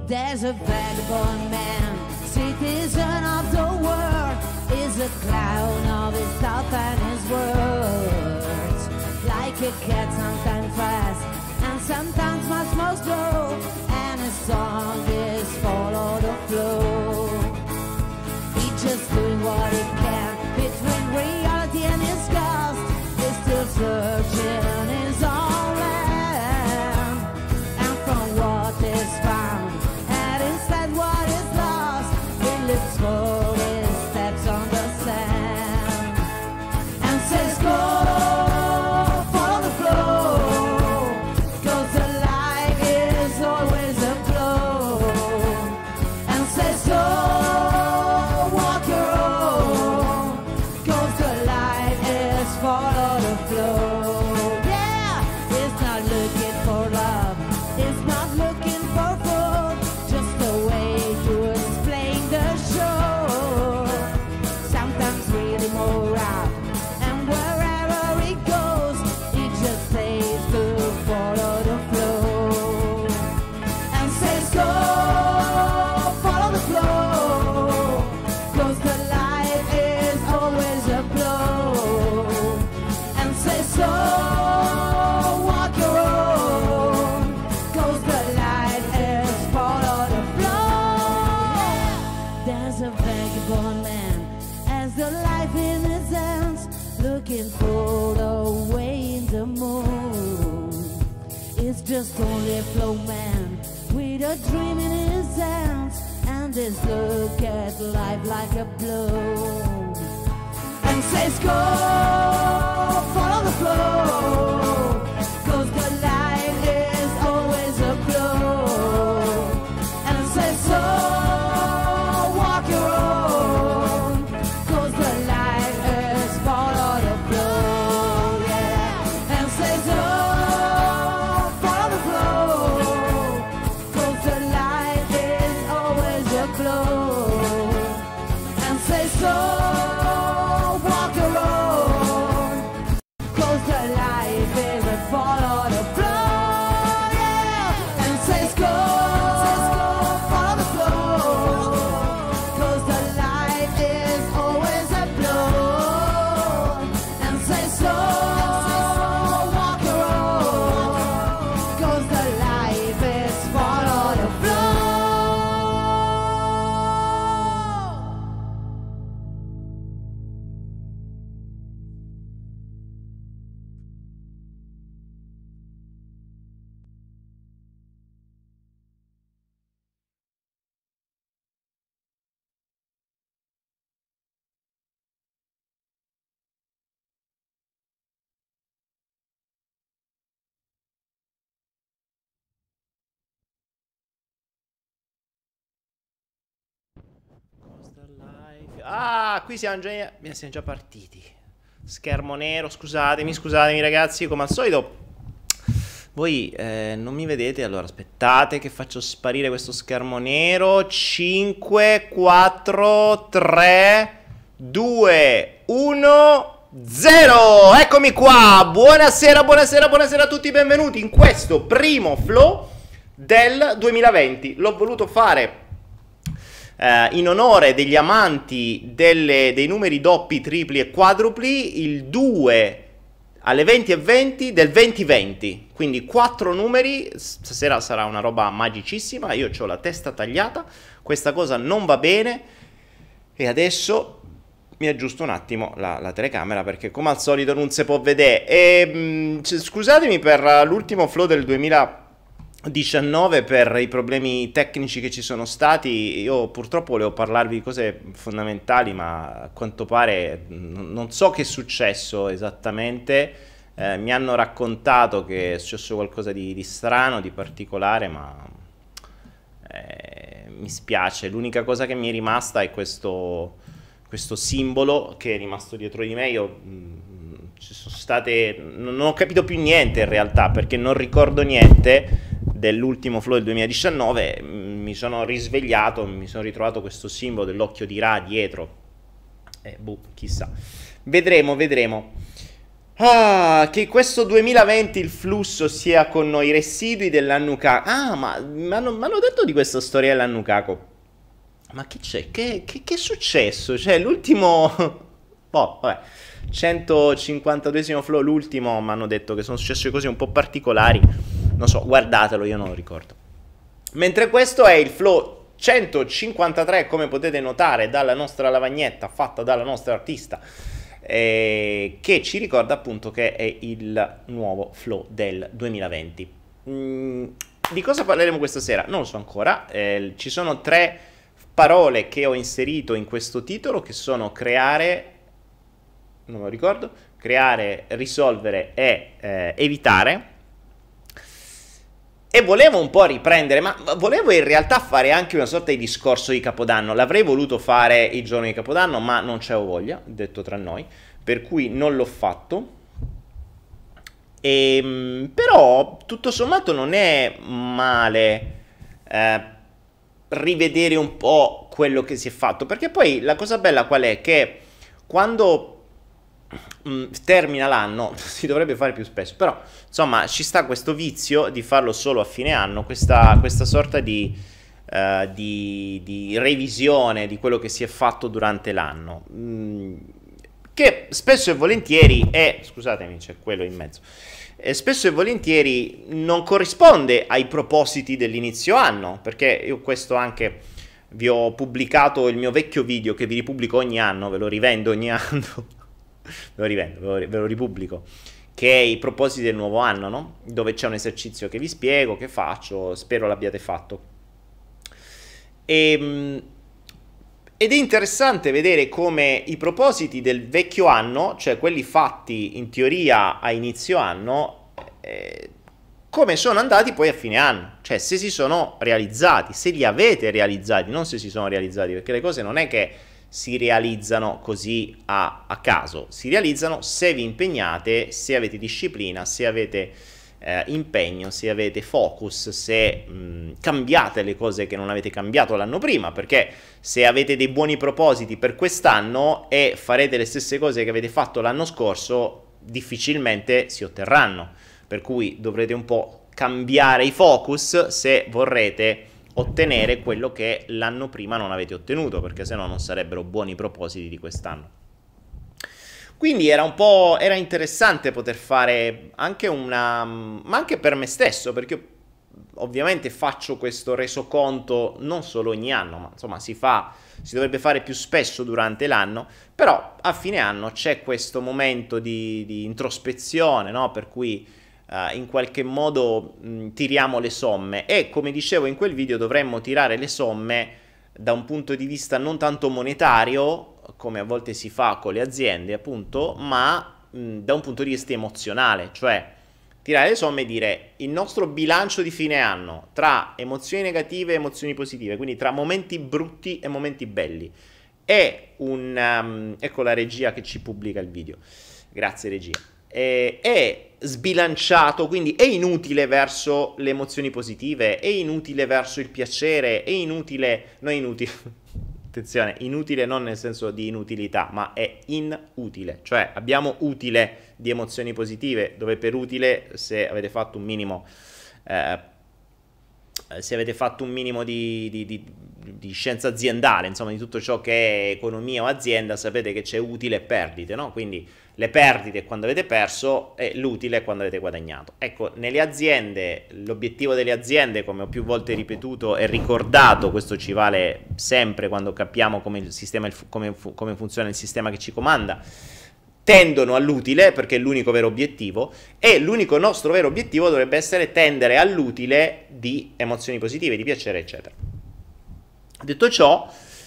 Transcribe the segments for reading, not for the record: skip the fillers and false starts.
There's a vagabond man, citizen of the world, is a clown of his thoughts and his words. Like a cat, sometimes fast and sometimes much more slow, and his song is follow the flow. He's just doing what he can between reality and his ghost. He's still searching his own land, and from what is found and instead what is lost, he looks for his steps on the sand and says go, follow the flow, 'cause the life is always a flow, and says so, walk your own, 'cause the life is follow the flow. Yeah, it's not looking for love, it's not looking for food, just a way to explain the show. Sometimes really more out, and wherever it goes, it just says to follow the flow, and says go, follow the flow, 'cause the life is always a flow, and says so, walk your own, 'cause the life is follow the flow. There's a vagabond man, has the life in his hands, looking for the way in the moon. It's just only a flow man with a dream in his hands, and this look at life like a blow, and says go, follow the flow, 'cause the life is always a flow, and says so, walk your own, 'cause the life is follow the flow, yeah, and says oh, follow the flow, 'cause the life is always a flow, and says so, walk your own, 'cause the life is a follow the flow, yeah, and says go, follow the flow, 'cause the life is always a flow, and says so, walk your own, 'cause the life is follow the flow. Ah, qui siamo già partiti. Schermo nero, scusatemi ragazzi, come al solito. Voi non mi vedete, allora aspettate che faccio sparire questo schermo nero. 5, 4, 3, 2, 1, 0. Eccomi qua. Buonasera a tutti, benvenuti in questo primo flow del 2020. L'ho voluto fare in onore degli amanti dei numeri doppi, tripli e quadrupli, il 2 alle 20:20 del 2020, quindi 4 numeri. Stasera sarà una roba magicissima. Io ho la testa tagliata, questa cosa non va bene, e adesso mi aggiusto un attimo la telecamera, perché come al solito non si può vedere. Scusatemi per l'ultimo flow del 2019 per i problemi tecnici che ci sono stati. Io purtroppo volevo parlarvi di cose fondamentali, ma a quanto pare non so che è successo esattamente. Mi hanno raccontato che è successo qualcosa di strano, di particolare, ma mi spiace. L'unica cosa che mi è rimasta è questo simbolo che è rimasto dietro di me. Io ci sono state, non ho capito più niente in realtà, perché non ricordo niente dell'ultimo flow del 2019. Mi sono risvegliato, mi sono ritrovato questo simbolo dell'occhio di Ra dietro, chissà, vedremo. Ah, che questo 2020 il flusso sia con noi residui dell'Annukaku. Ah, ma m'hanno detto di questa storia dell'Annukaku. Ma che c'è? Che è successo? Cioè, l'ultimo... Boh, vabbè. 152esimo flow, l'ultimo, mi hanno detto che sono successe cose un po' particolari. Non so, guardatelo, io non lo ricordo. Mentre questo è il flow 153, come potete notare dalla nostra lavagnetta fatta dalla nostra artista, che ci ricorda appunto che è il nuovo flow del 2020. Di cosa parleremo questa sera? Non lo so ancora. Ci sono 3 parole che ho inserito in questo titolo, che sono creare, non me lo ricordo, creare, risolvere e evitare. E volevo un po' riprendere, ma volevo in realtà fare anche una sorta di discorso di Capodanno. L'avrei voluto fare il giorno di Capodanno, ma non c'avevo voglia, detto tra noi, per cui non l'ho fatto. Però, tutto sommato, non è male rivedere un po' quello che si è fatto, perché poi la cosa bella qual è? Che quando termina l'anno, si dovrebbe fare più spesso, però insomma ci sta questo vizio di farlo solo a fine anno, questa sorta di revisione di quello che si è fatto durante l'anno, che spesso e volentieri è, scusatemi c'è quello in mezzo, spesso e volentieri non corrisponde ai propositi dell'inizio anno, perché io questo anche vi ho pubblicato il mio vecchio video che vi ripubblico ogni anno, ve lo rivendo ogni anno. Ve lo rivendo, ve lo ripubblico, che è i propositi del nuovo anno, no? Dove c'è un esercizio che vi spiego, che faccio, spero l'abbiate fatto. Ed è interessante vedere come i propositi del vecchio anno, cioè quelli fatti in teoria a inizio anno, come sono andati poi a fine anno, cioè se si sono realizzati, se li avete realizzati, non se si sono realizzati, perché le cose non è che si realizzano così a caso, si realizzano se vi impegnate, se avete disciplina, se avete impegno, se avete focus, se cambiate le cose che non avete cambiato l'anno prima, perché se avete dei buoni propositi per quest'anno e farete le stesse cose che avete fatto l'anno scorso, difficilmente si otterranno, per cui dovrete un po' cambiare i focus se vorrete ottenere quello che l'anno prima non avete ottenuto, perché sennò non sarebbero buoni propositi di quest'anno. Quindi era interessante poter fare anche ma anche per me stesso, perché io ovviamente faccio questo resoconto non solo ogni anno, ma insomma si dovrebbe fare più spesso durante l'anno, però a fine anno c'è questo momento di introspezione, no? Per cui in qualche modo tiriamo le somme e, come dicevo in quel video, dovremmo tirare le somme da un punto di vista non tanto monetario, come a volte si fa con le aziende appunto, ma da un punto di vista emozionale, cioè tirare le somme e dire il nostro bilancio di fine anno tra emozioni negative e emozioni positive, quindi tra momenti brutti e momenti belli, è ecco la regia che ci pubblica il video, grazie regia, è sbilanciato, quindi è inutile verso le emozioni positive, è inutile verso il piacere, è inutile, non inutile, attenzione, inutile non nel senso di inutilità, ma è inutile, cioè abbiamo utile di emozioni positive, dove per utile, se avete fatto un minimo di scienza aziendale, insomma di tutto ciò che è economia o azienda, sapete che c'è utile e perdite, no? Quindi le perdite è quando avete perso e l'utile è quando avete guadagnato. Ecco, nelle aziende, l'obiettivo delle aziende, come ho più volte ripetuto e ricordato, questo ci vale sempre quando capiamo come il sistema, come funziona il sistema che ci comanda, tendono all'utile perché è l'unico vero obiettivo, e l'unico nostro vero obiettivo dovrebbe essere tendere all'utile di emozioni positive, di piacere, eccetera. Detto ciò,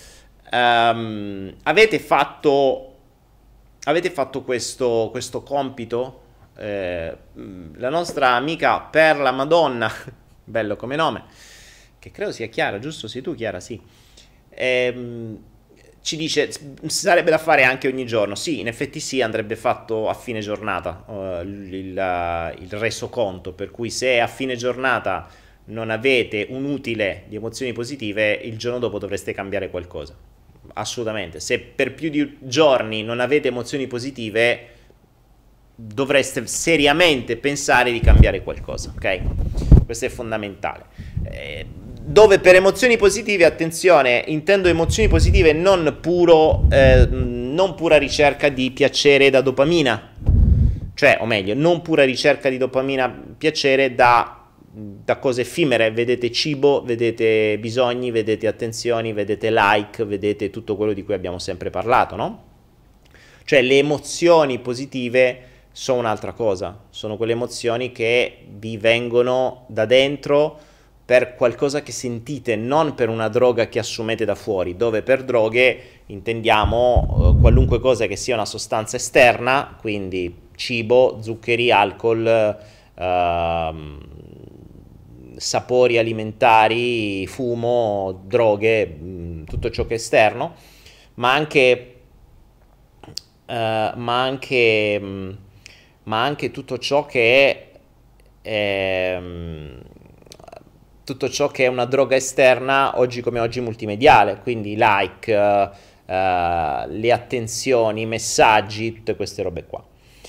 avete fatto questo compito? La nostra amica Perla Madonna, bello come nome, che credo sia Chiara, giusto? Sei tu Chiara? Sì. Ci dice sarebbe da fare anche ogni giorno. Sì, in effetti sì, andrebbe fatto a fine giornata il resoconto, per cui se a fine giornata non avete un utile di emozioni positive, il giorno dopo dovreste cambiare qualcosa, assolutamente. Se per più di giorni non avete emozioni positive, dovreste seriamente pensare di cambiare qualcosa, ok? Questo è fondamentale. Dove per emozioni positive, attenzione, intendo emozioni positive non pura ricerca di piacere da dopamina, cioè, o meglio, non pura ricerca di dopamina, piacere da cose effimere. Vedete cibo, vedete bisogni, vedete attenzioni, vedete like, vedete tutto quello di cui abbiamo sempre parlato, no? Cioè le emozioni positive sono un'altra cosa, sono quelle emozioni che vi vengono da dentro per qualcosa che sentite, non per una droga che assumete da fuori, dove per droghe intendiamo qualunque cosa che sia una sostanza esterna, quindi cibo, zuccheri, alcol, sapori alimentari, fumo, droghe, tutto ciò che è esterno, ma anche tutto ciò che è tutto ciò che è una droga esterna, oggi come oggi multimediale, quindi like, le attenzioni, i messaggi, tutte queste robe qua.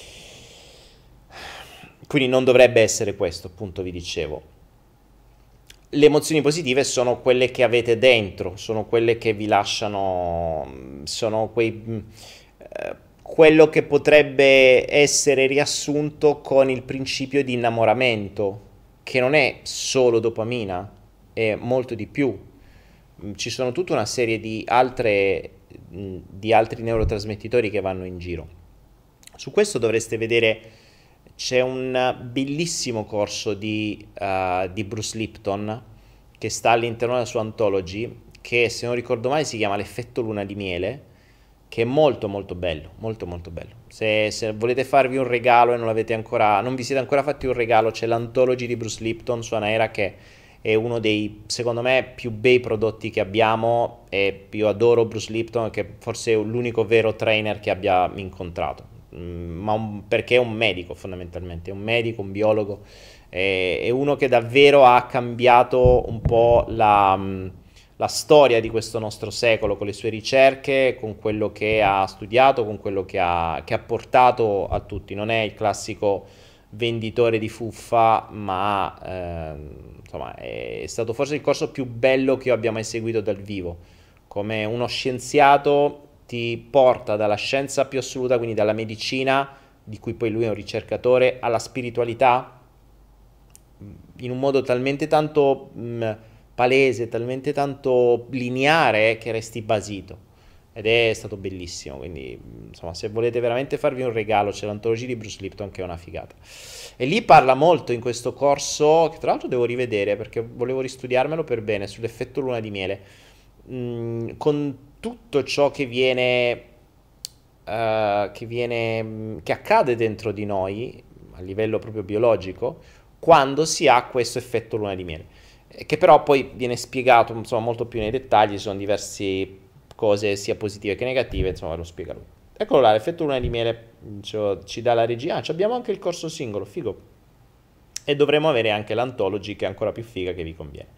Quindi non dovrebbe essere questo, appunto, vi dicevo. Le emozioni positive sono quelle che avete dentro, sono quelle che vi lasciano, sono quello che potrebbe essere riassunto con il principio di innamoramento, che non è solo dopamina, è molto di più. Ci sono tutta una serie di altri neurotrasmettitori che vanno in giro. Su questo dovreste vedere, c'è un bellissimo corso di Bruce Lipton che sta all'interno della sua Anthology, che se non ricordo male si chiama L'effetto luna di miele, che è molto molto bello, molto molto bello. Se volete farvi un regalo e non vi siete ancora fatti un regalo, c'è l'Anthology di Bruce Lipton su Anaera, che è uno dei, secondo me, più bei prodotti che abbiamo, e io adoro Bruce Lipton, che forse è l'unico vero trainer che abbia incontrato, perché è un medico fondamentalmente, è un medico, un biologo, è uno che davvero ha cambiato un po' la storia di questo nostro secolo con le sue ricerche, con quello che ha studiato, con quello che ha portato a tutti. Non è il classico venditore di fuffa, ma insomma è stato forse il corso più bello che io abbia mai seguito dal vivo. Come uno scienziato ti porta dalla scienza più assoluta, quindi dalla medicina, di cui poi lui è un ricercatore, alla spiritualità, in un modo talmente tanto palese, talmente tanto lineare che resti basito, ed è stato bellissimo. Quindi insomma, se volete veramente farvi un regalo, c'è l'Antologia di Bruce Lipton, che è una figata, e lì parla molto in questo corso, che tra l'altro devo rivedere perché volevo ristudiarmelo per bene, sull'effetto luna di miele, con tutto ciò che accade dentro di noi a livello proprio biologico quando si ha questo effetto luna di miele, che però poi viene spiegato, insomma, molto più nei dettagli. Ci sono diverse cose sia positive che negative, insomma lo spiega lui. Eccolo là, l'effetto luna di miele ci dà la regia. Abbiamo anche il corso singolo, figo, e dovremo avere anche l'Anthology, che è ancora più figa, che vi conviene.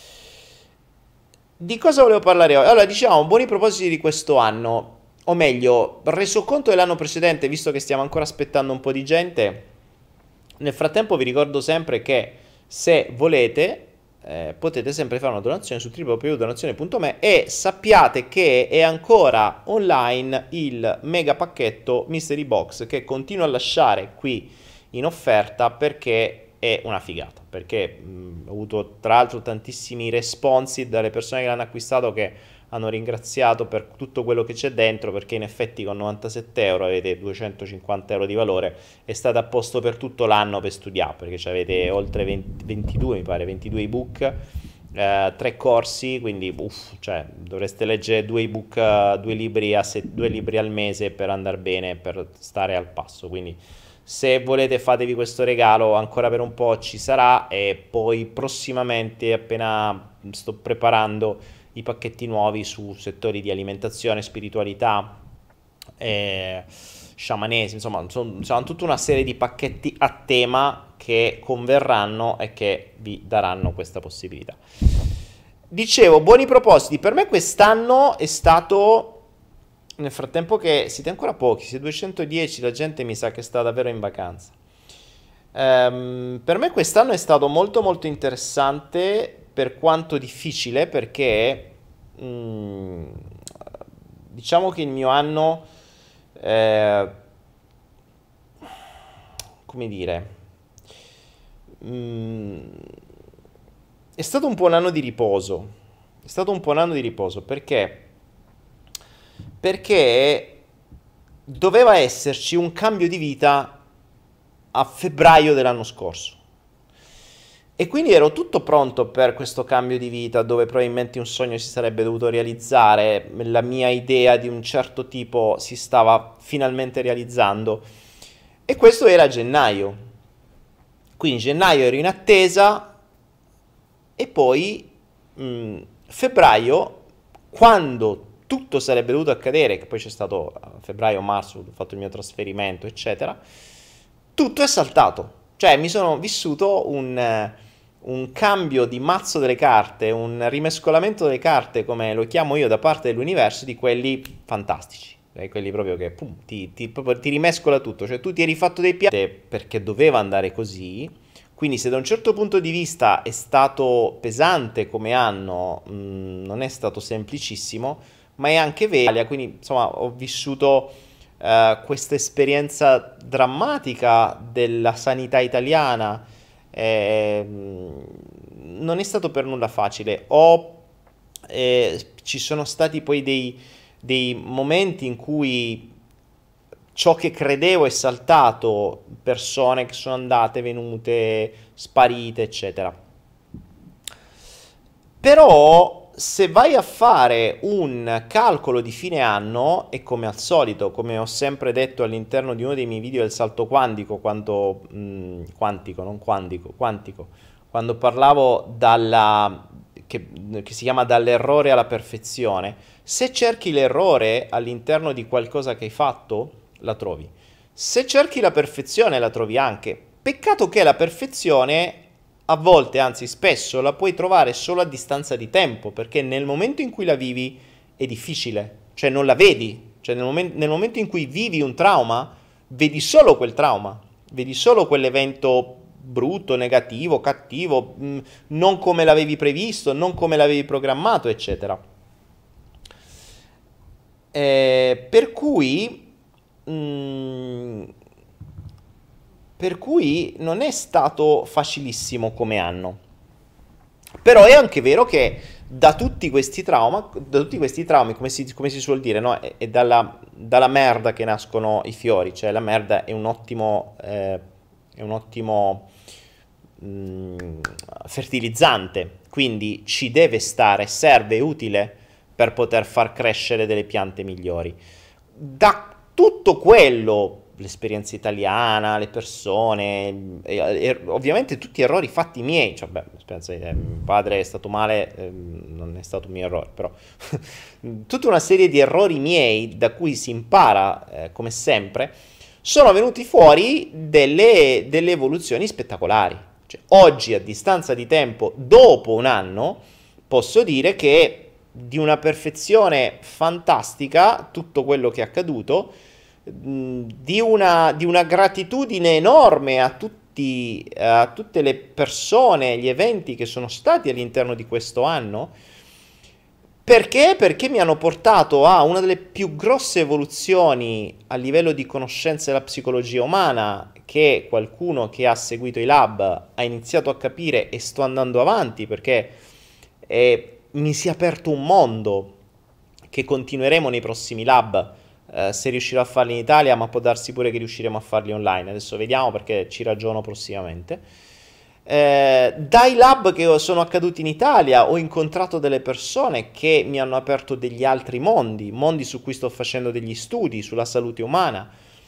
Di cosa volevo parlare oggi? Allora, diciamo, buoni propositi di questo anno, o meglio, resoconto dell'anno precedente, visto che stiamo ancora aspettando un po' di gente. Nel frattempo vi ricordo sempre che se volete potete sempre fare una donazione su www.donazione.me, e sappiate che è ancora online il mega pacchetto Mystery Box, che continuo a lasciare qui in offerta perché è una figata, perché ho avuto tra l'altro tantissimi responsi dalle persone che l'hanno acquistato, che hanno ringraziato per tutto quello che c'è dentro, perché in effetti con 97 euro avete 250 euro di valore, e state a posto per tutto l'anno per studiare, perché avete oltre 22 ebook, 3 corsi, quindi cioè, dovreste leggere 2 ebook, 2 libri al mese per andare bene, per stare al passo. Quindi se volete fatevi questo regalo, ancora per un po' ci sarà, e poi prossimamente, appena sto preparando i pacchetti nuovi su settori di alimentazione, spiritualità, sciamanesimo, insomma sono tutta una serie di pacchetti a tema che converranno e che vi daranno questa possibilità. Dicevo, buoni propositi. Per me quest'anno è stato Nel frattempo che siete ancora pochi, siete 210, la gente mi sa che sta davvero in vacanza. Per me quest'anno è stato molto molto interessante per quanto difficile perché mm, diciamo che il mio anno, eh, come dire, mm, è stato un po' un anno di riposo. È stato un po' un anno di riposo perché doveva esserci un cambio di vita a febbraio dell'anno scorso. E quindi ero tutto pronto per questo cambio di vita dove probabilmente un sogno si sarebbe dovuto realizzare, la mia idea di un certo tipo si stava finalmente realizzando. E questo era a gennaio. Quindi gennaio ero in attesa e poi febbraio, quando tutto sarebbe dovuto accadere, che poi c'è stato a febbraio-marzo, ho fatto il mio trasferimento, eccetera, tutto è saltato. Cioè mi sono vissuto un cambio di mazzo delle carte, un rimescolamento delle carte, come lo chiamo io, da parte dell'universo, di quelli fantastici. Quelli proprio che pum, proprio ti rimescola tutto. Cioè tu ti eri fatto dei piani perché doveva andare così. Quindi se da un certo punto di vista è stato pesante come anno, non è stato semplicissimo, ma è anche vero. Quindi insomma ho vissuto questa esperienza drammatica della sanità italiana. Non è stato per nulla facile. Ci sono stati poi dei momenti in cui ciò che credevo è saltato, persone che sono andate, venute, sparite, eccetera. Però se vai a fare un calcolo di fine anno, e come al solito, come ho sempre detto all'interno di uno dei miei video del salto quantico, quantico, quando parlavo che si chiama dall'errore alla perfezione, se cerchi l'errore all'interno di qualcosa che hai fatto, la trovi. Se cerchi la perfezione, la trovi anche. Peccato che la perfezione a volte, anzi spesso, la puoi trovare solo a distanza di tempo, perché nel momento in cui la vivi è difficile, cioè non la vedi, cioè nel momento in cui vivi un trauma, vedi solo quel trauma, vedi solo quell'evento brutto, negativo, cattivo, non come l'avevi previsto, non come l'avevi programmato, eccetera. Per cui non è stato facilissimo come anno. Però è anche vero che da tutti questi traumi, come si suol dire, no? È dalla merda che nascono i fiori, cioè la merda è un ottimo fertilizzante, quindi ci deve stare, serve, è utile per poter far crescere delle piante migliori. Da tutto quello, l'esperienza italiana, le persone, ovviamente tutti errori fatti miei, cioè, penso, mio padre è stato male, non è stato un mio errore, però tutta una serie di errori miei da cui si impara, come sempre, sono venuti fuori delle evoluzioni spettacolari. Cioè, oggi, a distanza di tempo, dopo un anno, posso dire che di una perfezione fantastica tutto quello che è accaduto, di una gratitudine enorme a tutte le persone, gli eventi che sono stati all'interno di questo anno. Perché? Perché mi hanno portato a una delle più grosse evoluzioni a livello di conoscenza della psicologia umana che qualcuno che ha seguito i lab ha iniziato a capire, e sto andando avanti perché mi si è aperto un mondo che continueremo nei prossimi lab, se riuscirò a farli in Italia, ma può darsi pure che riusciremo a farli online. Adesso vediamo, perché ci ragiono prossimamente. Dai lab che sono accaduti in Italia ho incontrato delle persone che mi hanno aperto degli altri mondi su cui sto facendo degli studi sulla salute umana,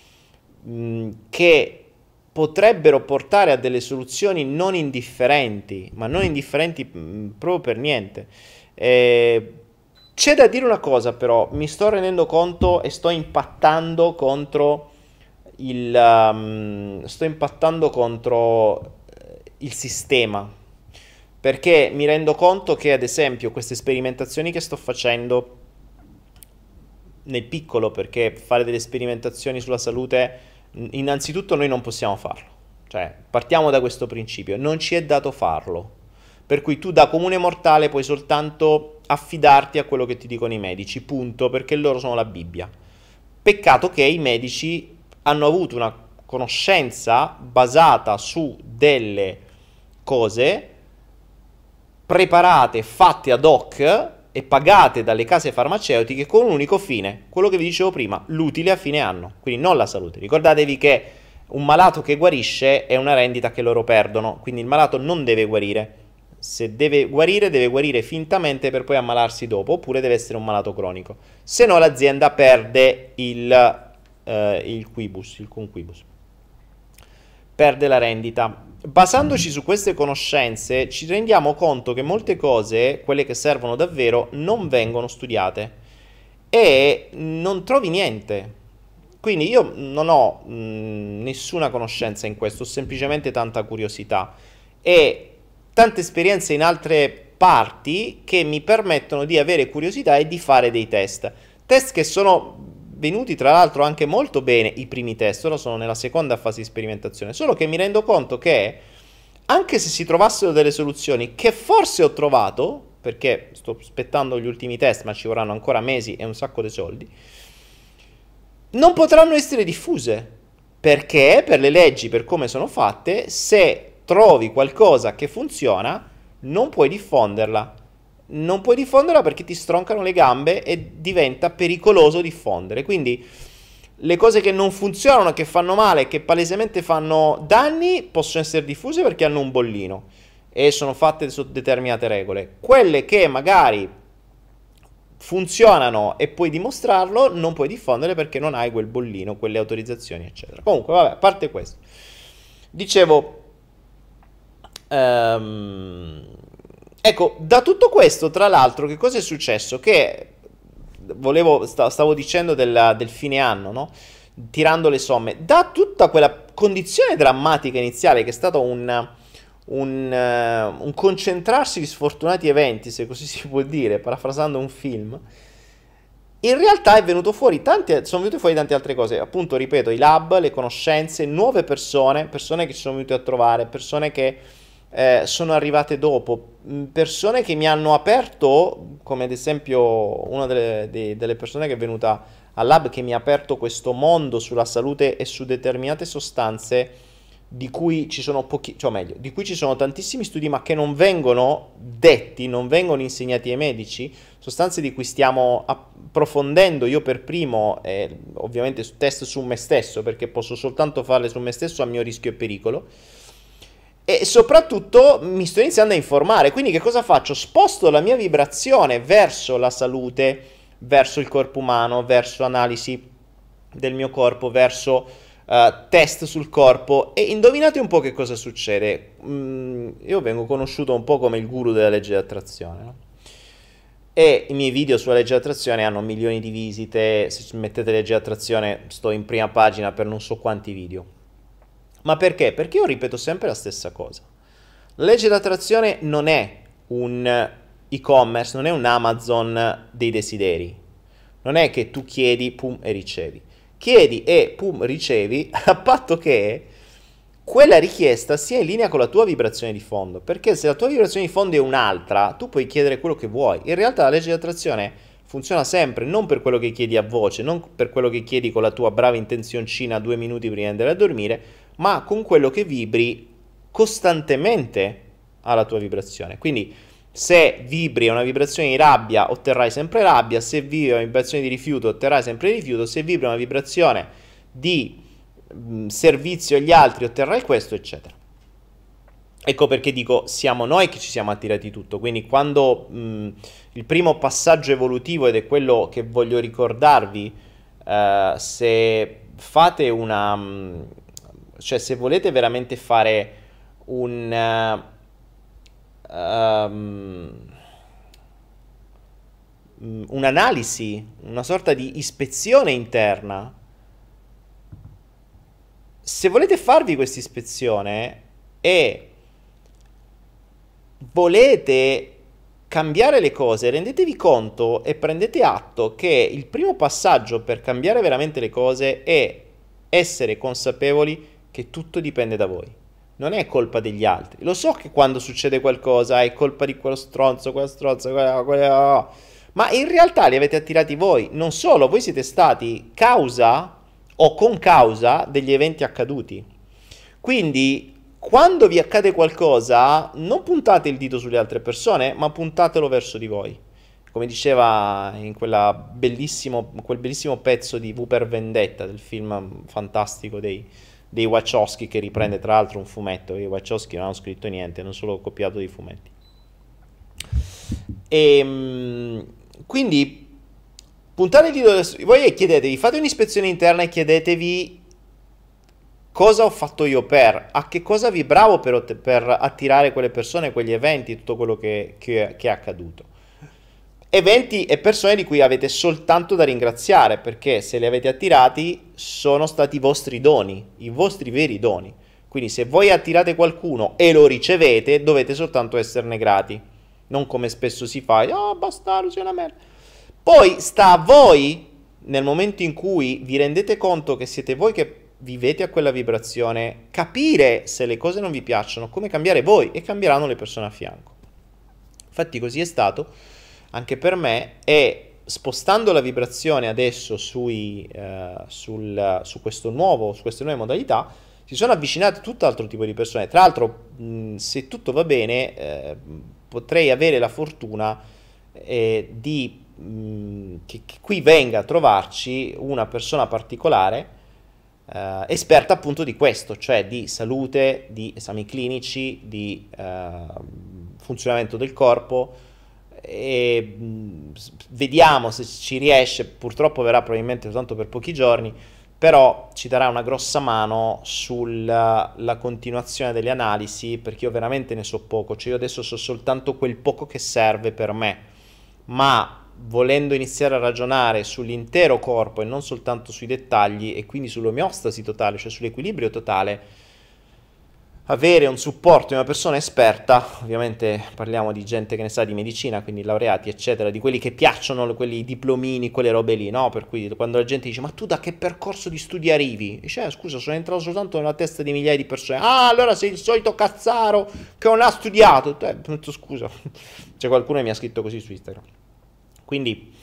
che potrebbero portare a delle soluzioni non indifferenti, ma non indifferenti proprio per niente. C'è da dire una cosa, però mi sto rendendo conto e sto impattando contro il sistema, perché mi rendo conto che, ad esempio, queste sperimentazioni che sto facendo nel piccolo, perché fare delle sperimentazioni sulla salute, innanzitutto noi non possiamo farlo. Cioè, partiamo da questo principio, non ci è dato farlo. Per cui tu da comune mortale puoi soltanto affidarti a quello che ti dicono i medici, punto, perché loro sono la Bibbia. Peccato che i medici hanno avuto una conoscenza basata su delle cose preparate, fatte ad hoc e pagate dalle case farmaceutiche con un unico fine, quello che vi dicevo prima, l'utile a fine anno, quindi non la salute. Ricordatevi che un malato che guarisce è una rendita che loro perdono, quindi il malato non deve guarire. Se deve guarire fintamente per poi ammalarsi dopo, oppure deve essere un malato cronico. Se no l'azienda perde il quibus, il conquibus. Perde la rendita. Basandoci su queste conoscenze ci rendiamo conto che molte cose, quelle che servono davvero, non vengono studiate e non trovi niente. Quindi io non ho nessuna conoscenza in questo, ho semplicemente tanta curiosità e tante esperienze in altre parti che mi permettono di avere curiosità e di fare dei test. Test che sono venuti tra l'altro anche molto bene, i primi test, ora sono nella seconda fase di sperimentazione, solo che mi rendo conto che anche se si trovassero delle soluzioni che forse ho trovato, perché sto aspettando gli ultimi test ma ci vorranno ancora mesi e un sacco di soldi, non potranno essere diffuse, perché per le leggi, per come sono fatte, se trovi qualcosa che funziona non puoi diffonderla. Non puoi diffonderla perché ti stroncano le gambe e diventa pericoloso diffondere. Quindi le cose che non funzionano, che fanno male, che palesemente fanno danni, possono essere diffuse perché hanno un bollino e sono fatte su determinate regole. Quelle che magari funzionano e puoi dimostrarlo, non puoi diffondere perché non hai quel bollino, quelle autorizzazioni, eccetera. Comunque, vabbè, a parte questo. Dicevo... ecco, da tutto questo, tra l'altro, che cosa è successo? Che stavo dicendo del fine anno, no? Tirando le somme, da tutta quella condizione drammatica iniziale che è stato un concentrarsi di sfortunati eventi, se così si può dire, parafrasando un film, in realtà sono venute fuori tante altre cose, appunto, ripeto, i lab, le conoscenze, nuove persone che ci sono venute a trovare, persone che sono arrivate dopo, persone che mi hanno aperto, come ad esempio una delle persone che è venuta al lab, che mi ha aperto questo mondo sulla salute e su determinate sostanze di cui ci sono di cui ci sono tantissimi studi ma che non vengono detti, non vengono insegnati ai medici, sostanze di cui stiamo approfondendo io per primo, ovviamente test su me stesso, perché posso soltanto farle su me stesso a mio rischio e pericolo. E soprattutto mi sto iniziando a informare, quindi che cosa faccio? Sposto la mia vibrazione verso la salute, verso il corpo umano, verso analisi del mio corpo, verso test sul corpo, e indovinate un po' che cosa succede. Io vengo conosciuto un po' come il guru della legge di attrazione, no? E i miei video sulla legge di attrazione hanno milioni di visite, se mettete legge di attrazione sto in prima pagina per non so quanti video. Ma perché? Perché io ripeto sempre la stessa cosa. La legge d'attrazione non è un e-commerce, non è un Amazon dei desideri. Non è che tu chiedi, pum, e ricevi. Chiedi e pum, ricevi, a patto che quella richiesta sia in linea con la tua vibrazione di fondo. Perché se la tua vibrazione di fondo è un'altra, tu puoi chiedere quello che vuoi. In realtà la legge di attrazione funziona sempre, non per quello che chiedi a voce, non per quello che chiedi con la tua brava intenzioncina 2 minuti prima di andare a dormire, ma con quello che vibri costantemente alla tua vibrazione. Quindi se vibri a una vibrazione di rabbia otterrai sempre rabbia, se vibri a una vibrazione di rifiuto otterrai sempre rifiuto, se vibri a una vibrazione di servizio agli altri otterrai questo, eccetera. Ecco perché dico, siamo noi che ci siamo attirati tutto. Quindi quando il primo passaggio evolutivo, ed è quello che voglio ricordarvi, se fate cioè se volete veramente fare un'analisi, una sorta di ispezione interna, se volete farvi questa ispezione e volete cambiare le cose, rendetevi conto e prendete atto che il primo passaggio per cambiare veramente le cose è essere consapevoli che tutto dipende da voi. Non è colpa degli altri. Lo so che quando succede qualcosa è colpa di quello stronzo, quella stronza, quella... ma in realtà li avete attirati voi. Non solo, voi siete stati causa o concausa degli eventi accaduti. Quindi quando vi accade qualcosa, non puntate il dito sulle altre persone, ma puntatelo verso di voi. Come diceva in quel bellissimo pezzo di V per Vendetta, del film fantastico dei Wachowski, che riprende tra l'altro un fumetto. I Wachowski non hanno scritto niente, hanno solo copiato dei fumetti. Quindi puntate il dito verso di voi e chiedetevi, fate un'ispezione interna e chiedetevi: cosa ho fatto io a che cosa vibravo per attirare quelle persone, quegli eventi, tutto quello che è accaduto. Eventi e persone di cui avete soltanto da ringraziare, perché se li avete attirati sono stati i vostri doni, i vostri veri doni. Quindi se voi attirate qualcuno e lo ricevete, dovete soltanto esserne grati. Non come spesso si fa: oh bastardo, sei una merda. Poi sta a voi, nel momento in cui vi rendete conto che siete voi che vivete a quella vibrazione, capire se le cose non vi piacciono, come cambiare voi, e cambieranno le persone a fianco. Infatti così è stato anche per me, e spostando la vibrazione adesso su queste nuove modalità, si sono avvicinate tutt'altro tipo di persone. Tra l'altro, se tutto va bene, potrei avere la fortuna che qui venga a trovarci una persona particolare, esperta appunto di questo, cioè di salute, di esami clinici, di funzionamento del corpo, e vediamo se ci riesce. Purtroppo verrà probabilmente soltanto per pochi giorni, però ci darà una grossa mano sulla continuazione delle analisi, perché io veramente ne so poco, cioè io adesso so soltanto quel poco che serve per me, ma volendo iniziare a ragionare sull'intero corpo e non soltanto sui dettagli, e quindi sull'omeostasi totale, cioè sull'equilibrio totale, avere un supporto di una persona esperta, ovviamente parliamo di gente che ne sa di medicina, quindi laureati eccetera, di quelli che piacciono, quelli diplomini, quelle robe lì, no? Per cui quando la gente dice: ma tu da che percorso di studi arrivi? Dice: scusa, sono entrato soltanto nella testa di migliaia di persone. Ah, allora sei il solito cazzaro che non ha studiato. Scusa, c'è qualcuno che mi ha scritto così su Instagram. Quindi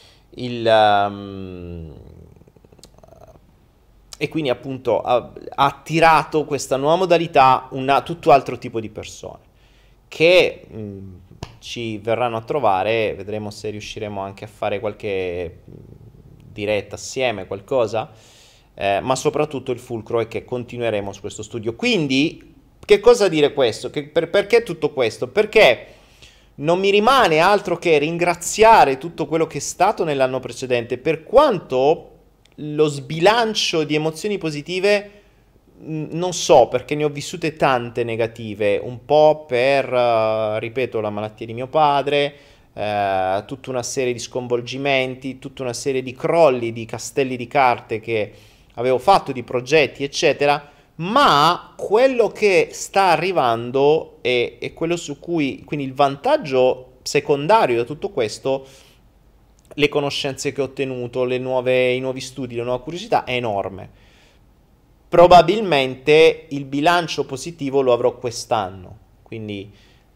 e quindi appunto ha attirato questa nuova modalità tutto altro tipo di persone che ci verranno a trovare. Vedremo se riusciremo anche a fare qualche diretta assieme, qualcosa, ma soprattutto il fulcro è che continueremo su questo studio. Quindi che cosa dire questo? Perché tutto questo? Perché non mi rimane altro che ringraziare tutto quello che è stato nell'anno precedente, per quanto lo sbilancio di emozioni positive non so, perché ne ho vissute tante negative, un po' per, ripeto, la malattia di mio padre, tutta una serie di sconvolgimenti, tutta una serie di crolli di castelli di carte che avevo fatto, di progetti, eccetera, ma quello che sta arrivando è quello su cui, quindi il vantaggio secondario da tutto questo, le conoscenze che ho ottenuto, i nuovi studi, la nuova curiosità è enorme. Probabilmente il bilancio positivo lo avrò quest'anno, quindi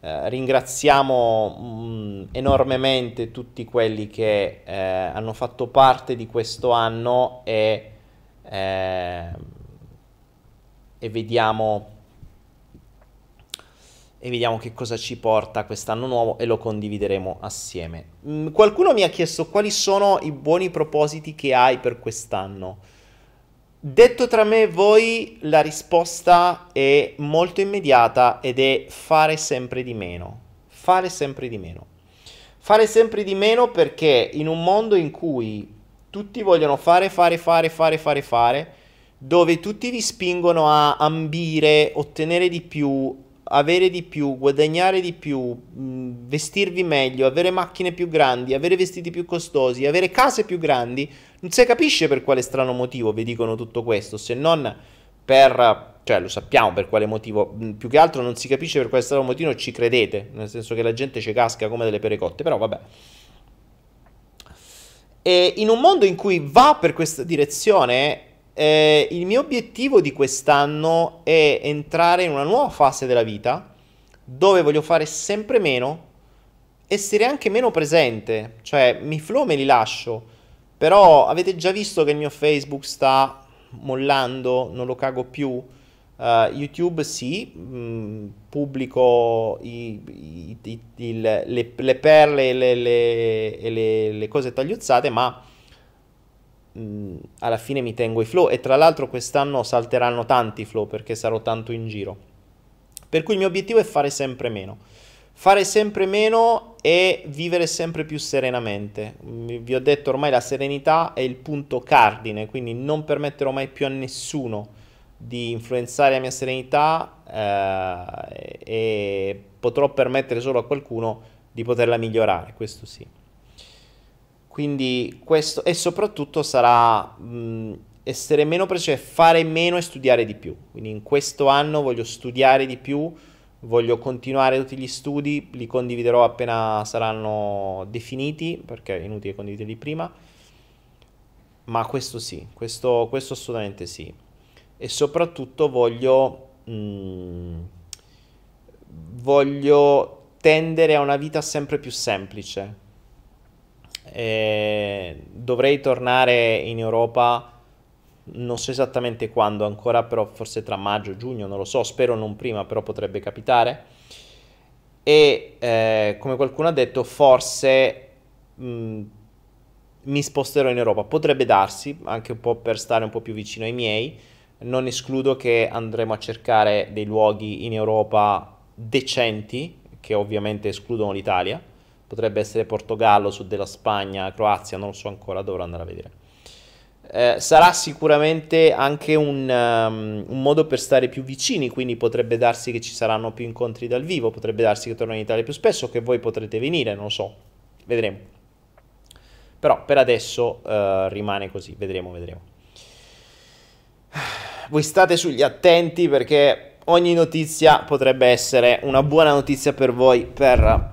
ringraziamo enormemente tutti quelli che hanno fatto parte di questo anno, e vediamo che cosa ci porta quest'anno nuovo, e lo condivideremo assieme. Qualcuno mi ha chiesto quali sono i buoni propositi che hai per quest'anno. Detto tra me e voi, la risposta è molto immediata ed è fare sempre di meno. Fare sempre di meno. Fare sempre di meno, perché in un mondo in cui tutti vogliono fare, dove tutti vi spingono a ambire, ottenere di più, avere di più, guadagnare di più, vestirvi meglio, avere macchine più grandi, avere vestiti più costosi, avere case più grandi, non si capisce per quale strano motivo vi dicono tutto questo, se non cioè lo sappiamo per quale motivo, più che altro non si capisce per quale stato motivo ci credete, nel senso che la gente ci casca come delle pere cotte, però vabbè. E in un mondo in cui va per questa direzione, il mio obiettivo di quest'anno è entrare in una nuova fase della vita dove voglio fare sempre meno, essere anche meno presente, cioè mi flow me li lascio, però avete già visto che il mio Facebook sta mollando, non lo cago più. YouTube sì, pubblico le perle e le cose tagliuzzate, ma alla fine mi tengo i flow e tra l'altro quest'anno salteranno tanti flow perché sarò tanto in giro. Per cui il mio obiettivo è fare sempre meno. Fare sempre meno e vivere sempre più serenamente. Vi ho detto ormai la serenità è il punto cardine, quindi non permetterò mai più a nessuno di influenzare la mia serenità e potrò permettere solo a qualcuno di poterla migliorare, questo sì. Quindi questo e soprattutto sarà essere meno cioè fare meno e studiare di più. Quindi in questo anno voglio studiare di più, voglio continuare tutti gli studi, li condividerò appena saranno definiti, perché è inutile condividerli prima. Ma questo sì, questo assolutamente sì. E soprattutto voglio tendere a una vita sempre più semplice. Dovrei tornare in Europa, non so esattamente quando ancora, però forse tra maggio e giugno, non lo so, spero non prima, però potrebbe capitare. E come qualcuno ha detto, forse mi sposterò in Europa. Potrebbe darsi, anche un po' per stare un po' più vicino ai miei. Non escludo che andremo a cercare dei luoghi in Europa decenti, che ovviamente escludono l'Italia. Potrebbe essere Portogallo, sud della Spagna, Croazia, non lo so ancora, dovrò andare a vedere. Sarà sicuramente anche un modo per stare più vicini, quindi potrebbe darsi che ci saranno più incontri dal vivo, potrebbe darsi che torno in Italia più spesso, che voi potrete venire, non lo so, vedremo. Però per adesso rimane così, vedremo. Voi state sugli attenti perché ogni notizia potrebbe essere una buona notizia per voi per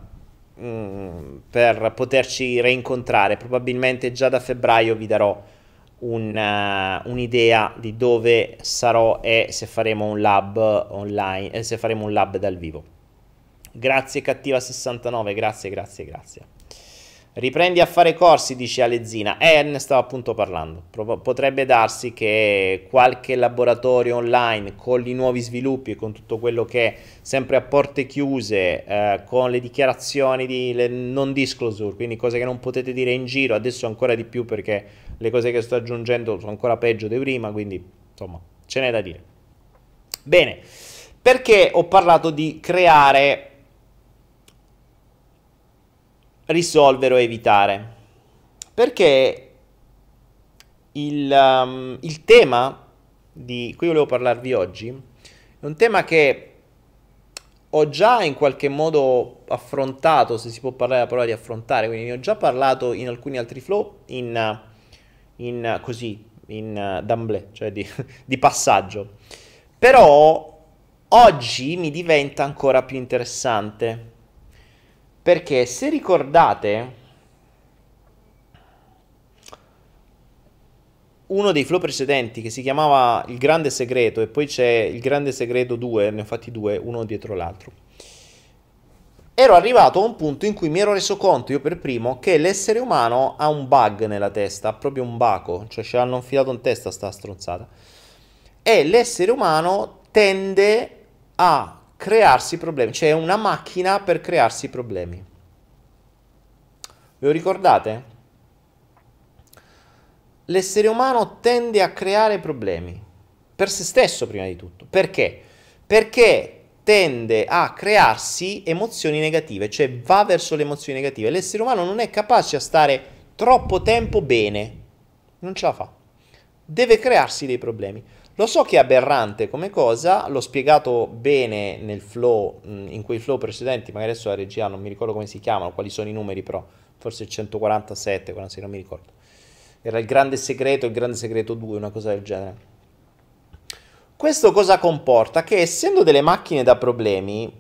poterci reincontrare. Probabilmente già da febbraio vi darò un'idea di dove sarò e se faremo un lab online e se faremo un lab dal vivo. Grazie Cattiva69, grazie. Riprendi a fare corsi, dice Alezzina. Ne stavo appunto parlando. Potrebbe darsi che qualche laboratorio online con i nuovi sviluppi e con tutto quello che è sempre a porte chiuse, con le dichiarazioni di non disclosure, quindi cose che non potete dire in giro, adesso ancora di più perché le cose che sto aggiungendo sono ancora peggio di prima, quindi insomma ce n'è da dire. Bene, perché ho parlato di creare, risolvere o evitare? Perché il tema di cui volevo parlarvi oggi è un tema che ho già in qualche modo affrontato, se si può parlare la parola di affrontare, quindi ne ho già parlato in alcuni altri flow in d'emblée, cioè di passaggio. Però oggi mi diventa ancora più interessante. Perché se ricordate uno dei flow precedenti che si chiamava Il Grande Segreto e poi c'è Il Grande Segreto 2, ne ho fatti due, uno dietro l'altro, ero arrivato a un punto in cui mi ero reso conto io per primo che l'essere umano ha un bug nella testa, proprio un baco, cioè ce l'hanno infilato in testa sta stronzata, e l'essere umano tende a crearsi problemi, cioè è una macchina per crearsi problemi. Ve lo ricordate? L'essere umano tende a creare problemi per se stesso prima di tutto. Perché? Perché tende a crearsi emozioni negative, cioè va verso le emozioni negative. L'essere umano non è capace a stare troppo tempo bene, non ce la fa. Deve crearsi dei problemi. Lo so che è aberrante come cosa, l'ho spiegato bene nel flow, in quei flow precedenti, magari adesso la regia non mi ricordo come si chiamano, quali sono i numeri però, forse il 147, 46, non mi ricordo. Era il Grande Segreto, il Grande Segreto 2, una cosa del genere. Questo cosa comporta? Che essendo delle macchine da problemi,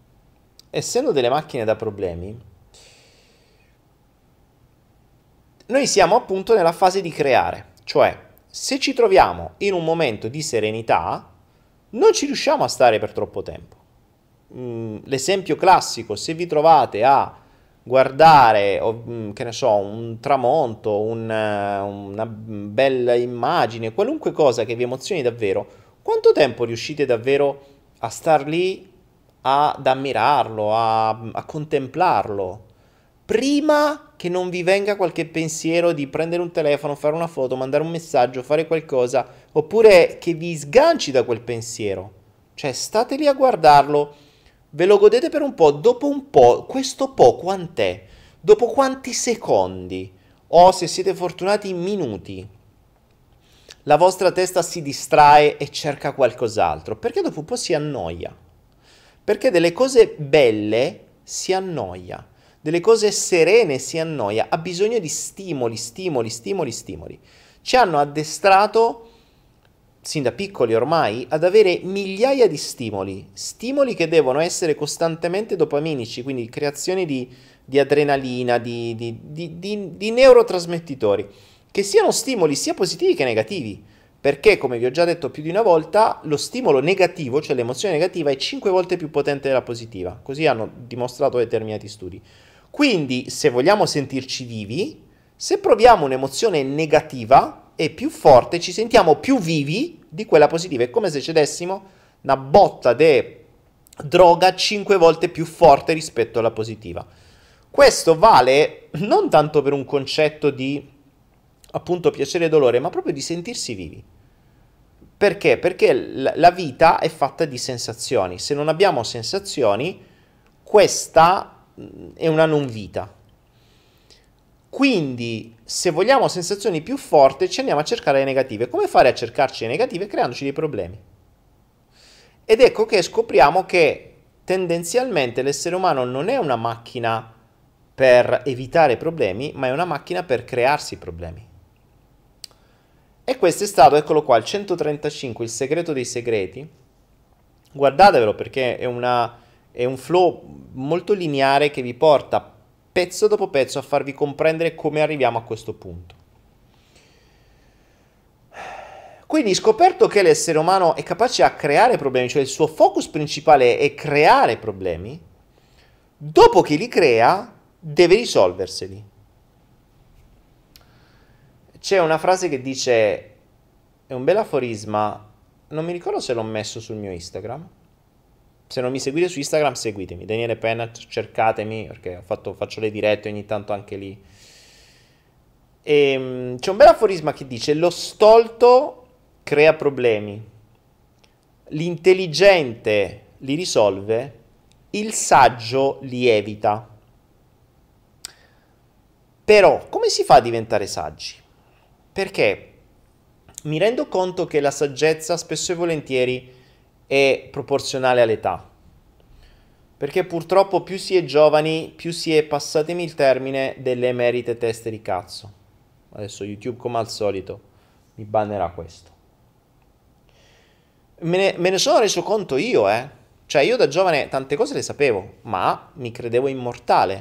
noi siamo appunto nella fase di creare, cioè se ci troviamo in un momento di serenità, non ci riusciamo a stare per troppo tempo. L'esempio classico, se vi trovate a guardare, che ne so, un tramonto, una bella immagine, qualunque cosa che vi emozioni davvero, quanto tempo riuscite davvero a star lì ad ammirarlo, a contemplarlo, prima che non vi venga qualche pensiero di prendere un telefono, fare una foto, mandare un messaggio, fare qualcosa, oppure che vi sganci da quel pensiero? Cioè, state lì a guardarlo, ve lo godete per un po', dopo un po', questo po' quant'è? Dopo quanti secondi? O se siete fortunati, minuti? La vostra testa si distrae e cerca qualcos'altro, perché dopo un po' si annoia. Perché delle cose belle si annoia, delle cose serene si annoia, ha bisogno di stimoli, stimoli, stimoli, stimoli. Ci hanno addestrato, sin da piccoli ormai, ad avere migliaia di stimoli, stimoli che devono essere costantemente dopaminici, quindi creazione di adrenalina, di neurotrasmettitori, che siano stimoli sia positivi che negativi, perché come vi ho già detto più di una volta, lo stimolo negativo, cioè l'emozione negativa, è 5 volte più potente della positiva, così hanno dimostrato determinati studi. Quindi, se vogliamo sentirci vivi, se proviamo un'emozione negativa è più forte, ci sentiamo più vivi di quella positiva, è come se ci dessimo una botta di droga 5 volte più forte rispetto alla positiva. Questo vale non tanto per un concetto di appunto piacere e dolore, ma proprio di sentirsi vivi. Perché? Perché la vita è fatta di sensazioni. Se non abbiamo sensazioni, questa è una non vita. Quindi, se vogliamo sensazioni più forti, ci andiamo a cercare le negative. Come fare a cercarci le negative? Creandoci dei problemi. Ed ecco che scopriamo che tendenzialmente l'essere umano non è una macchina per evitare problemi, ma è una macchina per crearsi problemi. E questo è stato, eccolo qua, il 135, il segreto dei segreti. Guardatevelo perché è un flow molto lineare che vi porta pezzo dopo pezzo a farvi comprendere come arriviamo a questo punto. Quindi, scoperto che l'essere umano è capace a creare problemi, cioè il suo focus principale è creare problemi, dopo che li crea, deve risolverseli. C'è una frase che dice, è un bel aforisma, non mi ricordo se l'ho messo sul mio Instagram. Se non mi seguite su Instagram, seguitemi, Daniele Penna, cercatemi, perché faccio le dirette ogni tanto anche lì. C'è un bel aforisma che dice, lo stolto crea problemi, l'intelligente li risolve, il saggio li evita. Però, come si fa a diventare saggi? Perché mi rendo conto che la saggezza spesso e volentieri è proporzionale all'età. Perché purtroppo più si è giovani, più si è, passatemi il termine, delle emerite teste di cazzo. Adesso YouTube, come al solito, mi bannerà questo. Me ne sono reso conto io, Cioè io da giovane tante cose le sapevo, ma mi credevo immortale.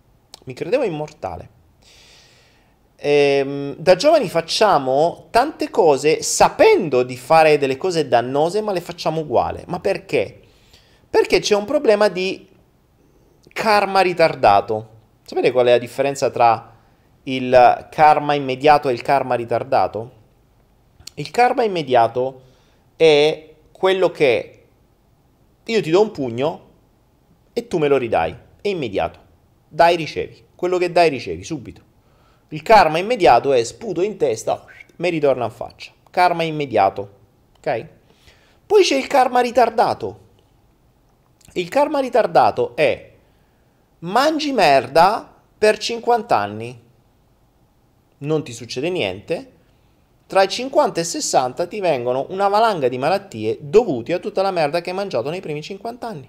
Da giovani facciamo tante cose sapendo di fare delle cose dannose, ma le facciamo uguale. Ma perché? Perché c'è un problema di karma ritardato. Sapete qual è la differenza tra il karma immediato e il karma ritardato? Il karma immediato è quello che io ti do un pugno e tu me lo ridai. È immediato. Dai, ricevi. Quello che dai, ricevi subito. Il karma immediato è sputo in testa, mi ritorna in faccia. Karma immediato, ok? Poi c'è il karma ritardato. Il karma ritardato è mangi merda per 50 anni, non ti succede niente, tra i 50 e i 60 ti vengono una valanga di malattie dovute a tutta la merda che hai mangiato nei primi 50 anni.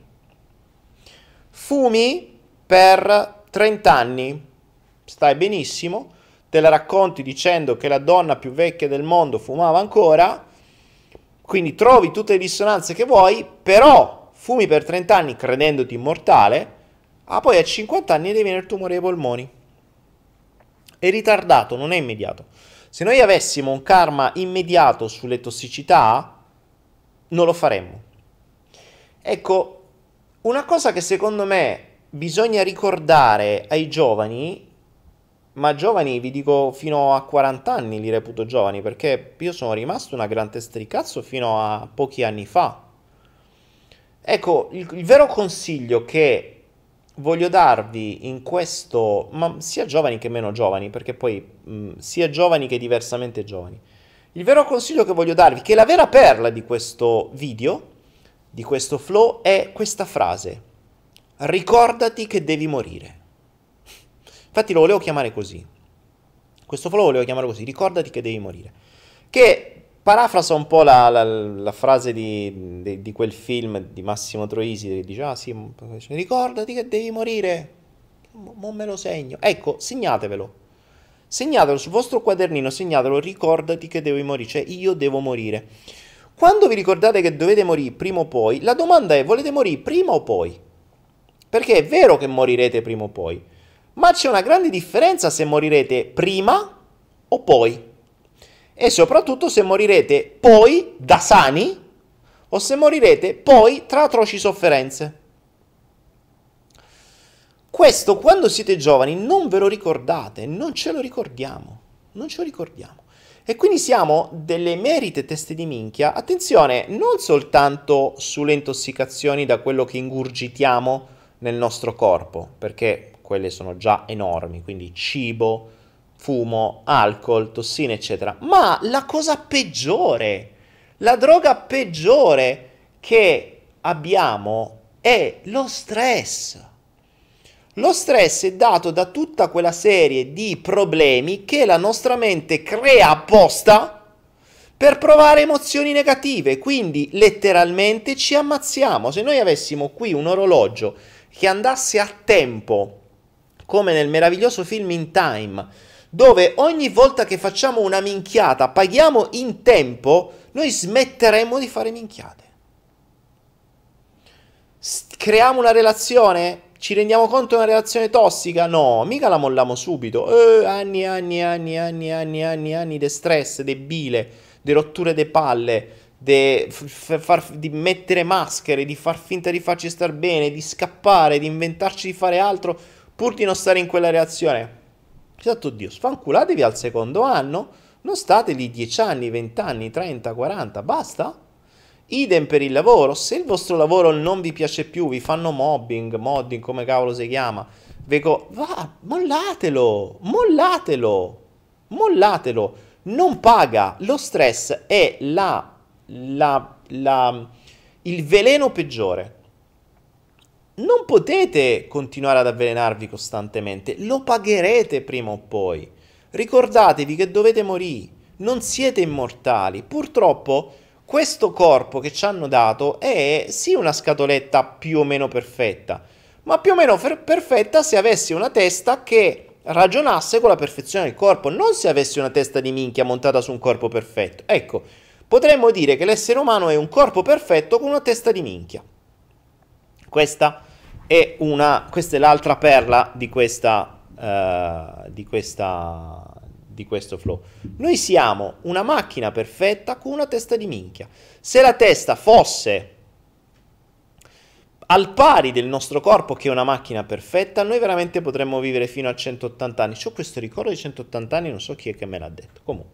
Fumi per 30 anni, stai benissimo, te la racconti dicendo che la donna più vecchia del mondo fumava ancora, Quindi trovi tutte le dissonanze che vuoi, però fumi per 30 anni credendoti immortale, poi a 50 anni devi avere il tumore ai polmoni. È ritardato, non è immediato. Se noi avessimo un karma immediato sulle tossicità, non lo faremmo. Ecco, una cosa che secondo me bisogna ricordare ai giovani, ma giovani vi dico fino a 40 anni li reputo giovani, perché io sono rimasto una gran testa di cazzo fino a pochi anni fa. Ecco, il vero consiglio che voglio darvi in questo, ma sia giovani che meno giovani, perché poi sia giovani che diversamente giovani, il vero consiglio che voglio darvi, che è la vera perla di questo video, di questo flow, è questa frase: ricordati che devi morire. Infatti lo volevo chiamare così, questo flow lo volevo chiamare così, ricordati che devi morire, che parafrasa un po' la frase di quel film di Massimo Troisi che dice, sì, ricordati che devi morire, mo me lo segno. Ecco, segnatevelo sul vostro quadernino, segnatelo, ricordati che devi morire, cioè io devo morire. Quando vi ricordate che dovete morire prima o poi, la domanda è: volete morire prima o poi? Perché è vero che morirete prima o poi, ma c'è una grande differenza se morirete prima o poi. E soprattutto se morirete poi da sani o se morirete poi tra atroci sofferenze. Questo quando siete giovani non ve lo ricordate, non ce lo ricordiamo. E quindi siamo delle emerite teste di minchia, attenzione, non soltanto sulle intossicazioni da quello che ingurgitiamo nel nostro corpo, perché quelle sono già enormi, quindi cibo, fumo, alcol, tossine, eccetera. Ma la cosa peggiore, la droga peggiore che abbiamo è lo stress. Lo stress è dato da tutta quella serie di problemi che la nostra mente crea apposta per provare emozioni negative, quindi letteralmente ci ammazziamo. Se noi avessimo qui un orologio che andasse a tempo, come nel meraviglioso film In Time, dove ogni volta che facciamo una minchiata paghiamo in tempo, noi smetteremmo di fare minchiate. Creiamo una relazione? Ci rendiamo conto di una relazione tossica? No, mica la molliamo subito. Anni di stress, di bile, di rotture di palle, di mettere maschere, di far finta di farci star bene, di scappare, di inventarci di fare altro pur di non stare in quella reazione. Esatto, Dio, sfanculatevi al secondo anno, non state lì 10 anni, 20 anni, 30, 40, basta. Idem per il lavoro, se il vostro lavoro non vi piace più, vi fanno modding, come cavolo si chiama, mollatelo, non paga. Lo stress è il veleno peggiore. Non potete continuare ad avvelenarvi costantemente, lo pagherete prima o poi. Ricordatevi che dovete morire, non siete immortali. Purtroppo questo corpo che ci hanno dato è sì una scatoletta più o meno perfetta, ma più o meno perfetta se avessi una testa che ragionasse con la perfezione del corpo, non se avessi una testa di minchia montata su un corpo perfetto. Ecco, potremmo dire che l'essere umano è un corpo perfetto con una testa di minchia. Questa è l'altra perla di questo flow. Noi siamo una macchina perfetta con una testa di minchia. Se la testa fosse al pari del nostro corpo, che è una macchina perfetta, noi veramente potremmo vivere fino a 180 anni. C'ho questo ricordo di 180 anni, non so chi è che me l'ha detto. Comunque,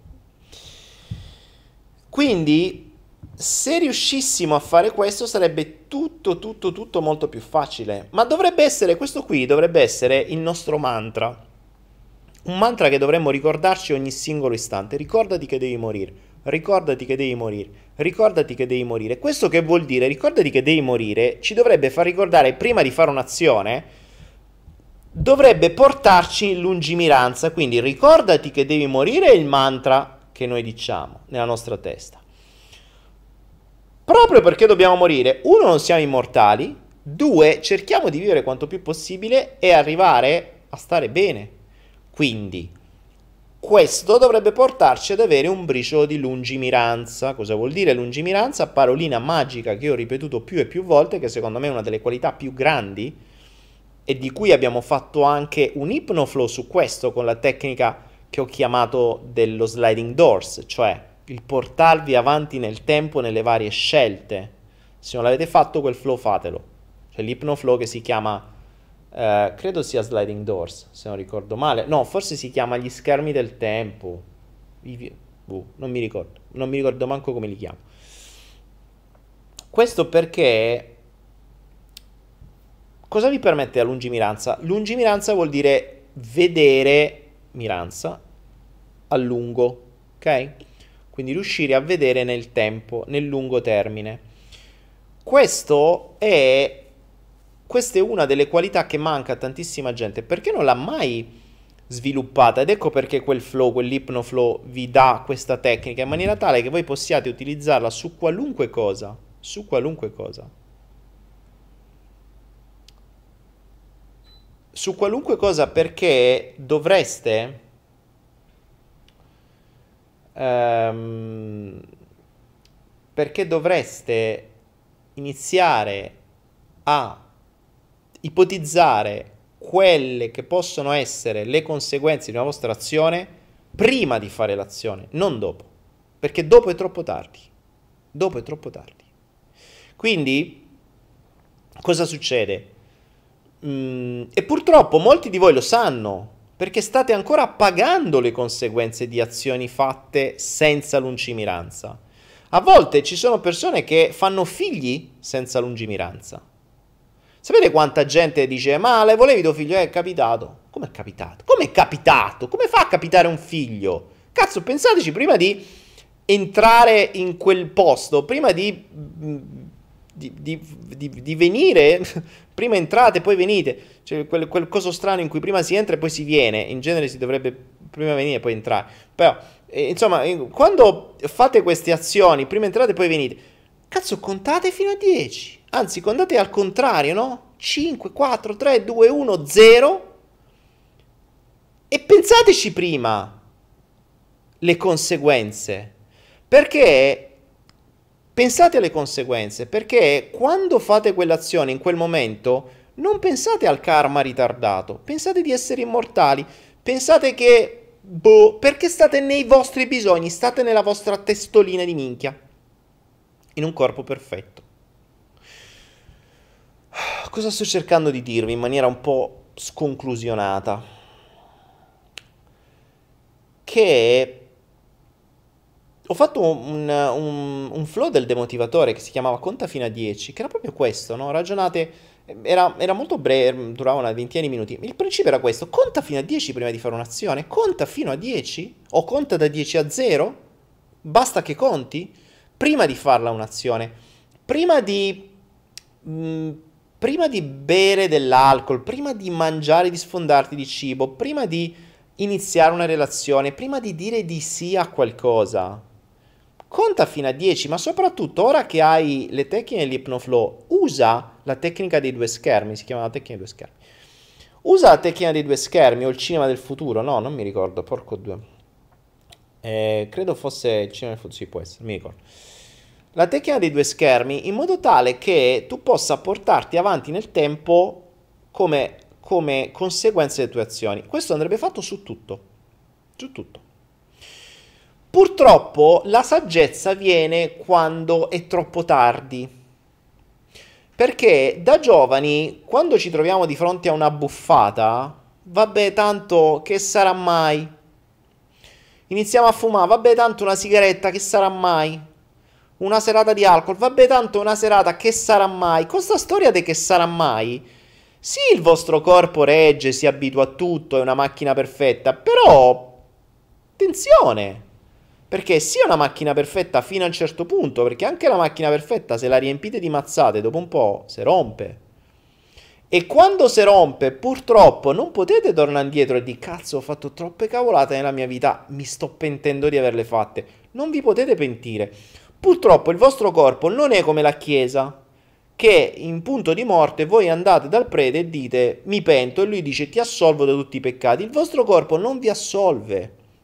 quindi se riuscissimo a fare questo sarebbe tutto molto più facile. Ma questo qui dovrebbe essere il nostro mantra. Un mantra che dovremmo ricordarci ogni singolo istante. Ricordati che devi morire. Ricordati che devi morire. Ricordati che devi morire. Questo che vuol dire? Ricordati che devi morire ci dovrebbe far ricordare, prima di fare un'azione, dovrebbe portarci in lungimiranza. Quindi ricordati che devi morire è il mantra che noi diciamo nella nostra testa. Proprio perché dobbiamo morire, 1, non siamo immortali, 2, cerchiamo di vivere quanto più possibile e arrivare a stare bene. Quindi, Questo dovrebbe portarci ad avere un briciolo di lungimiranza. Cosa vuol dire lungimiranza? Parolina magica che io ho ripetuto più e più volte, che secondo me è una delle qualità più grandi e di cui abbiamo fatto anche un ipnoflow su questo con la tecnica che ho chiamato dello sliding doors, cioè il portarvi avanti nel tempo nelle varie scelte. Se non l'avete fatto quel flow fatelo. C'è l'ipnoflow che si chiama credo sia sliding doors, se non ricordo male. No, forse si chiama gli schermi del tempo. Non mi ricordo. Non mi ricordo manco come li chiamo. Questo perché cosa vi permette la lungimiranza? Lungimiranza vuol dire vedere miranza a lungo, ok? Quindi riuscire a vedere nel tempo, nel lungo termine. Questa è una delle qualità che manca a tantissima gente, perché non l'ha mai sviluppata, ed ecco perché quel flow, quell'ipnoflow vi dà questa tecnica in maniera tale che voi possiate utilizzarla su qualunque cosa, su qualunque cosa. Su qualunque cosa, perché dovreste iniziare a ipotizzare quelle che possono essere le conseguenze di una vostra azione prima di fare l'azione, non dopo, perché dopo è troppo tardi. Dopo è troppo tardi. Quindi cosa succede? E purtroppo molti di voi lo sanno, perché state ancora pagando le conseguenze di azioni fatte senza lungimiranza. A volte ci sono persone che fanno figli senza lungimiranza. Sapete quanta gente dice, ma le volevi tuo figlio? È capitato. Come è capitato? Come è capitato? Come fa a capitare un figlio? Cazzo, pensateci prima di entrare in quel posto, prima di venire, prima entrate poi venite, cioè quel coso strano in cui prima si entra e poi si viene, in genere si dovrebbe prima venire e poi entrare, però insomma quando fate queste azioni, prima entrate e poi venite, cazzo contate fino a 10, anzi contate al contrario, no? 5, 4, 3, 2, 1, 0 e pensateci prima le conseguenze, perché pensate alle conseguenze, perché quando fate quell'azione in quel momento non pensate al karma ritardato, pensate di essere immortali, pensate che, perché state nei vostri bisogni, state nella vostra testolina di minchia, in un corpo perfetto. Cosa sto cercando di dirvi in maniera un po' sconclusionata? Che ho fatto un flow del demotivatore che si chiamava Conta fino a 10, che era proprio questo, no? Ragionate, era molto breve, durava una ventina di minuti. Il principio era questo: conta fino a 10 prima di fare un'azione, conta fino a 10 o conta da 10 a 0, basta che conti prima di farla un'azione, prima di bere dell'alcol, prima di mangiare, di sfondarti di cibo, prima di iniziare una relazione, prima di dire di sì a qualcosa. Conta fino a 10, ma soprattutto ora che hai le tecniche dell'ipnoflow, usa la tecnica dei 2 schermi, si chiama la tecnica dei 2 schermi. Usa la tecnica dei 2 schermi o il cinema del futuro, no, non mi ricordo, porco due. Credo fosse il cinema del futuro, sì, può essere, mi ricordo. La tecnica dei 2 schermi in modo tale che tu possa portarti avanti nel tempo come conseguenza delle tue azioni. Questo andrebbe fatto su tutto, su tutto. Purtroppo la saggezza viene quando è troppo tardi, perché da giovani, quando ci troviamo di fronte a una buffata, vabbè tanto che sarà mai, iniziamo a fumare, vabbè tanto una sigaretta che sarà mai, una serata di alcol, vabbè tanto una serata che sarà mai, con sta storia di che sarà mai, sì il vostro corpo regge, si abitua a tutto, è una macchina perfetta, però attenzione! Perché sì è una macchina perfetta fino a un certo punto, perché anche la macchina perfetta se la riempite di mazzate dopo un po' si rompe. E quando si rompe purtroppo non potete tornare indietro e dire cazzo ho fatto troppe cavolate nella mia vita, mi sto pentendo di averle fatte. Non vi potete pentire. Purtroppo il vostro corpo non è come la Chiesa, che in punto di morte voi andate dal prete e dite mi pento e lui dice ti assolvo da tutti i peccati. Il vostro corpo non vi assolve.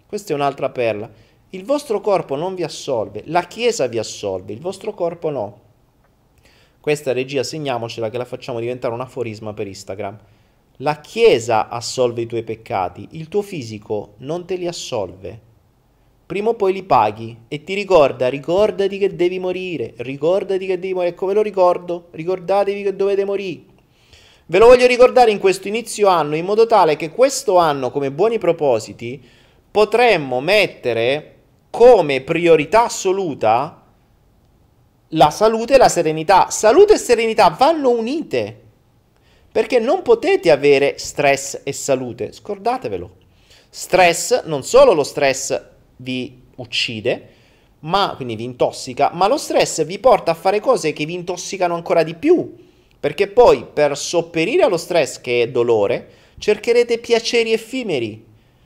Questa è un'altra perla. Il vostro corpo non vi assolve, la Chiesa vi assolve, il vostro corpo no. Questa regia segniamocela che la facciamo diventare un aforisma per Instagram. La Chiesa assolve i tuoi peccati, il tuo fisico non te li assolve. Prima o poi li paghi e ti ricordati che devi morire, ricordati che devi morire. Ecco, ve lo ricordo, ricordatevi che dovete morire. Ve lo voglio ricordare in questo inizio anno, in modo tale che questo anno, come buoni propositi, potremmo mettere come priorità assoluta la salute e la serenità. Salute e serenità vanno unite, perché non potete avere stress e salute, scordatevelo. Stress, non solo lo stress vi uccide, ma quindi vi intossica, ma lo stress vi porta a fare cose che vi intossicano ancora di più, perché poi per sopperire allo stress, che è dolore, cercherete piaceri effimeri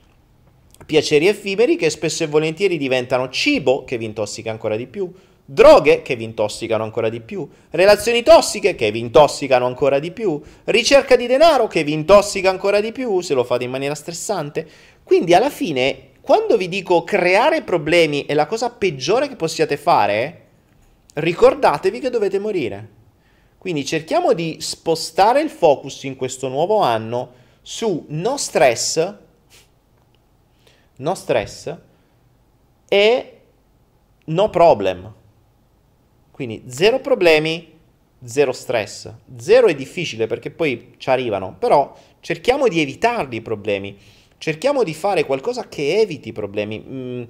che spesso e volentieri diventano cibo, che vi intossica ancora di più, droghe che vi intossicano ancora di più, relazioni tossiche che vi intossicano ancora di più, ricerca di denaro che vi intossica ancora di più se lo fate in maniera stressante. Quindi alla fine, quando vi dico creare problemi è la cosa peggiore che possiate fare, ricordatevi che dovete morire. Quindi cerchiamo di spostare il focus in questo nuovo anno su no stress e no problem. Quindi zero problemi, zero stress. Zero è difficile perché poi ci arrivano, però cerchiamo di evitarli i problemi. Cerchiamo di fare qualcosa che eviti i problemi.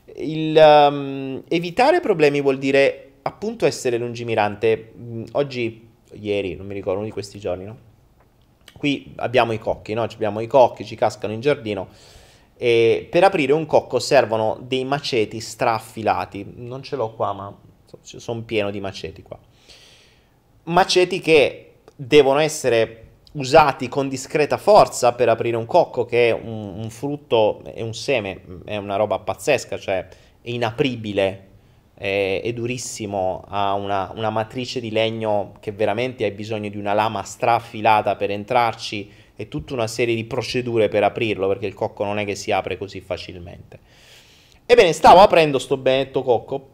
Evitare problemi vuol dire appunto essere lungimirante. Ieri, non mi ricordo, uno di questi giorni, no? Qui abbiamo i cocchi, no? Abbiamo i cocchi, ci cascano in giardino. E per aprire un cocco servono dei maceti straffilati. Non ce l'ho qua, ma sono pieno di maceti qua. Maceti che devono essere usati con discreta forza per aprire un cocco, che è un frutto, è un seme, è una roba pazzesca, cioè è inapribile, è durissimo, ha una matrice di legno che veramente hai bisogno di una lama straffilata per entrarci e tutta una serie di procedure per aprirlo, perché il cocco non è che si apre così facilmente. Ebbene, stavo aprendo sto benedetto cocco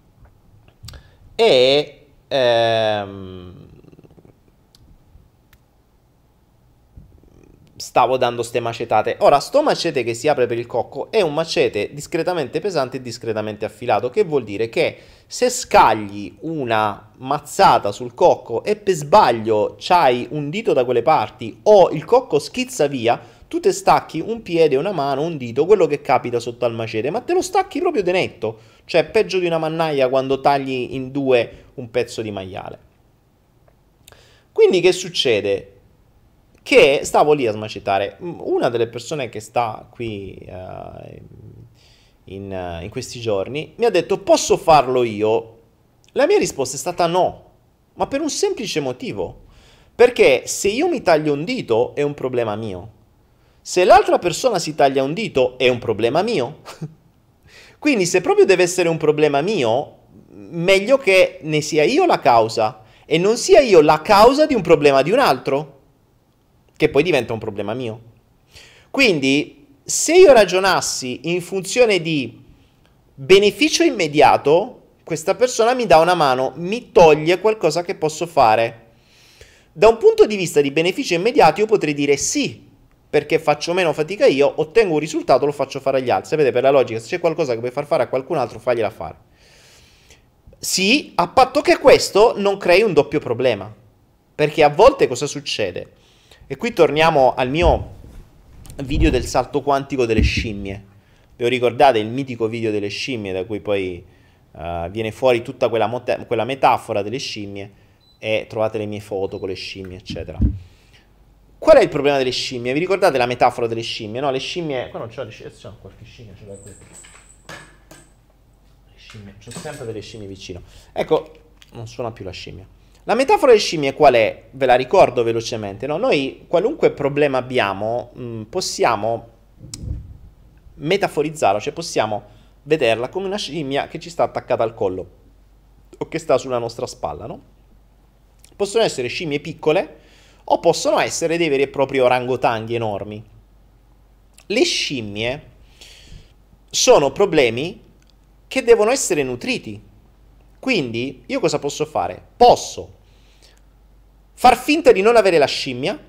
e stavo dando ste macetate. Ora, sto macete che si apre per il cocco è un macete discretamente pesante e discretamente affilato, che vuol dire che se scagli una mazzata sul cocco e per sbaglio c'hai un dito da quelle parti o il cocco schizza via, tu te stacchi un piede, una mano, un dito, quello che capita sotto al macete, ma te lo stacchi proprio de netto, cioè peggio di una mannaia quando tagli in due un pezzo di maiale. Quindi che succede? Che stavo lì a smacetare. Una delle persone che sta qui in questi giorni mi ha detto: posso farlo io? La mia risposta è stata no, ma per un semplice motivo, perché se io mi taglio un dito è un problema mio, se l'altra persona si taglia un dito è un problema mio. Quindi se proprio deve essere un problema mio, meglio che ne sia io la causa e non sia io la causa di un problema di un altro, che poi diventa un problema mio. Quindi, se io ragionassi in funzione di beneficio immediato, questa persona mi dà una mano, mi toglie qualcosa che posso fare. Da un punto di vista di beneficio immediato io potrei dire sì, perché faccio meno fatica io, ottengo un risultato, lo faccio fare agli altri. Sapete, per la logica, se c'è qualcosa che puoi far fare a qualcun altro, fagliela fare. Sì, a patto che questo non crei un doppio problema. Perché a volte cosa succede? E qui torniamo al mio video del salto quantico delle scimmie. Vi ricordate il mitico video delle scimmie, da cui poi viene fuori tutta quella metafora delle scimmie, e trovate le mie foto con le scimmie, eccetera. Qual è il problema delle scimmie? Vi ricordate la metafora delle scimmie? No, le scimmie... Qua non c'ho le scimmie, c'ho qualche scimmia, ce l'ho qui. Le scimmie, c'ho sempre delle scimmie vicino. Ecco, non suona più la scimmia. La metafora delle scimmie qual è? Ve la ricordo velocemente, no? Noi qualunque problema abbiamo, possiamo metaforizzarla, cioè possiamo vederla come una scimmia che ci sta attaccata al collo o che sta sulla nostra spalla, no? Possono essere scimmie piccole o possono essere dei veri e propri orangotanghi enormi. Le scimmie sono problemi che devono essere nutriti. Quindi io cosa posso fare? Posso far finta di non avere la scimmia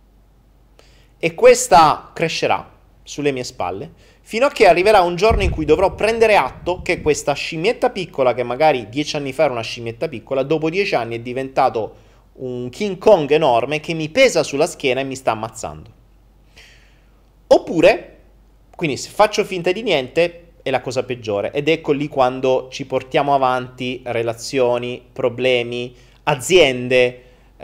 e questa crescerà sulle mie spalle fino a che arriverà un giorno in cui dovrò prendere atto che questa scimmietta piccola, che magari 10 anni fa era una scimmietta piccola, dopo 10 anni è diventato un King Kong enorme che mi pesa sulla schiena e mi sta ammazzando. Oppure, quindi se faccio finta di niente, è la cosa peggiore. Ed ecco lì quando ci portiamo avanti relazioni, problemi, aziende,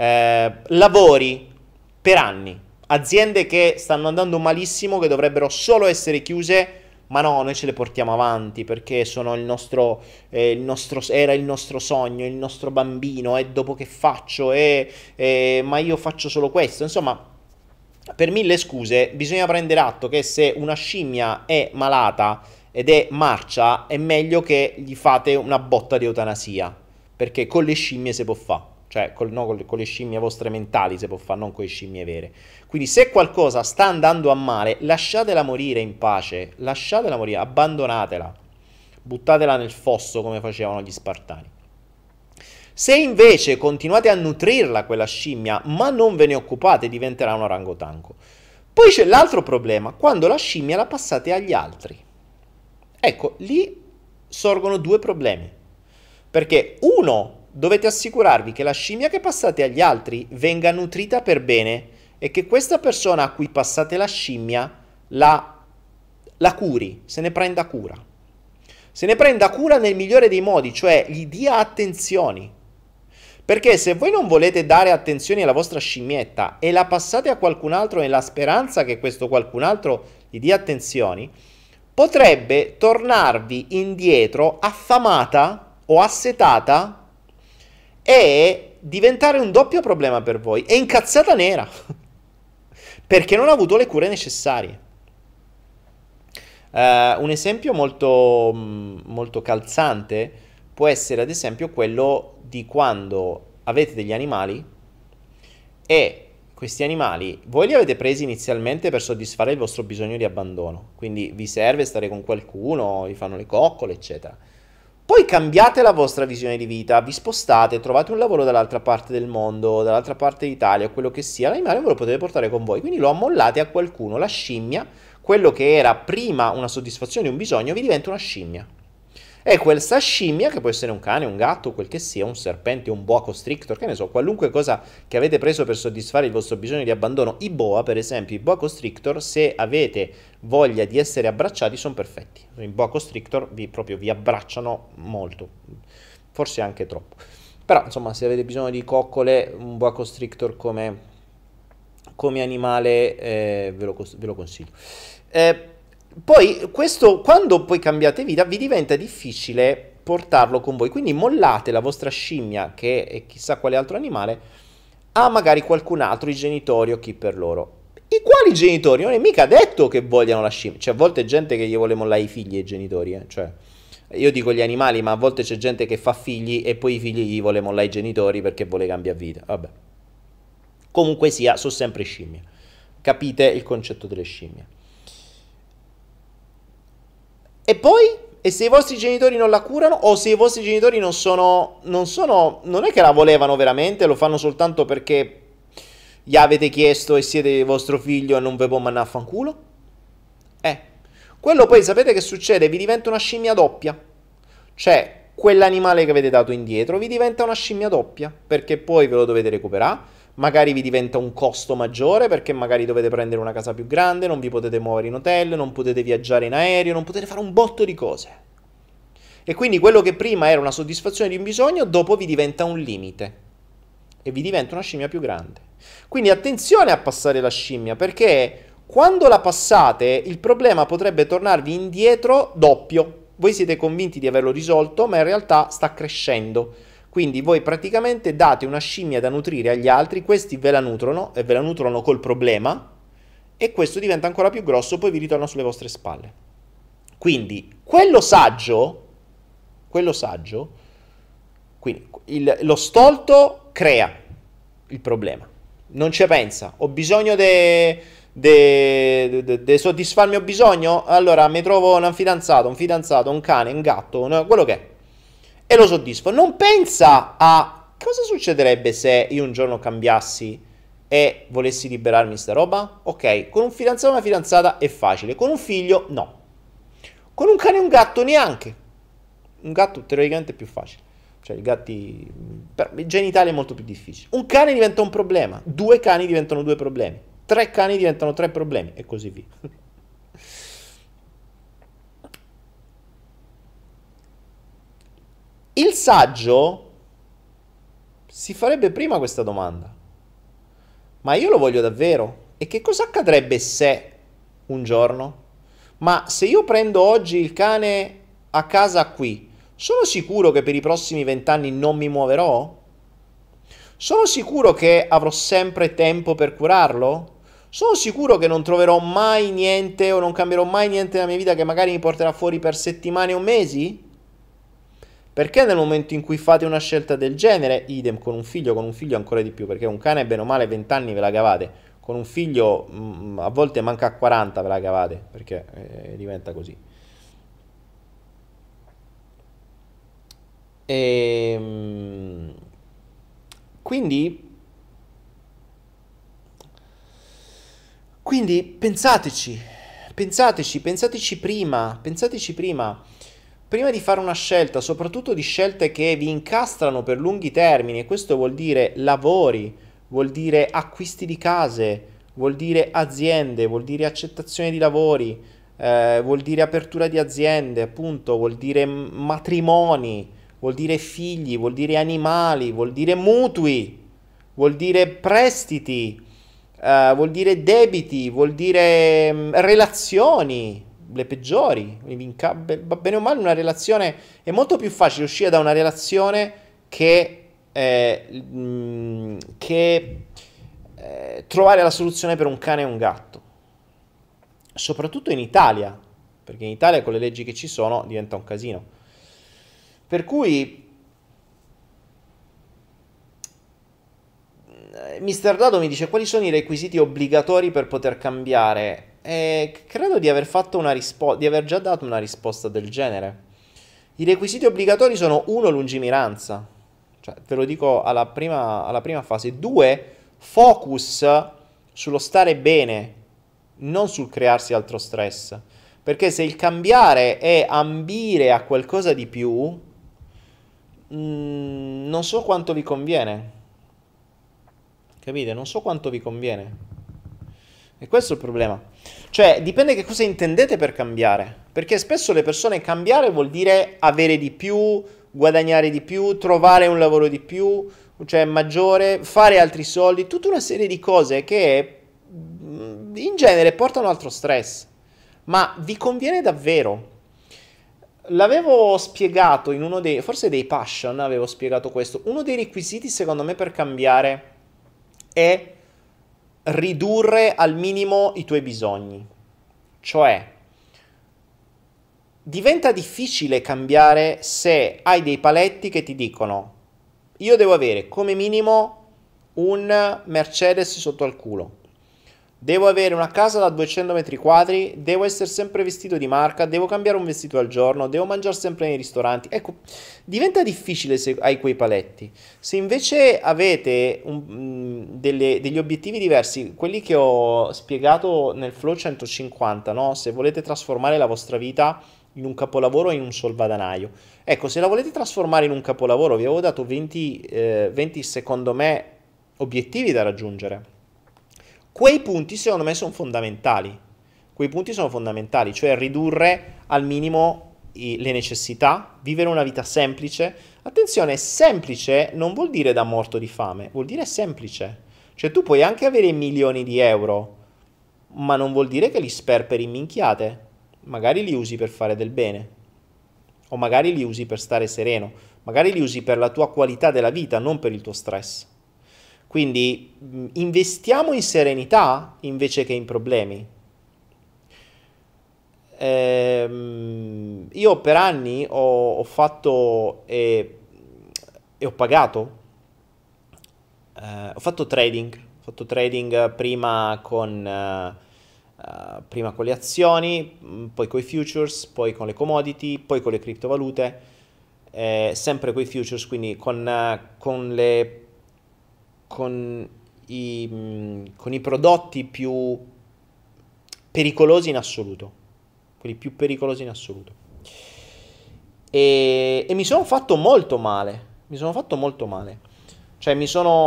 lavori per anni. Aziende che stanno andando malissimo, che dovrebbero solo essere chiuse, ma no, noi ce le portiamo avanti perché sono era il nostro sogno, il nostro bambino, e dopo che faccio, ma io faccio solo questo. Insomma, per mille scuse, bisogna prendere atto che se una scimmia è malata ed è marcia, è meglio che gli fate una botta di eutanasia, perché con le scimmie si può fare. Cioè, con le scimmie vostre mentali si può fare, non con le scimmie vere. Quindi se qualcosa sta andando a male, lasciatela morire in pace, lasciatela morire, abbandonatela, buttatela nel fosso come facevano gli Spartani. Se invece continuate a nutrirla quella scimmia, ma non ve ne occupate, diventerà un orangotango. Poi c'è l'altro problema, quando la scimmia la passate agli altri. Ecco, lì sorgono due problemi. Perché uno, dovete assicurarvi che la scimmia che passate agli altri venga nutrita per bene e che questa persona a cui passate la scimmia la curi, se ne prenda cura. Se ne prenda cura nel migliore dei modi, cioè gli dia attenzioni. Perché se voi non volete dare attenzioni alla vostra scimmietta e la passate a qualcun altro nella speranza che questo qualcun altro gli dia attenzioni, potrebbe tornarvi indietro affamata o assetata e diventare un doppio problema per voi. È incazzata nera perché non ha avuto le cure necessarie. Un esempio molto, molto calzante può essere ad esempio quello di quando avete degli animali e questi animali voi li avete presi inizialmente per soddisfare il vostro bisogno di abbandono, quindi vi serve stare con qualcuno, vi fanno le coccole eccetera. Poi cambiate la vostra visione di vita, vi spostate, trovate un lavoro dall'altra parte del mondo, dall'altra parte d'Italia, quello che sia, l'animale ve lo potete portare con voi, quindi lo ammollate a qualcuno, la scimmia, quello che era prima una soddisfazione di un bisogno, vi diventa una scimmia. E questa scimmia, che può essere un cane, un gatto, quel che sia, un serpente, un boa constrictor, che ne so, qualunque cosa che avete preso per soddisfare il vostro bisogno di abbandono, i boa, per esempio, i boa constrictor, se avete voglia di essere abbracciati, sono perfetti. I boa constrictor proprio vi abbracciano molto, forse anche troppo. Però, insomma, se avete bisogno di coccole, un boa constrictor come animale ve lo consiglio. Poi questo, quando poi cambiate vita, vi diventa difficile portarlo con voi, quindi mollate la vostra scimmia, che è chissà quale altro animale, a magari qualcun altro, i genitori o chi per loro. I quali genitori? Non è mica detto che vogliano la scimmia, cioè a volte c'è gente che gli vuole mollare i figli ai genitori, cioè io dico gli animali, ma a volte c'è gente che fa figli e poi i figli gli vuole mollare i genitori perché vuole cambiare vita, vabbè. Comunque sia, sono sempre scimmie, capite il concetto delle scimmie. E poi? E se i vostri genitori non la curano? O se i vostri genitori non è che la volevano veramente, lo fanno soltanto perché gli avete chiesto e siete vostro figlio e non ve può mandare a fanculo? Quello poi sapete che succede? Vi diventa una scimmia doppia. Cioè, quell'animale che avete dato indietro vi diventa una scimmia doppia, perché poi ve lo dovete recuperare. Magari vi diventa un costo maggiore perché magari dovete prendere una casa più grande, non vi potete muovere in hotel, non potete viaggiare in aereo, non potete fare un botto di cose. E quindi quello che prima era una soddisfazione di un bisogno, dopo vi diventa un limite e vi diventa una scimmia più grande. Quindi attenzione a passare la scimmia, perché quando la passate il problema potrebbe tornarvi indietro doppio. Voi siete convinti di averlo risolto, ma in realtà sta crescendo. Quindi voi praticamente date una scimmia da nutrire agli altri, questi ve la nutrono e ve la nutrono col problema e questo diventa ancora più grosso, poi vi ritorna sulle vostre spalle. Quindi quello saggio, quindi lo stolto crea il problema, non ci pensa, ho bisogno di soddisfare il mio bisogno, allora mi trovo un fidanzato, un cane, un gatto, quello che è, e lo soddisfo. Non pensa a cosa succederebbe se io un giorno cambiassi e volessi liberarmi di sta roba? Ok, con un fidanzato o una fidanzata è facile, con un figlio no. Con un cane e un gatto neanche. Un gatto teoricamente è più facile. Cioè i gatti... Per i genitali è molto più difficile. Un cane diventa un problema. 2 cani diventano 2 problemi. 3 cani diventano 3 problemi. E così via. Il saggio si farebbe prima questa domanda. Ma io lo voglio davvero? E che cosa accadrebbe se un giorno? Ma se io prendo oggi il cane a casa qui, sono sicuro che per i prossimi 20 anni non mi muoverò? Sono sicuro che avrò sempre tempo per curarlo? Sono sicuro che non troverò mai niente o non cambierò mai niente nella mia vita che magari mi porterà fuori per settimane o mesi? Perché nel momento in cui fate una scelta del genere, idem con un figlio ancora di più, perché un cane bene o male 20 anni ve la cavate, con un figlio a volte manca a 40 ve la cavate, perché diventa così. E, quindi, quindi pensateci prima di fare una scelta, soprattutto di scelte che vi incastrano per lunghi termini, e questo vuol dire lavori, vuol dire acquisti di case, vuol dire aziende, vuol dire accettazione di lavori, vuol dire apertura di aziende, appunto, vuol dire matrimoni, vuol dire figli, vuol dire animali, vuol dire mutui, vuol dire prestiti, vuol dire debiti, vuol dire relazioni, le peggiori. Bene o male una relazione, è molto più facile uscire da una relazione che trovare la soluzione per un cane e un gatto. Soprattutto in Italia, perché in Italia con le leggi che ci sono diventa un casino. Per cui Mister Dado mi dice quali sono i requisiti obbligatori per poter cambiare. Credo di aver fatto di aver già dato una risposta del genere. I requisiti obbligatori sono: 1, lungimiranza, cioè ve lo dico alla prima fase. 2, focus sullo stare bene, non sul crearsi altro stress. Perché se il cambiare è ambire a qualcosa di più, non so quanto vi conviene. Capite? Non so quanto vi conviene. E questo è il problema. Cioè, dipende che cosa intendete per cambiare. Perché spesso le persone cambiare vuol dire avere di più, guadagnare di più, trovare un lavoro di più, cioè maggiore, fare altri soldi, tutta una serie di cose che in genere portano altro stress. Ma vi conviene davvero? L'avevo spiegato in uno forse dei Passion, avevo spiegato questo. Uno dei requisiti secondo me per cambiare è ridurre al minimo i tuoi bisogni. Cioè, diventa difficile cambiare se hai dei paletti che ti dicono: io devo avere come minimo un Mercedes sotto al culo, devo avere una casa da 200 metri quadri, devo essere sempre vestito di marca, devo cambiare un vestito al giorno, devo mangiare sempre nei ristoranti. Ecco, diventa difficile se hai quei paletti. Se invece avete degli obiettivi diversi, quelli che ho spiegato nel Flow 150, no? Se volete trasformare la vostra vita in un capolavoro o in un solvadanaio. Ecco, se la volete trasformare in un capolavoro, vi avevo dato 20 secondo me obiettivi da raggiungere. Quei punti secondo me sono fondamentali. Quei punti sono fondamentali, cioè ridurre al minimo le necessità, vivere una vita semplice. Attenzione, semplice non vuol dire da morto di fame, vuol dire semplice. Cioè tu puoi anche avere milioni di euro, ma non vuol dire che li sperperi in minchiate. Magari li usi per fare del bene, o magari li usi per stare sereno, magari li usi per la tua qualità della vita, non per il tuo stress. Quindi investiamo in serenità invece che in problemi. Io per anni ho fatto e ho pagato, ho fatto trading prima con prima con le azioni, poi con i futures, poi con le commodity, poi con le criptovalute, sempre con i futures, quindi con i prodotti più pericolosi in assoluto, quelli più pericolosi in assoluto. E mi sono fatto molto male, cioè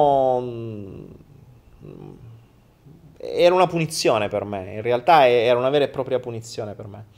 era una punizione per me, in realtà era una vera e propria punizione per me.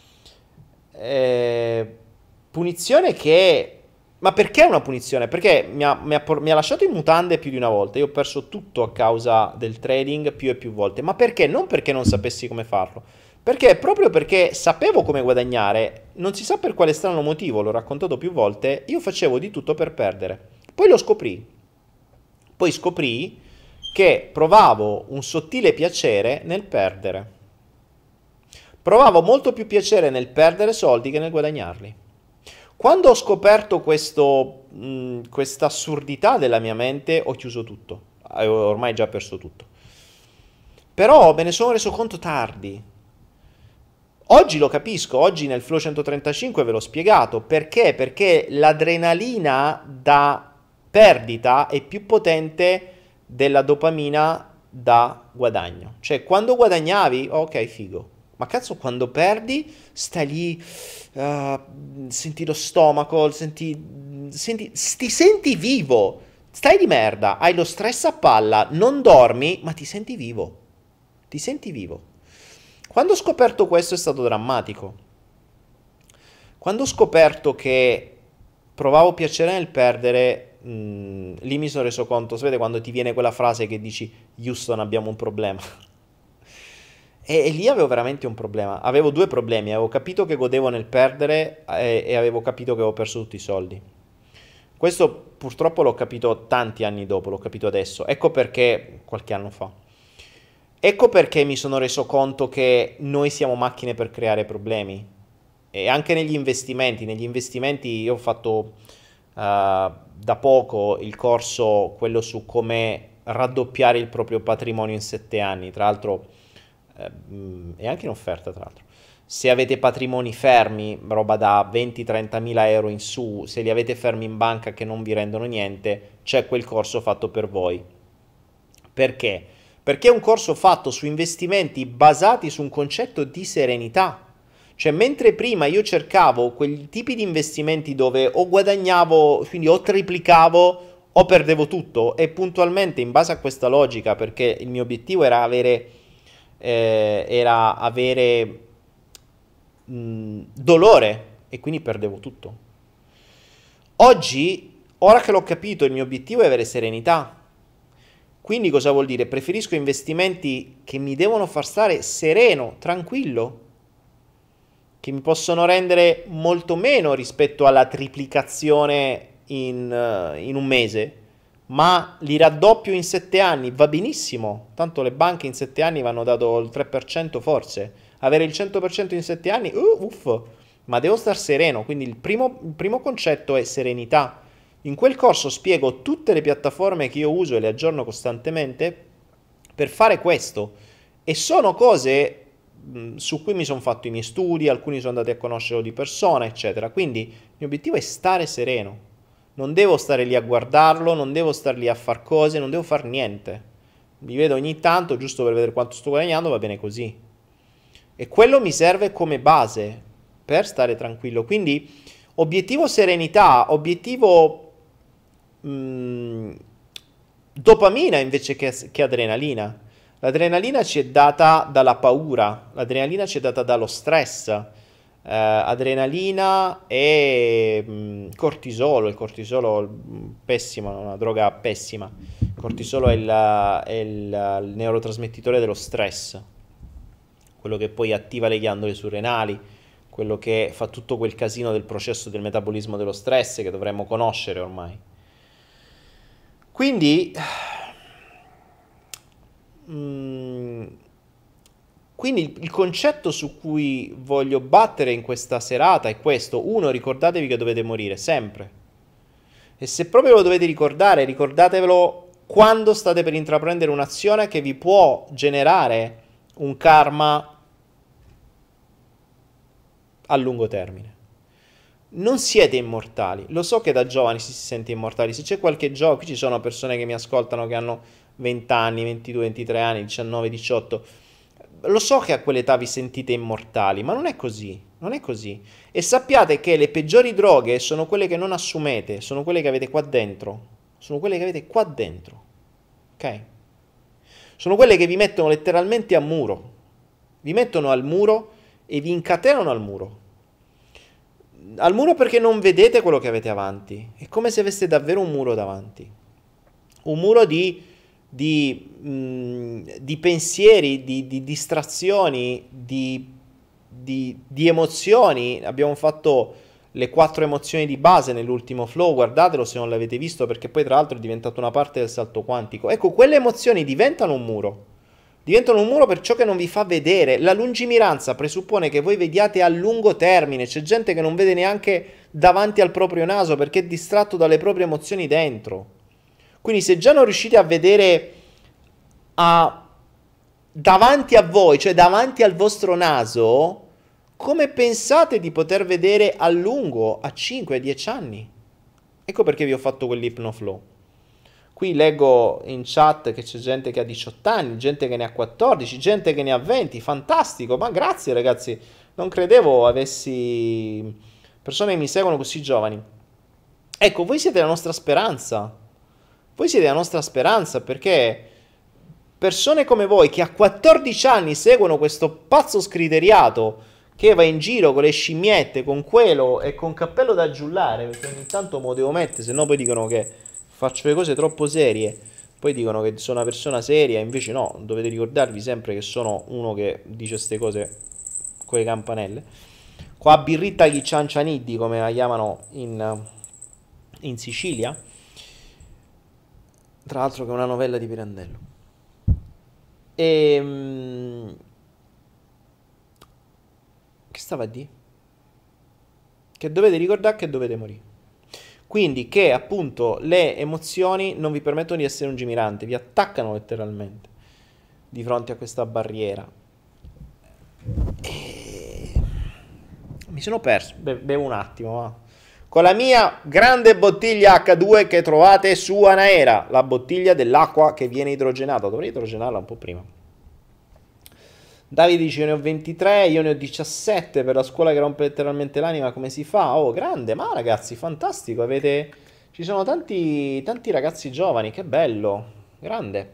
Punizione che... Ma perché una punizione? Perché mi ha lasciato in mutande più di una volta. Io ho perso tutto a causa del trading più e più volte. Ma perché? Non perché non sapessi come farlo. Perché proprio perché sapevo come guadagnare, non si sa per quale strano motivo, l'ho raccontato più volte, io facevo di tutto per perdere. Poi lo scoprì. Poi scoprì che provavo un sottile piacere nel perdere. Provavo molto più piacere nel perdere soldi che nel guadagnarli. Quando ho scoperto questa assurdità della mia mente, ho chiuso tutto. Avevo ormai già perso tutto. Però me ne sono reso conto tardi. Oggi lo capisco, oggi nel Flow 135 ve l'ho spiegato. Perché? Perché l'adrenalina da perdita è più potente della dopamina da guadagno. Cioè, quando guadagnavi, ok, figo. Ma cazzo, quando perdi, stai lì, senti lo stomaco, ti senti vivo. Stai di merda, hai lo stress a palla, non dormi, ma ti senti vivo. Ti senti vivo. Quando ho scoperto questo è stato drammatico. Quando ho scoperto che provavo piacere nel perdere, lì mi sono reso conto, sapete quando ti viene quella frase che dici Houston abbiamo un problema? E lì avevo veramente un problema, avevo due problemi, avevo capito che godevo nel perdere e avevo capito che avevo perso tutti i soldi. Questo purtroppo l'ho capito tanti anni dopo, l'ho capito adesso, ecco perché, qualche anno fa, ecco perché mi sono reso conto che noi siamo macchine per creare problemi. E anche negli investimenti io ho fatto da poco il corso, quello su come raddoppiare il proprio patrimonio in 7 anni, tra l'altro è anche in offerta tra l'altro. Se avete patrimoni fermi, roba da 20-30 mila euro in su, se li avete fermi in banca che non vi rendono niente, c'è quel corso fatto per voi. Perché? Perché è un corso fatto su investimenti basati su un concetto di serenità. Cioè, mentre prima io cercavo quei tipi di investimenti dove o guadagnavo, quindi o triplicavo o perdevo tutto, e puntualmente in base a questa logica, perché il mio obiettivo era avere dolore e quindi perdevo tutto. Oggi, ora che l'ho capito, il mio obiettivo è avere serenità. Quindi cosa vuol dire? Preferisco investimenti che mi devono far stare sereno, tranquillo, che mi possono rendere molto meno rispetto alla triplicazione in un mese, ma li raddoppio in 7 anni, va benissimo, tanto le banche in 7 anni vanno dato il 3% forse, avere il 100% in 7 anni, uff, ma devo star sereno, quindi il primo concetto è serenità. In quel corso spiego tutte le piattaforme che io uso e le aggiorno costantemente per fare questo, e sono cose su cui mi sono fatto i miei studi, alcuni sono andati a conoscerlo di persona, eccetera, quindi il mio obiettivo è stare sereno. Non devo stare lì a guardarlo, non devo stare lì a far cose, non devo fare niente. Mi vedo ogni tanto, giusto per vedere quanto sto guadagnando, va bene così. E quello mi serve come base per stare tranquillo. Quindi, obiettivo serenità, obiettivo dopamina invece che adrenalina. L'adrenalina ci è data dalla paura, l'adrenalina ci è data dallo stress. Adrenalina e cortisolo. Il cortisolo è pessimo, è una droga pessima. Il cortisolo è il neurotrasmettitore dello stress, quello che poi attiva le ghiandole surrenali, quello che fa tutto quel casino del processo del metabolismo dello stress che dovremmo conoscere ormai. Quindi il concetto su cui voglio battere in questa serata è questo. Uno, ricordatevi che dovete morire, sempre. E se proprio lo dovete ricordare, ricordatevelo quando state per intraprendere un'azione che vi può generare un karma a lungo termine. Non siete immortali. Lo so che da giovani si sente immortali. Se c'è qualche gioco, qui ci sono persone che mi ascoltano che hanno 20 anni, 22, 23 anni, 19, 18. Lo so che a quell'età vi sentite immortali, ma non è così. Non è così. E sappiate che le peggiori droghe sono quelle che non assumete, sono quelle che avete qua dentro. Sono quelle che avete qua dentro. Ok? Sono quelle che vi mettono letteralmente a muro. Vi mettono al muro e vi incatenano al muro. Al muro perché non vedete quello che avete avanti. È come se aveste davvero un muro davanti. Un muro di pensieri, di distrazioni, di emozioni. Abbiamo fatto le 4 emozioni di base nell'ultimo flow, guardatelo se non l'avete visto, perché poi tra l'altro è diventato una parte del salto quantico. Ecco, quelle emozioni diventano un muro. Diventano un muro per ciò che non vi fa vedere. La lungimiranza presuppone che voi vediate a lungo termine. C'è gente che non vede neanche davanti al proprio naso perché è distratto dalle proprie emozioni dentro. Quindi se già non riuscite a vedere davanti a voi, cioè davanti al vostro naso, come pensate di poter vedere a lungo, a 5-10 anni? Ecco perché vi ho fatto quell'ipnoflow. Qui leggo in chat che c'è gente che ha 18 anni, gente che ne ha 14, gente che ne ha 20, fantastico, ma grazie ragazzi, non credevo avessi persone che mi seguono così giovani. Ecco, voi siete la nostra speranza, voi siete la nostra speranza perché persone come voi che a 14 anni seguono questo pazzo scriteriato che va in giro con le scimmiette, con quello e con cappello da giullare, perché ogni tanto me lo devo mettere, se no poi dicono che faccio le cose troppo serie, poi dicono che sono una persona seria, invece no, dovete ricordarvi sempre che sono uno che dice queste cose con le campanelle. Qua birritta gli ciancianiddi, come la chiamano in Sicilia, tra l'altro che è una novella di Pirandello. Che stava a dire? Che dovete ricordare che dovete morire. Quindi che appunto le emozioni non vi permettono di essere lungimirante, vi attaccano letteralmente di fronte a questa barriera. Mi sono perso, bevo un attimo, va. Con la mia grande bottiglia H2 che trovate su Anaera, la bottiglia dell'acqua che viene idrogenata, dovrei idrogenarla un po' prima. Davide dice: io ne ho 23, io ne ho 17 per la scuola che rompe letteralmente l'anima, come si fa? Oh, grande, ma ragazzi, fantastico, avete... Ci sono tanti ragazzi giovani, che bello, grande.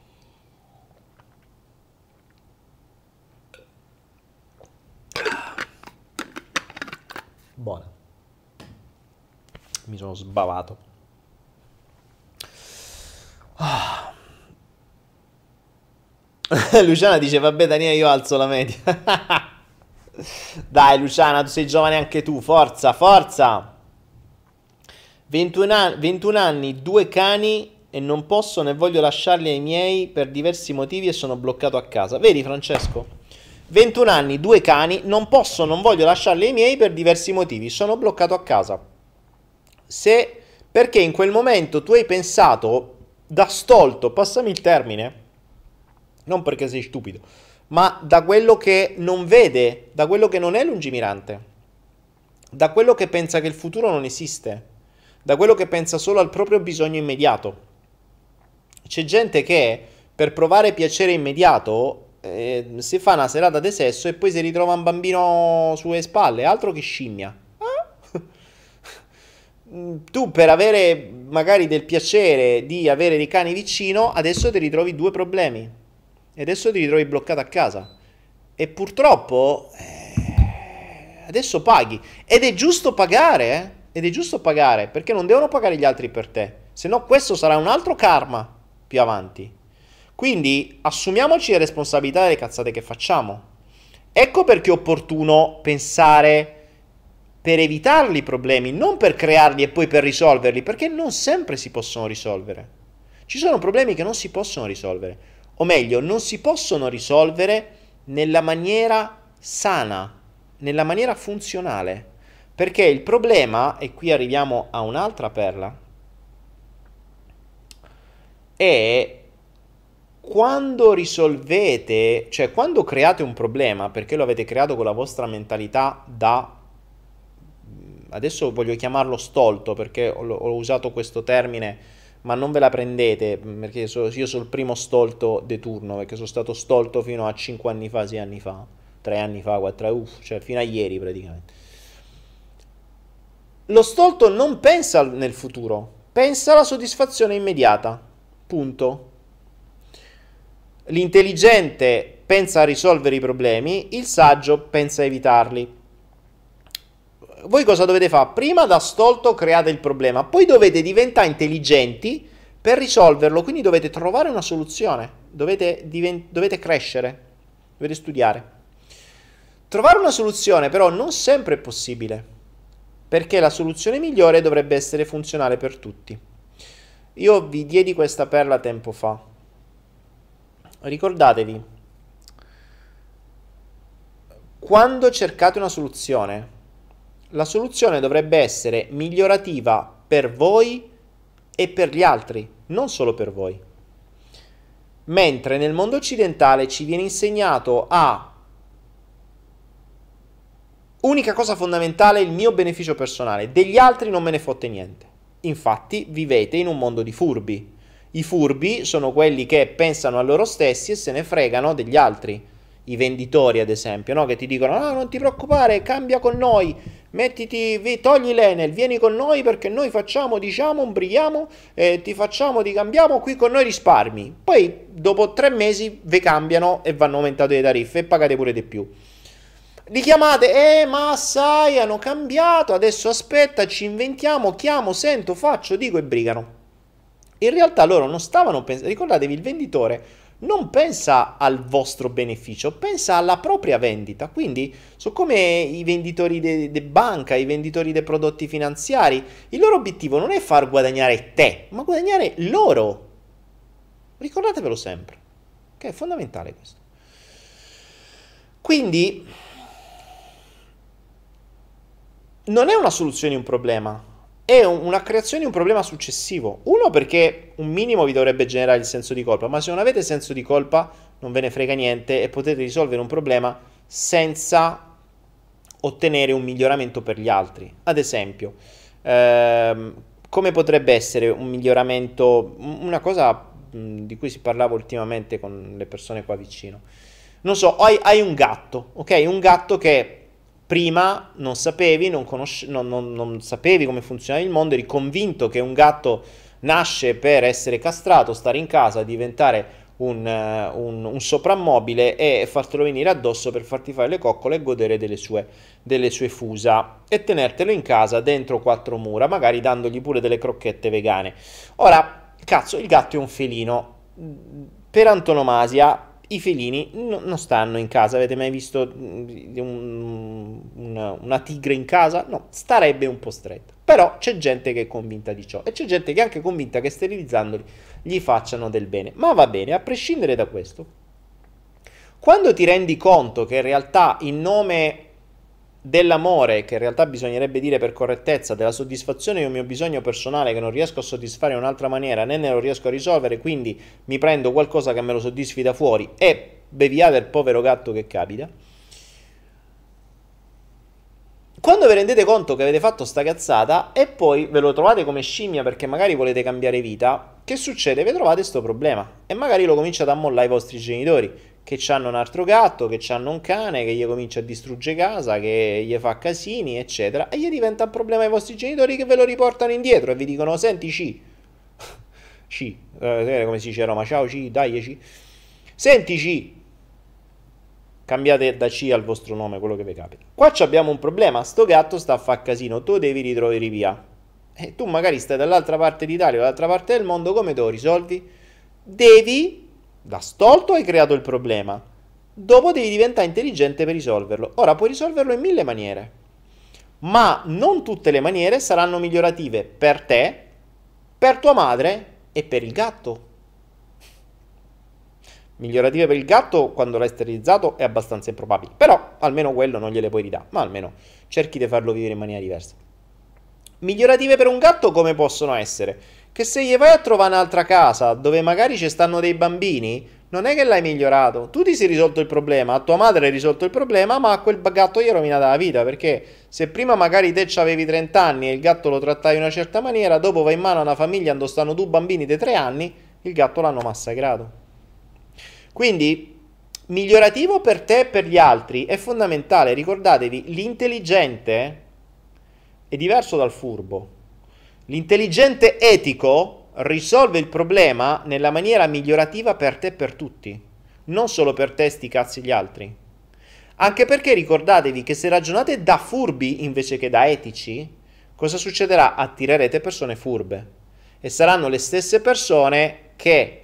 Buona. Mi sono sbavato. Luciana dice: vabbè Daniele, io alzo la media. Dai Luciana, tu sei giovane anche tu, forza, forza. 21 anni, 2 cani e non posso né voglio lasciarli ai miei per diversi motivi e sono bloccato a casa. Vedi Francesco? 21 anni, 2 cani, non posso, non voglio lasciarli ai miei per diversi motivi, sono bloccato a casa. Perché in quel momento tu hai pensato da stolto, passami il termine, non perché sei stupido, ma da quello che non vede, da quello che non è lungimirante, da quello che pensa che il futuro non esiste, da quello che pensa solo al proprio bisogno immediato. C'è gente che per provare piacere immediato si fa una serata di sesso e poi si ritrova un bambino sulle spalle, altro che scimmia. Tu per avere magari del piacere di avere dei cani vicino, adesso ti ritrovi 2 problemi. E adesso ti ritrovi bloccato a casa. E purtroppo adesso paghi. Ed è giusto pagare, Ed è giusto pagare, perché non devono pagare gli altri per te. Se no questo sarà un altro karma più avanti. Quindi assumiamoci le responsabilità delle cazzate che facciamo. Ecco perché è opportuno pensare per evitarli i problemi, non per crearli e poi per risolverli, perché non sempre si possono risolvere. Ci sono problemi che non si possono risolvere, o meglio, non si possono risolvere nella maniera sana, nella maniera funzionale, perché il problema, e qui arriviamo a un'altra perla, è quando risolvete, cioè quando create un problema, perché lo avete creato con la vostra mentalità da, adesso voglio chiamarlo stolto, perché ho usato questo termine, ma non ve la prendete, perché io sono il primo stolto de turno, perché sono stato stolto fino a 5 anni fa, 6 anni fa, 3 anni fa, 4, cioè fino a ieri praticamente. Lo stolto non pensa nel futuro, pensa alla soddisfazione immediata, punto. L'intelligente pensa a risolvere i problemi, il saggio pensa a evitarli. Voi cosa dovete fare? Prima da stolto create il problema, poi dovete diventare intelligenti per risolverlo, quindi dovete trovare una soluzione, dovete crescere, dovete studiare. Trovare una soluzione però non sempre è possibile, perché la soluzione migliore dovrebbe essere funzionale per tutti. Io vi diedi questa perla tempo fa. Ricordatevi, quando cercate una soluzione, la soluzione dovrebbe essere migliorativa per voi e per gli altri, non solo per voi. Mentre nel mondo occidentale ci viene insegnato unica cosa fondamentale, il mio beneficio personale, degli altri non me ne fotte niente. Infatti vivete in un mondo di furbi. I furbi sono quelli che pensano a loro stessi e se ne fregano degli altri. I venditori, ad esempio, no? Che ti dicono: no, non ti preoccupare, cambia con noi, togli l'Enel, vieni con noi perché noi facciamo, diciamo, imbrichiamo, ti facciamo, ti cambiamo, qui con noi risparmi. Poi dopo 3 mesi vi cambiano e vanno aumentate le tariffe e pagate pure di più. Li chiamate, ma sai, hanno cambiato, adesso aspetta, ci inventiamo, chiamo, sento, faccio, dico e brigano. In realtà loro non stavano pensando, ricordatevi, il venditore non pensa al vostro beneficio, pensa alla propria vendita. Quindi sono come i venditori di banca, i venditori dei prodotti finanziari. Il loro obiettivo non è far guadagnare te, ma guadagnare loro. Ricordatevelo sempre, che è fondamentale questo. Quindi non è una soluzione di un problema, è una creazione di un problema successivo. Uno, perché un minimo vi dovrebbe generare il senso di colpa, ma se non avete senso di colpa non ve ne frega niente e potete risolvere un problema senza ottenere un miglioramento per gli altri. Ad esempio, come potrebbe essere un miglioramento, una cosa di cui si parlava ultimamente con le persone qua vicino. Non so, hai un gatto, ok? Un gatto che prima non sapevi, non sapevi come funzionava il mondo, eri convinto che un gatto nasce per essere castrato, stare in casa, diventare un soprammobile e fartelo venire addosso per farti fare le coccole e godere delle sue fusa e tenertelo in casa dentro 4 mura, magari dandogli pure delle crocchette vegane. Ora, cazzo, il gatto è un felino. Per antonomasia i felini non stanno in casa. Avete mai visto una tigre in casa? No, starebbe un po' stretta. Però c'è gente che è convinta di ciò e c'è gente che è anche convinta che sterilizzandoli gli facciano del bene. Ma va bene, a prescindere da questo, quando ti rendi conto che in realtà in nome dell'amore, che in realtà bisognerebbe dire per correttezza, della soddisfazione di un mio bisogno personale che non riesco a soddisfare in un'altra maniera, né ne lo riesco a risolvere, quindi mi prendo qualcosa che me lo soddisfi da fuori e beviate il povero gatto che capita. Quando vi rendete conto che avete fatto sta cazzata e poi ve lo trovate come scimmia perché magari volete cambiare vita, che succede? Vi trovate sto problema e magari lo cominciate a mollare ai vostri genitori, che hanno un altro gatto, che hanno un cane, che gli comincia a distruggere casa, che gli fa casini, eccetera, e gli diventa un problema ai vostri genitori che ve lo riportano indietro e vi dicono: senti come si dice a Roma, ciao C, dai C, senti C, cambiate da C al vostro nome, quello che vi capita. Qua abbiamo un problema, sto gatto sta a far casino, tu devi ritrovare via. E tu magari stai dall'altra parte d'Italia, dall'altra parte del mondo, come te lo risolvi? Da stolto hai creato il problema, dopo devi diventare intelligente per risolverlo. Ora puoi risolverlo in 1000 maniere, ma non tutte le maniere saranno migliorative per te, per tua madre e per il gatto. Migliorative per il gatto quando l'hai sterilizzato è abbastanza improbabile, però almeno quello non gliele puoi ridare, ma almeno cerchi di farlo vivere in maniera diversa. Migliorative per un gatto come possono essere? Che se gli vai a trovare un'altra casa dove magari ci stanno dei bambini, non è che l'hai migliorato. Tu ti sei risolto il problema, a tua madre hai risolto il problema, ma a quel gatto gli hai rovinato la vita, perché se prima magari te avevi 30 anni e il gatto lo trattavi in una certa maniera, dopo vai in mano a una famiglia dove stanno due bambini di 3 anni, il gatto l'hanno massacrato. Quindi, migliorativo per te e per gli altri è fondamentale. Ricordatevi, l'intelligente è diverso dal furbo. L'intelligente etico risolve il problema nella maniera migliorativa per te e per tutti, non solo per te sti cazzi gli altri. Anche perché ricordatevi che se ragionate da furbi invece che da etici, cosa succederà? Attirerete persone furbe e saranno le stesse persone che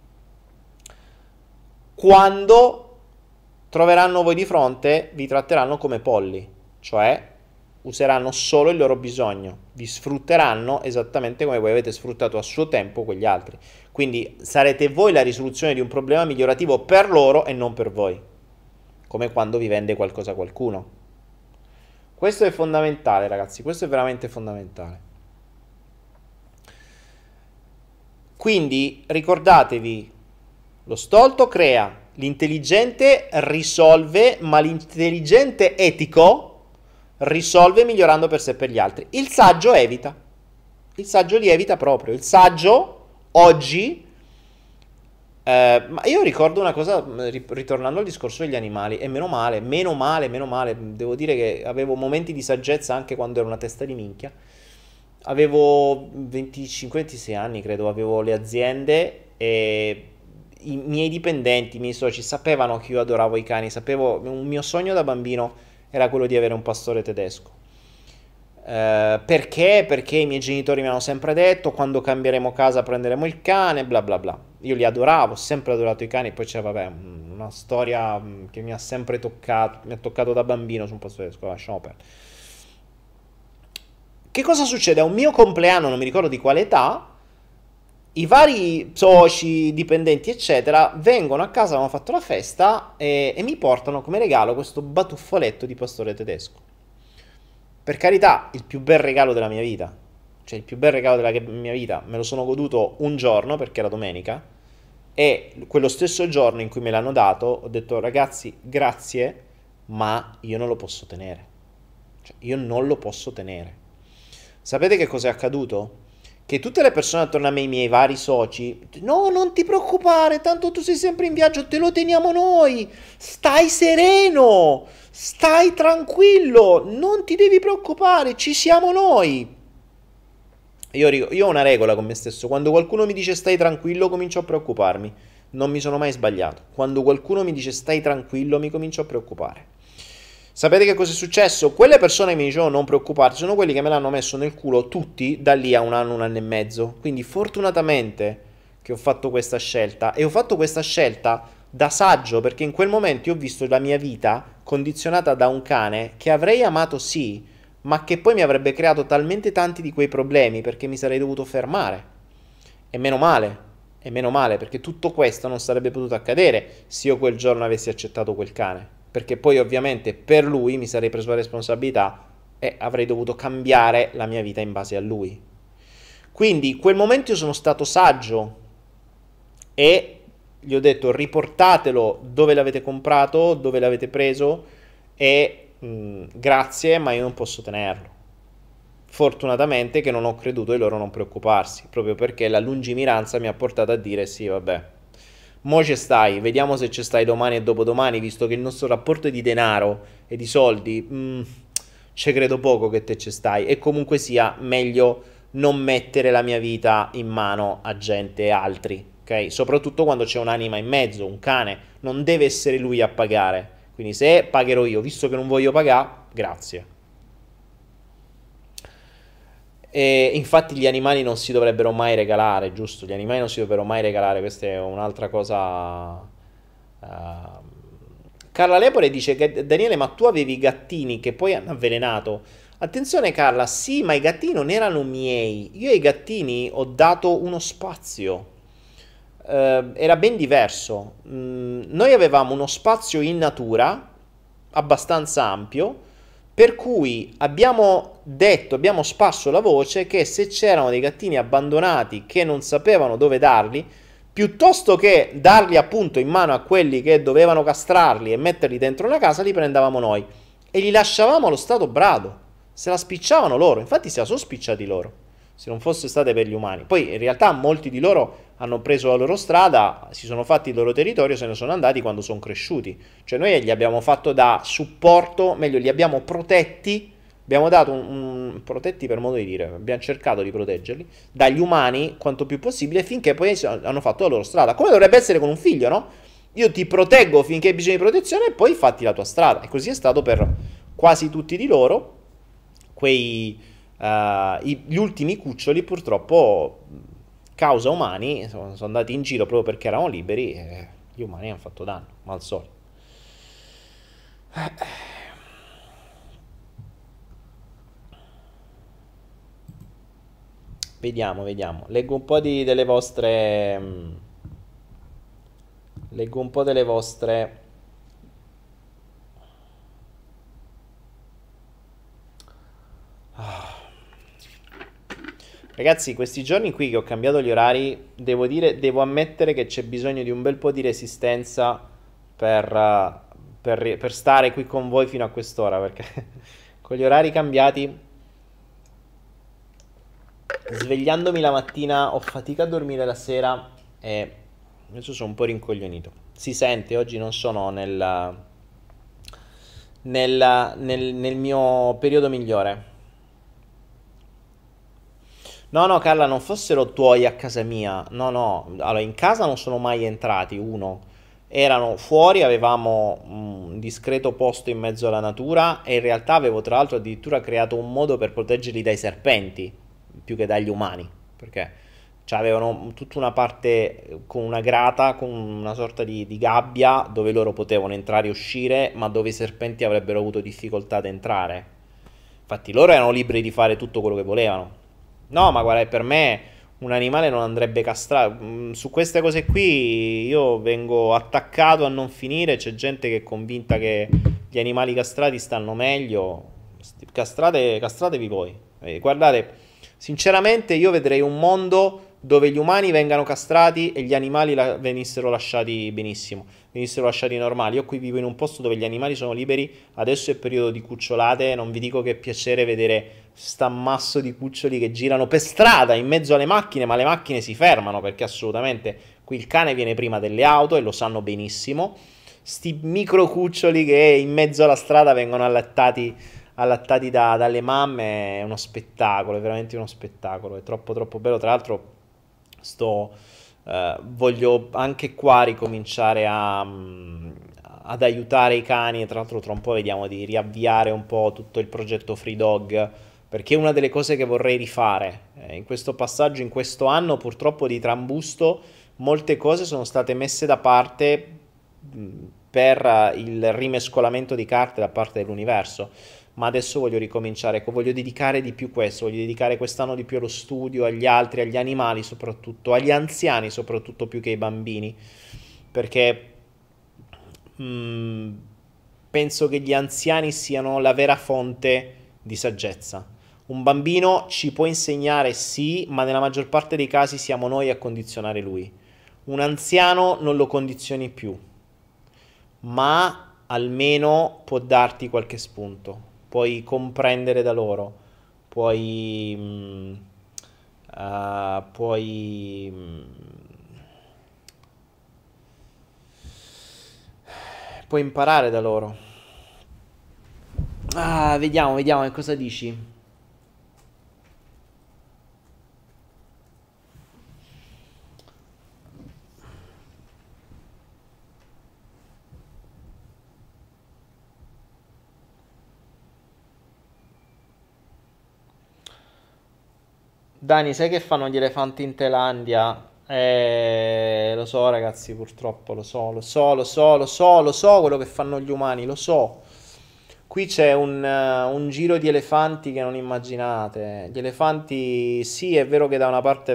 quando troveranno voi di fronte vi tratteranno come polli, cioè useranno solo il loro bisogno, vi sfrutteranno esattamente come voi avete sfruttato a suo tempo quegli altri. Quindi sarete voi la risoluzione di un problema migliorativo per loro e non per voi, come quando vi vende qualcosa qualcuno. Questo è fondamentale, ragazzi, questo è veramente fondamentale. Quindi ricordatevi, lo stolto crea, l'intelligente risolve, ma l'intelligente etico risolve migliorando per sé e per gli altri. Il saggio evita. Il saggio li evita proprio. Il saggio oggi... ma io ricordo una cosa, ritornando al discorso degli animali, e meno male. Devo dire che avevo momenti di saggezza anche quando ero una testa di minchia. Avevo 25-26 anni, credo, avevo le aziende e i miei dipendenti, i miei soci sapevano che io adoravo i cani, sapevo, un mio sogno da bambino era quello di avere un pastore tedesco. Perché? Perché i miei genitori mi hanno sempre detto quando cambieremo casa prenderemo il cane, bla bla bla. Io li adoravo, ho sempre adorato i cani, poi c'è vabbè una storia che mi ha sempre toccato, mi ha toccato da bambino su un pastore tedesco, lasciamo perdere. Che cosa succede? A un mio compleanno, non mi ricordo di quale età, i vari soci, dipendenti, eccetera, vengono a casa, hanno fatto la festa e mi portano come regalo questo batuffoletto di pastore tedesco. Per carità, il più bel regalo della mia vita. Cioè, il più bel regalo della mia vita. Me lo sono goduto un giorno, perché era domenica, e quello stesso giorno in cui me l'hanno dato, ho detto, ragazzi, grazie, ma io non lo posso tenere. Cioè, io non lo posso tenere. Sapete che cosa è accaduto? Che tutte le persone attorno a me, i miei vari soci, no, non ti preoccupare, tanto tu sei sempre in viaggio, te lo teniamo noi, stai sereno, stai tranquillo, non ti devi preoccupare, ci siamo noi. Io ho una regola con me stesso, quando qualcuno mi dice stai tranquillo comincio a preoccuparmi, non mi sono mai sbagliato, quando qualcuno mi dice stai tranquillo mi comincio a preoccupare. Sapete che cosa è successo? Quelle persone che mi dicevano non preoccuparti sono quelli che me l'hanno messo nel culo tutti da lì a un anno e mezzo. Quindi fortunatamente che ho fatto questa scelta, e ho fatto questa scelta da saggio, perché in quel momento io ho visto la mia vita condizionata da un cane che avrei amato sì, ma che poi mi avrebbe creato talmente tanti di quei problemi perché mi sarei dovuto fermare. E meno male, perché tutto questo non sarebbe potuto accadere se io quel giorno avessi accettato quel cane. Perché poi ovviamente per lui mi sarei preso la responsabilità e avrei dovuto cambiare la mia vita in base a lui. Quindi in quel momento io sono stato saggio e gli ho detto riportatelo dove l'avete comprato, dove l'avete preso e grazie, ma io non posso tenerlo. Fortunatamente che non ho creduto ai loro non preoccuparsi, proprio perché la lungimiranza mi ha portato a dire sì vabbè, mo ci stai, vediamo se ci stai domani e dopodomani, visto che il nostro rapporto è di denaro e di soldi, ci credo poco che te ci stai, e comunque sia meglio non mettere la mia vita in mano a gente altri, ok? Soprattutto quando c'è un'anima in mezzo, un cane, non deve essere lui a pagare, quindi se pagherò io, visto che non voglio pagare, grazie. E infatti gli animali non si dovrebbero mai regalare, giusto? Gli animali non si dovrebbero mai regalare, questa è un'altra cosa. Carla Lepore dice che Daniele, ma tu avevi i gattini che poi hanno avvelenato. Attenzione Carla, sì, ma i gattini non erano miei. Io ai gattini ho dato uno spazio. Era ben diverso. Noi avevamo uno spazio in natura abbastanza ampio, per cui abbiamo sparso la voce che se c'erano dei gattini abbandonati che non sapevano dove darli, piuttosto che darli appunto in mano a quelli che dovevano castrarli e metterli dentro una casa, li prendevamo noi e li lasciavamo allo stato brado. Se la spicciavano loro, infatti se la sono spicciati loro, se non fosse state per gli umani. Poi in realtà molti di loro hanno preso la loro strada, si sono fatti il loro territorio, se ne sono andati quando sono cresciuti. Cioè noi gli abbiamo fatto da supporto, meglio li abbiamo protetti, abbiamo dato protetti per modo di dire, abbiamo cercato di proteggerli dagli umani quanto più possibile finché poi hanno fatto la loro strada. Come dovrebbe essere con un figlio, no? Io ti proteggo finché hai bisogno di protezione e poi fatti la tua strada. E così è stato per quasi tutti di loro. Gli ultimi cuccioli purtroppo causa umani sono andati in giro proprio perché eravamo liberi e gli umani hanno fatto danno, ma al solito. Vediamo, vediamo. Leggo un po' delle vostre. Leggo un po' delle vostre. Ragazzi, questi giorni qui che ho cambiato gli orari, devo ammettere che c'è bisogno di un bel po' di resistenza per stare qui con voi fino a quest'ora, perché con gli orari cambiati, svegliandomi la mattina, ho fatica a dormire la sera e adesso sono un po' rincoglionito. Si sente, oggi non sono nel mio periodo migliore. No, no, Carla, non fossero tuoi a casa mia. No, no. Allora, in casa non sono mai entrati, uno. Erano fuori, avevamo un discreto posto in mezzo alla natura e in realtà avevo tra l'altro addirittura creato un modo per proteggerli dai serpenti, più che dagli umani, perché cioè, avevano tutta una parte con una grata, con una sorta di gabbia dove loro potevano entrare e uscire, ma dove i serpenti avrebbero avuto difficoltà ad entrare. Infatti loro erano liberi di fare tutto quello che volevano. No, ma guarda, per me un animale non andrebbe castrato. Su queste cose qui io vengo attaccato a non finire. C'è gente che è convinta che gli animali castrati stanno meglio. Castratevi voi. Guardate, sinceramente io vedrei un mondo dove gli umani vengano castrati e gli animali venissero lasciati benissimo, venissero lasciati normali. Io qui vivo in un posto dove gli animali sono liberi, adesso è periodo di cucciolate, non vi dico che è piacere vedere st'ammasso di cuccioli che girano per strada in mezzo alle macchine, ma le macchine si fermano perché assolutamente qui il cane viene prima delle auto e lo sanno benissimo. Sti micro cuccioli che in mezzo alla strada vengono allattati dalle mamme è uno spettacolo, è veramente uno spettacolo, è troppo troppo bello. Tra l'altro voglio anche qua ricominciare ad aiutare i cani e tra l'altro tra un po' vediamo di riavviare un po' tutto il progetto Free Dog perché è una delle cose che vorrei rifare in questo passaggio, in questo anno purtroppo di trambusto molte cose sono state messe da parte per il rimescolamento di carte da parte dell'universo, ma adesso voglio ricominciare, ecco, voglio dedicare di più questo, voglio dedicare quest'anno di più allo studio, agli altri, agli animali soprattutto, agli anziani soprattutto più che ai bambini, perché penso che gli anziani siano la vera fonte di saggezza. Un bambino ci può insegnare sì, ma nella maggior parte dei casi siamo noi a condizionare lui. Un anziano non lo condizioni più, ma almeno può darti qualche spunto. Puoi comprendere da loro, puoi imparare da loro. Vediamo che cosa dici. Dani, sai che fanno gli elefanti in Thailandia? Lo so ragazzi, purtroppo, lo so quello che fanno gli umani, lo so. Qui c'è un giro di elefanti che non immaginate. Gli elefanti, sì, è vero che da una parte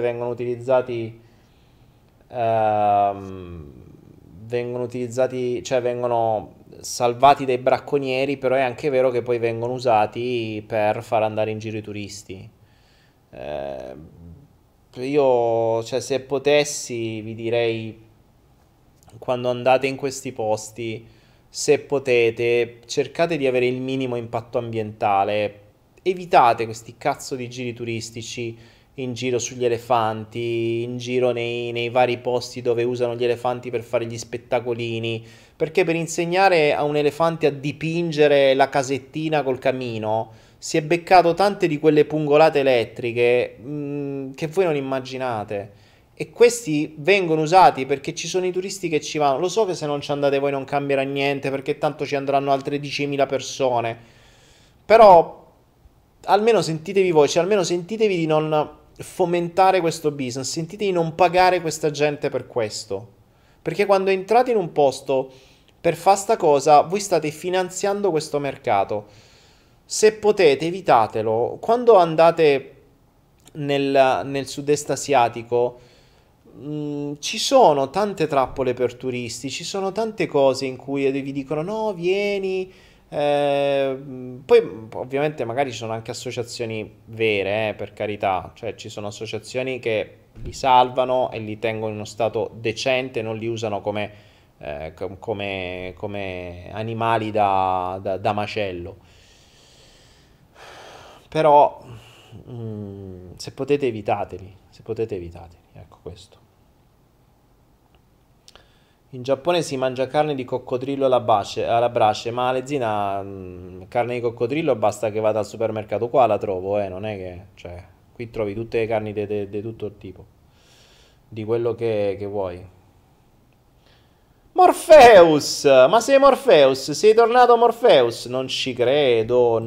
vengono utilizzati, cioè vengono salvati dai bracconieri, però è anche vero che poi vengono usati per far andare in giro i turisti. Eh, io, cioè, se potessi, vi direi, quando andate in questi posti, se potete, cercate di avere il minimo impatto ambientale. Evitate questi cazzo di giri turistici in giro sugli elefanti, in giro nei vari posti dove usano gli elefanti per fare gli spettacolini. Perché per insegnare a un elefante a dipingere la casettina col camino si è beccato tante di quelle pungolate elettriche che voi non immaginate. E questi vengono usati perché ci sono i turisti che ci vanno. Lo so che se non ci andate voi non cambierà niente perché tanto ci andranno altre 10.000 persone. Però almeno sentitevi voi, cioè almeno sentitevi di non fomentare questo business, sentite di non pagare questa gente per questo. Perché quando entrate in un posto per fare sta cosa, voi state finanziando questo mercato. Se potete, evitatelo. Quando andate nel sud-est asiatico, ci sono tante trappole per turisti, ci sono tante cose in cui vi dicono no, vieni. Poi ovviamente magari ci sono anche associazioni vere, per carità, cioè ci sono associazioni che li salvano e li tengono in uno stato decente, non li usano come animali da macello. Però se potete evitateli, ecco questo. In Giappone si mangia carne di coccodrillo alla brace, ma Lezzina, carne di coccodrillo basta che vada al supermercato, qua la trovo, non è che, cioè, qui trovi tutte le carni di tutto il tipo, di quello che vuoi. Morpheus, ma sei Morpheus? Sei tornato Morpheus? Non ci credo,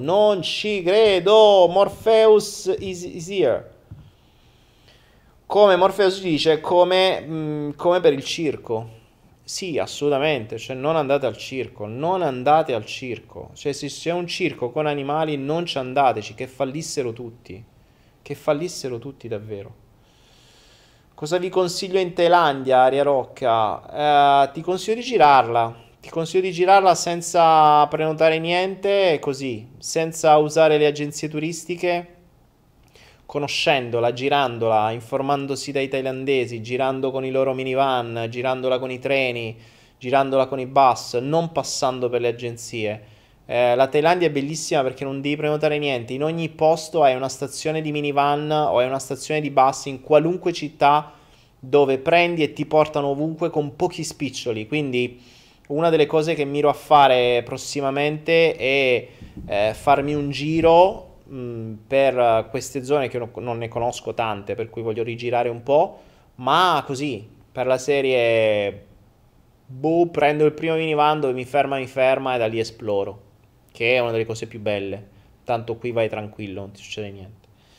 Morpheus is here. Come Morpheus dice, come per il circo. Sì, assolutamente, cioè non andate al circo, cioè se c'è un circo con animali non ci andateci, che fallissero tutti davvero. Cosa vi consiglio in Thailandia, Aria Rocca? Ti consiglio di girarla senza prenotare niente, così, senza usare le agenzie turistiche, conoscendola, girandola, informandosi dai thailandesi, girando con i loro minivan, girandola con i treni, girandola con i bus, non passando per le agenzie. La Thailandia è bellissima perché non devi prenotare niente, in ogni posto hai una stazione di minivan o hai una stazione di bus in qualunque città dove prendi e ti portano ovunque con pochi spiccioli. Quindi una delle cose che miro a fare prossimamente è farmi un giro per queste zone che non ne conosco tante, per cui voglio rigirare un po', ma così, per la serie, boh, prendo il primo minivan dove mi ferma e da lì esploro, che è una delle cose più belle, tanto qui vai tranquillo, non ti succede niente.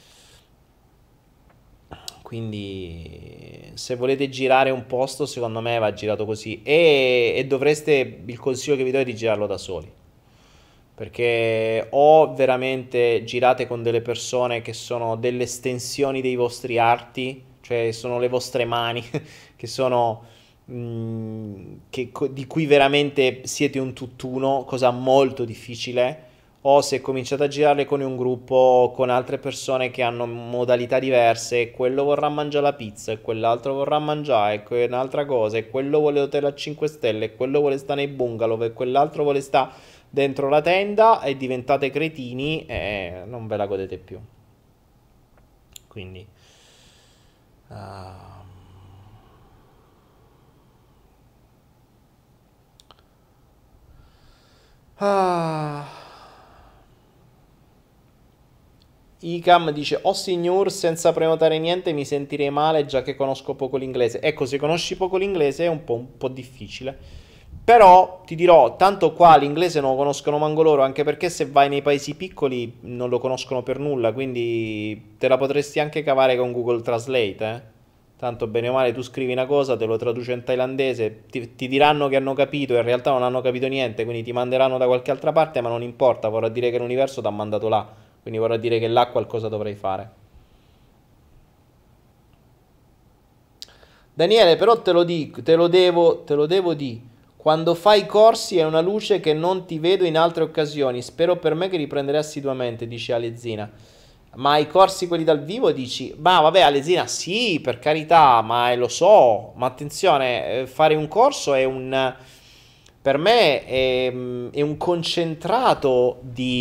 Quindi se volete girare un posto, secondo me va girato così, e dovreste, il consiglio che vi do è di girarlo da soli. Perché o veramente girate con delle persone che sono delle estensioni dei vostri arti, cioè sono le vostre mani, che sono di cui veramente siete un tutt'uno, cosa molto difficile, o se cominciate a girarle con un gruppo, con altre persone che hanno modalità diverse, e quello vorrà mangiare la pizza, e quell'altro vorrà mangiare, e un'altra cosa, e quello vuole l'hotel a 5 stelle, e quello vuole stare nei bungalow, e quell'altro vuole stare dentro la tenda, e diventate cretini e non ve la godete più. Quindi Icam dice: oh signor, senza prenotare niente mi sentirei male già che conosco poco l'inglese. Ecco, se conosci poco l'inglese è un po' difficile. Però ti dirò, tanto qua l'inglese non lo conoscono manco loro, anche perché se vai nei paesi piccoli non lo conoscono per nulla, quindi te la potresti anche cavare con Google Translate, eh? Tanto bene o male tu scrivi una cosa, te lo traduce in thailandese, ti diranno che hanno capito, in realtà non hanno capito niente, quindi ti manderanno da qualche altra parte, ma non importa, vorrà dire che l'universo ti ha mandato là, quindi vorrà dire che là qualcosa dovrai fare. Daniele, però te lo dico, te lo devo dire. Quando fai corsi è una luce che non ti vedo in altre occasioni. Spero per me che riprenderai assiduamente, dice Alezzina. Ma i corsi quelli dal vivo dici, ma vabbè Alesina, sì, per carità, ma lo so, ma attenzione, fare un corso è per me è un concentrato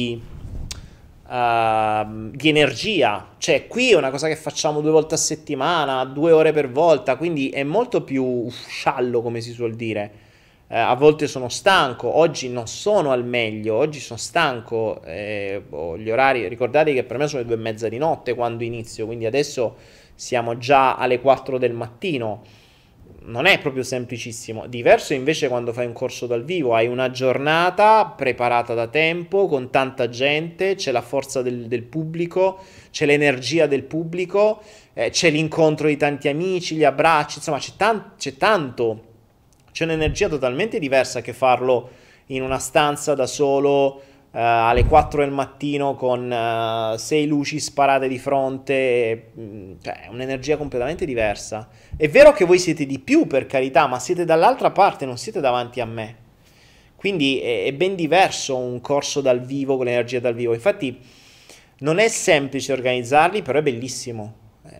di energia. Cioè, qui è una cosa che facciamo 2 volte a settimana, 2 ore per volta, quindi è molto più sciallo, come si suol dire. A volte sono stanco, oggi non sono al meglio, oggi sono stanco, gli orari, ricordate che per me sono le 2:30 di notte quando inizio, quindi adesso siamo già alle 4 del mattino, non è proprio semplicissimo. Diverso invece quando fai un corso dal vivo, hai una giornata preparata da tempo, con tanta gente, c'è la forza del pubblico, c'è l'energia del pubblico, c'è l'incontro di tanti amici, gli abbracci, insomma c'è tanto. C'è un'energia totalmente diversa che farlo in una stanza da solo alle 4 del mattino con 6 luci sparate di fronte, cioè è un'energia completamente diversa. È vero che voi siete di più, per carità, ma siete dall'altra parte, non siete davanti a me. Quindi è ben diverso un corso dal vivo con l'energia dal vivo. Infatti non è semplice organizzarli, però è bellissimo.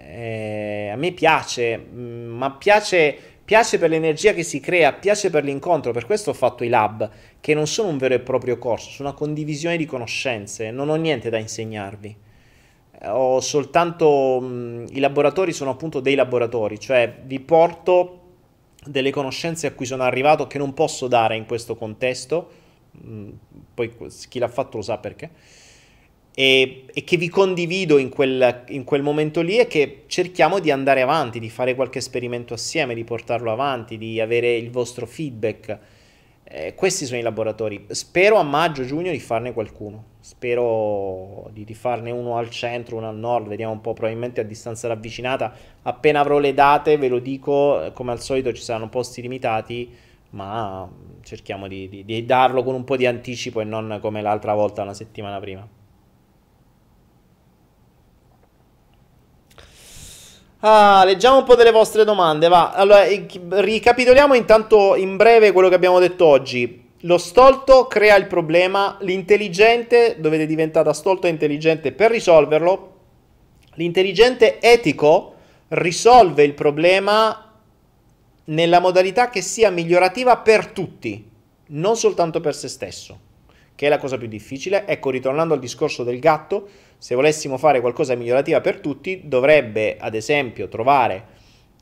A me piace, ma piace per l'energia che si crea, piace per l'incontro, per questo ho fatto i lab, che non sono un vero e proprio corso, sono una condivisione di conoscenze, non ho niente da insegnarvi. Ho soltanto i laboratori sono appunto dei laboratori, cioè vi porto delle conoscenze a cui sono arrivato che non posso dare in questo contesto, poi chi l'ha fatto lo sa perché. E che vi condivido in quel momento lì e che cerchiamo di andare avanti, di fare qualche esperimento assieme, di portarlo avanti, di avere il vostro feedback. Questi sono i laboratori. Spero a maggio-giugno di farne qualcuno. Spero di farne uno al centro, uno al nord, vediamo un po', probabilmente a distanza ravvicinata. Appena avrò le date ve lo dico, come al solito ci saranno posti limitati, ma cerchiamo di darlo con un po' di anticipo e non come l'altra volta, una settimana prima. Leggiamo un po' delle vostre domande, va. Allora, ricapitoliamo intanto in breve quello che abbiamo detto oggi. Lo stolto crea il problema, l'intelligente, dovete diventare da stolto a intelligente per risolverlo. L'intelligente etico risolve il problema nella modalità che sia migliorativa per tutti, non soltanto per se stesso, che è la cosa più difficile. Ecco, ritornando al discorso del gatto, se volessimo fare qualcosa di migliorativa per tutti, dovrebbe ad esempio trovare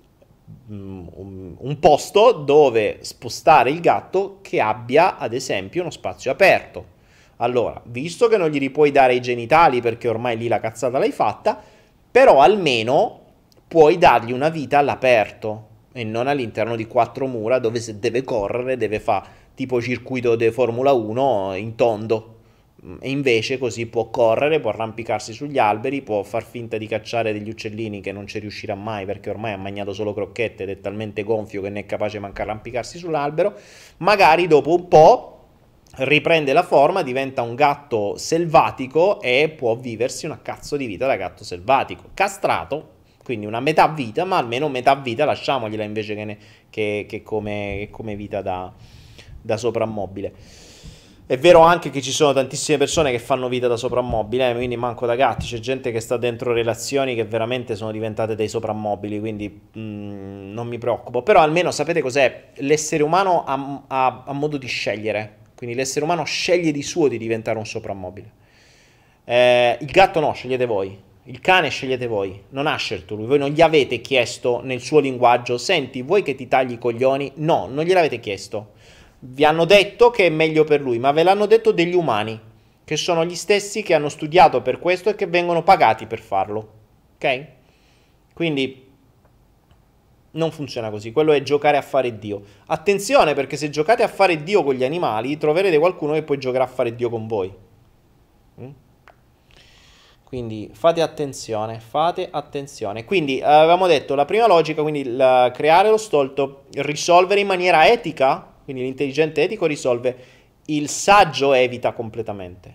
un posto dove spostare il gatto che abbia ad esempio uno spazio aperto. Allora, visto che non gli puoi dare i genitali perché ormai lì la cazzata l'hai fatta, però almeno puoi dargli una vita all'aperto e non all'interno di 4 mura dove se deve correre deve fare tipo circuito di Formula 1 in tondo. E invece così può correre, può arrampicarsi sugli alberi, può far finta di cacciare degli uccellini che non ci riuscirà mai perché ormai ha mangiato solo crocchette ed è talmente gonfio che non è capace manco arrampicarsi sull'albero. Magari dopo un po' riprende la forma, diventa un gatto selvatico e può viversi una cazzo di vita da gatto selvatico, castrato, quindi una metà vita, ma almeno metà vita lasciamogliela invece che come vita da soprammobile. È vero anche che ci sono tantissime persone che fanno vita da soprammobile, quindi manco da gatti, c'è gente che sta dentro relazioni che veramente sono diventate dei soprammobili, quindi non mi preoccupo. Però almeno sapete cos'è? L'essere umano ha modo di scegliere, quindi l'essere umano sceglie di suo di diventare un soprammobile. Il gatto no, scegliete voi. Il cane scegliete voi, non ha scelto lui, voi non gli avete chiesto nel suo linguaggio, senti, vuoi che ti tagli i coglioni? No, non gliel'avete chiesto. Vi hanno detto che è meglio per lui, ma ve l'hanno detto degli umani, che sono gli stessi che hanno studiato per questo e che vengono pagati per farlo. Ok? Quindi non funziona così, quello è giocare a fare Dio. Attenzione, perché se giocate a fare Dio con gli animali, troverete qualcuno che poi giocherà a fare Dio con voi. Quindi fate attenzione, fate attenzione. Quindi avevamo detto la prima logica, quindi creare lo stolto, risolvere in maniera etica. Quindi l'intelligente etico risolve, il saggio evita completamente.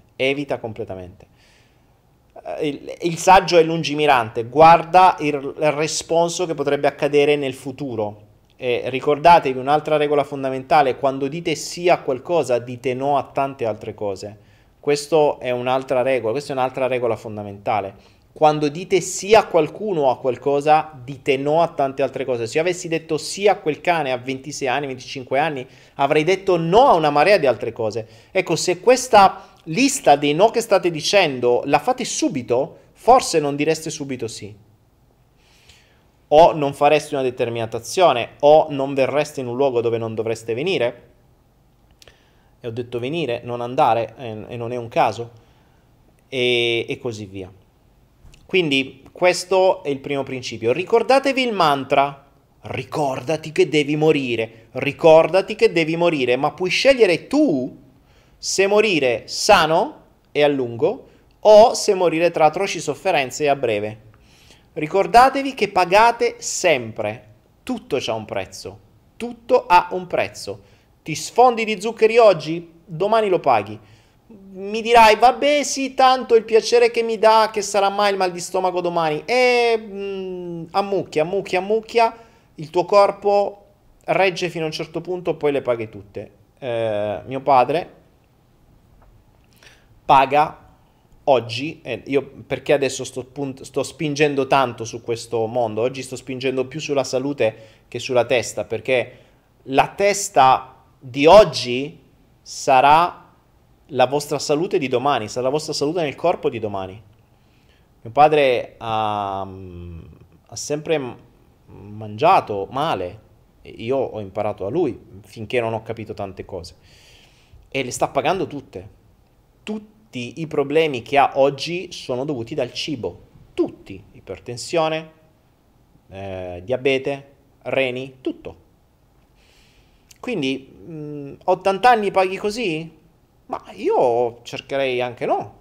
Il saggio è lungimirante, guarda il responso che potrebbe accadere nel futuro. E ricordatevi un'altra regola fondamentale, quando dite sì a qualcosa, dite no a tante altre cose. Questa è un'altra regola fondamentale. quando dite sì a qualcuno o a qualcosa, dite no a tante altre cose. Se io avessi detto sì a quel cane a 26 anni, 25 anni, avrei detto no a una marea di altre cose. Ecco, se questa lista dei no che state dicendo la fate subito, forse non direste subito sì. O non fareste una determinata azione, o non verreste in un luogo dove non dovreste venire. E ho detto venire, non andare, e non è un caso, e così via. Quindi questo è il primo principio. Ricordatevi il mantra: ricordati che devi morire, ricordati che devi morire, ma puoi scegliere tu se morire sano e a lungo o se morire tra atroci sofferenze e a breve. Ricordatevi che pagate sempre, tutto c'ha un prezzo, tutto ha un prezzo. Ti sfondi di zuccheri oggi, domani lo paghi. Mi dirai, vabbè sì, tanto il piacere che mi dà, che sarà mai il mal di stomaco domani. E ammucchia, ammucchia, ammucchia, il tuo corpo regge fino a un certo punto, poi le paghi tutte. Mio padre paga oggi, io perché adesso sto spingendo tanto su questo mondo, oggi sto spingendo più sulla salute che sulla testa, perché la testa di oggi sarà la vostra salute di domani, sarà la vostra salute nel corpo di domani. Mio padre ha sempre mangiato male, io ho imparato da lui finché non ho capito tante cose e le sta pagando tutte. Tutti i problemi che ha oggi sono dovuti dal cibo, tutti, ipertensione, diabete, reni, tutto. Quindi 80 anni paghi così? Ma io cercherei anche no.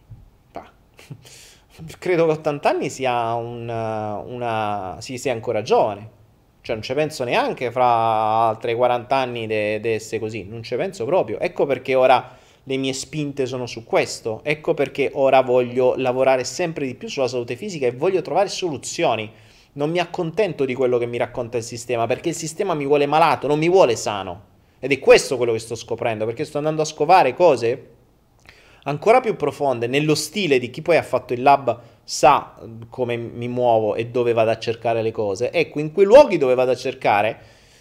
Credo che 80 anni sia sì, sia ancora giovane. Cioè non ci penso neanche fra altre 40 anni di essere così. Non ci penso proprio. Ecco perché ora le mie spinte sono su questo. Ecco perché ora voglio lavorare sempre di più sulla salute fisica e voglio trovare soluzioni. Non mi accontento di quello che mi racconta il sistema, perché il sistema mi vuole malato, non mi vuole sano. Ed è questo quello che sto scoprendo, perché sto andando a scovare cose ancora più profonde, nello stile di chi poi ha fatto il lab sa come mi muovo e dove vado a cercare le cose. Ecco, in quei luoghi dove vado a cercare,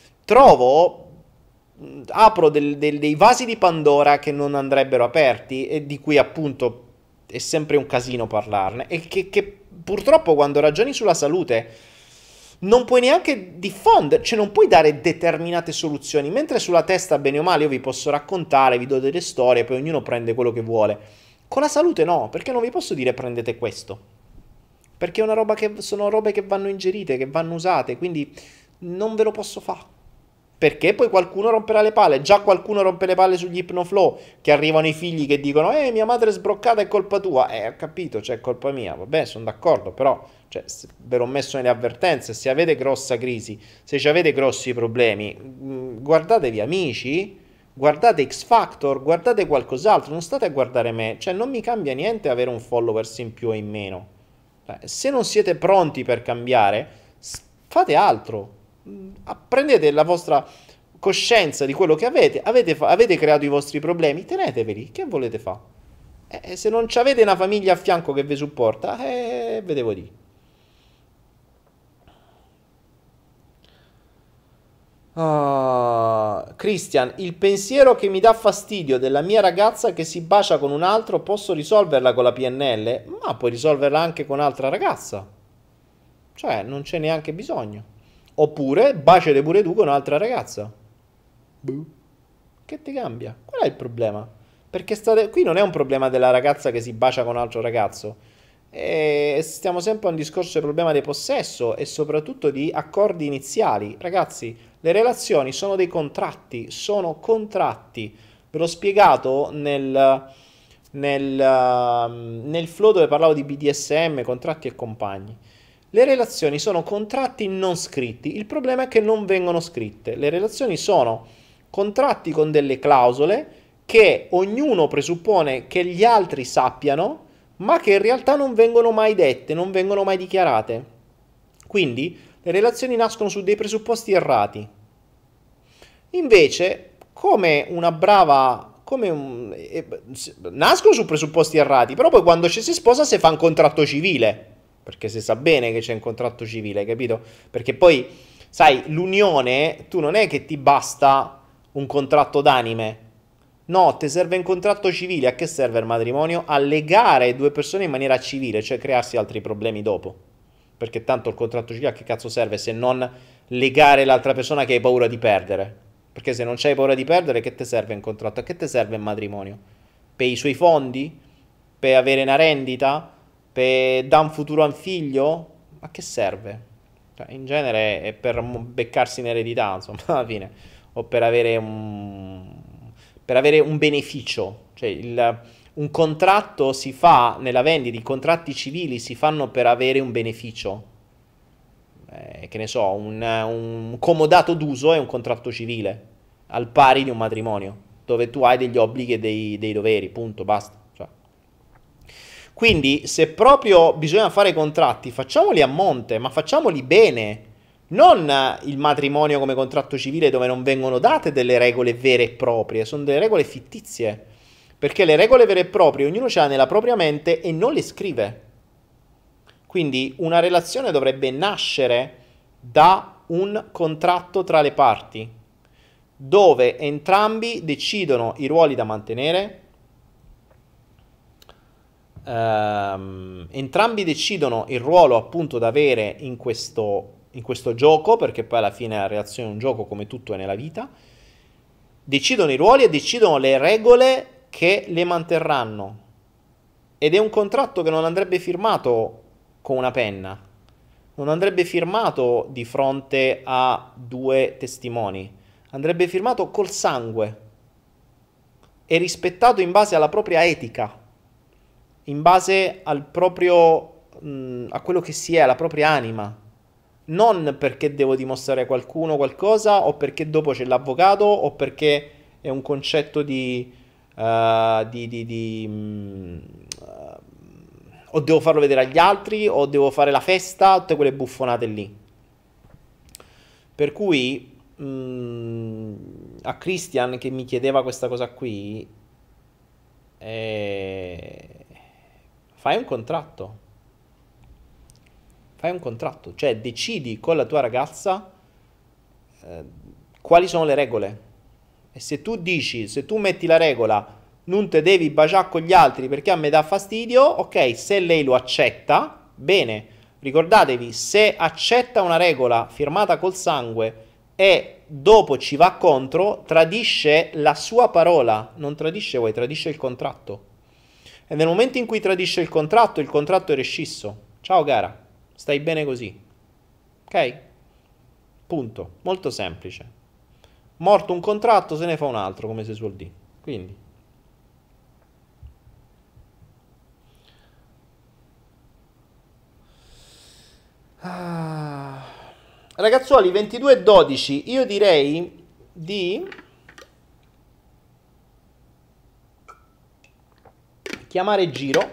apro dei vasi di Pandora che non andrebbero aperti e di cui appunto è sempre un casino parlarne, e che purtroppo quando ragioni sulla salute non puoi neanche diffondere, cioè non puoi dare determinate soluzioni, mentre sulla testa bene o male io vi posso raccontare, vi do delle storie, poi ognuno prende quello che vuole. Con la salute no, perché non vi posso dire prendete questo, perché è una roba sono robe che vanno ingerite, che vanno usate, quindi non ve lo posso fare. Perché poi qualcuno romperà le palle, già qualcuno rompe le palle sugli Hypnoflow, che arrivano i figli che dicono mia madre è sbroccata, è colpa tua. Ho capito, cioè è colpa mia, vabbè, sono d'accordo, però cioè, ve l'ho messo nelle avvertenze, se avete grossa crisi, se avete grossi problemi, guardatevi amici, guardate X Factor, guardate qualcos'altro, non state a guardare me, cioè non mi cambia niente avere un followers in più o in meno. Se non siete pronti per cambiare, fate altro. Prendete la vostra coscienza di quello che avete creato i vostri problemi, teneteveli, che volete fare? Se non avete una famiglia a fianco che vi supporta, vedevo di. Christian, il pensiero che mi dà fastidio della mia ragazza che si bacia con un altro, posso risolverla con la PNL? Ma puoi risolverla anche con un'altra ragazza, cioè non c'è neanche bisogno. Oppure baciate pure tu con un'altra ragazza. Che ti cambia? Qual è il problema? Perché qui non è un problema della ragazza che si bacia con un altro ragazzo. Stiamo sempre a un discorso del problema del possesso e soprattutto di accordi iniziali. Ragazzi, le relazioni sono dei contratti, sono contratti. Ve l'ho spiegato nel flow dove parlavo di BDSM, contratti e compagni. Le relazioni sono contratti non scritti, il problema è che non vengono scritte. Le relazioni sono contratti con delle clausole che ognuno presuppone che gli altri sappiano, ma che in realtà non vengono mai dette, non vengono mai dichiarate. Quindi le relazioni nascono su dei presupposti errati. Invece, come una brava nascono su presupposti errati, però poi quando ci si sposa si fa un contratto civile, perché si sa bene che c'è un contratto civile, capito? Perché poi, sai, l'unione, tu non è che ti basta un contratto d'anime, no, ti serve un contratto civile. A che serve il matrimonio? A legare due persone in maniera civile, cioè crearsi altri problemi dopo. Perché tanto il contratto civile a che cazzo serve se non legare l'altra persona che hai paura di perdere? Perché se non c'hai paura di perdere, che ti serve un contratto? A che ti serve un matrimonio? Per i suoi fondi? Per avere una rendita? Per dare un futuro a un figlio? A che serve? Cioè, in genere è per beccarsi in eredità, insomma, alla fine. O per avere un beneficio. Cioè, un contratto si fa nella vendita, i contratti civili si fanno per avere un beneficio. Che ne so, un comodato d'uso è un contratto civile, al pari di un matrimonio, dove tu hai degli obblighi e dei doveri, punto, basta. Cioè. Quindi, se proprio bisogna fare contratti, facciamoli a monte, ma facciamoli bene. Non il matrimonio come contratto civile dove non vengono date delle regole vere e proprie, sono delle regole fittizie. Perché le regole vere e proprie ognuno ce le ha nella propria mente e non le scrive. Quindi una relazione dovrebbe nascere da un contratto tra le parti, dove entrambi decidono i ruoli da mantenere, entrambi decidono il ruolo appunto da avere in questo gioco, perché poi alla fine la relazione è un gioco come tutto è nella vita, decidono i ruoli e decidono le regole che le manterranno. Ed è un contratto che non andrebbe firmato con una penna, non andrebbe firmato di fronte a due testimoni, andrebbe firmato col sangue e rispettato in base alla propria etica, in base al proprio a quello che si è, alla propria anima. Non perché devo dimostrare a qualcuno qualcosa, o perché dopo c'è l'avvocato, o perché è un concetto o devo farlo vedere agli altri, o devo fare la festa, tutte quelle buffonate lì. Per cui a Christian che mi chiedeva questa cosa qui, fai un contratto. Fai un contratto, cioè decidi con la tua ragazza quali sono le regole. E se tu metti la regola non te devi baciare con gli altri perché a me dà fastidio, ok, se lei lo accetta, bene. Ricordatevi, se accetta una regola firmata col sangue e dopo ci va contro, tradisce la sua parola, non tradisce voi, tradisce il contratto. E nel momento in cui tradisce il contratto è rescisso. Ciao cara, stai bene così. Ok? Punto. Molto semplice. Morto un contratto, se ne fa un altro, come si suol dire. Quindi. Ragazzuoli, 22:12, io direi di chiamare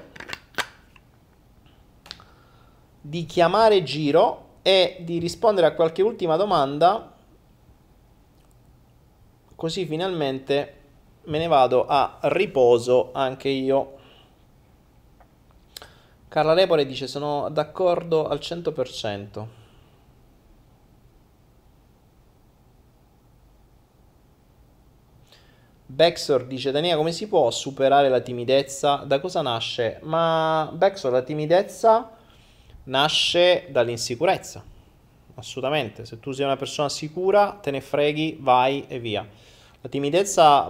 Giro e di rispondere a qualche ultima domanda, così finalmente me ne vado a riposo anche io. Carla Repore dice sono d'accordo al 100%. Bexor dice Daniela, come si può superare la timidezza? Da cosa nasce? Ma Bexor, la timidezza nasce dall'insicurezza. Assolutamente. Se tu sei una persona sicura, te ne freghi, vai e via. La timidezza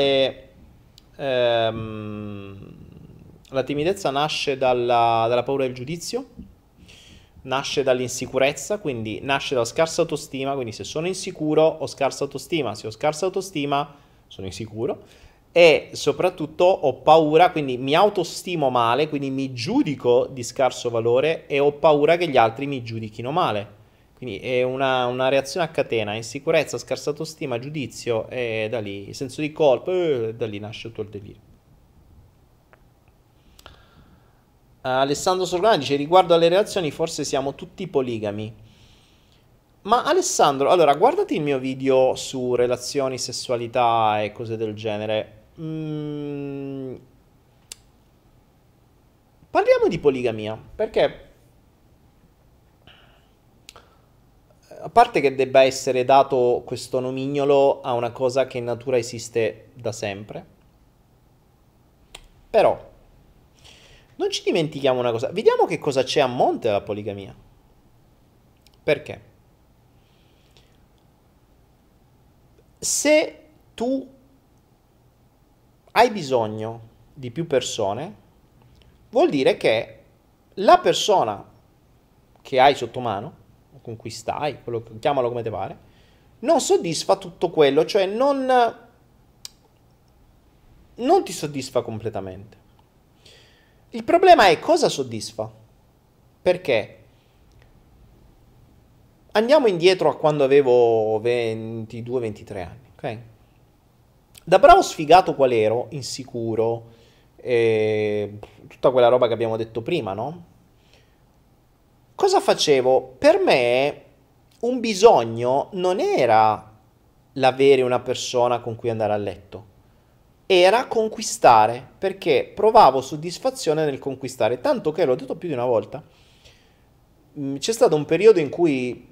la timidezza nasce dalla paura del giudizio, nasce dall'insicurezza, quindi nasce dalla scarsa autostima, quindi se sono insicuro ho scarsa autostima, se ho scarsa autostima sono insicuro e soprattutto ho paura, quindi mi autostimo male, quindi mi giudico di scarso valore e ho paura che gli altri mi giudichino male. Quindi è una reazione a catena, insicurezza, scarsa autostima, giudizio e da lì senso di colpa, da lì nasce tutto il delirio. Alessandro Sorgana dice riguardo alle relazioni forse siamo tutti poligami. Ma Alessandro, allora guardati il mio video su relazioni, sessualità e cose del genere. Parliamo di poligamia, perché a parte che debba essere dato questo nomignolo a una cosa che in natura esiste da sempre, però non ci dimentichiamo una cosa, vediamo che cosa c'è a monte della poligamia. Perché? Se tu hai bisogno di più persone, vuol dire che la persona che hai sotto mano, o con cui stai, chiamalo come te pare, non soddisfa tutto quello, cioè non ti soddisfa completamente. Il problema è cosa soddisfa. Perché? Andiamo indietro a quando avevo 22-23 anni, ok? Da bravo sfigato qual ero, insicuro, tutta quella roba che abbiamo detto prima, no? Cosa facevo? Per me un bisogno non era l'avere una persona con cui andare a letto, era conquistare, perché provavo soddisfazione nel conquistare, tanto che l'ho detto più di una volta. C'è stato un periodo in cui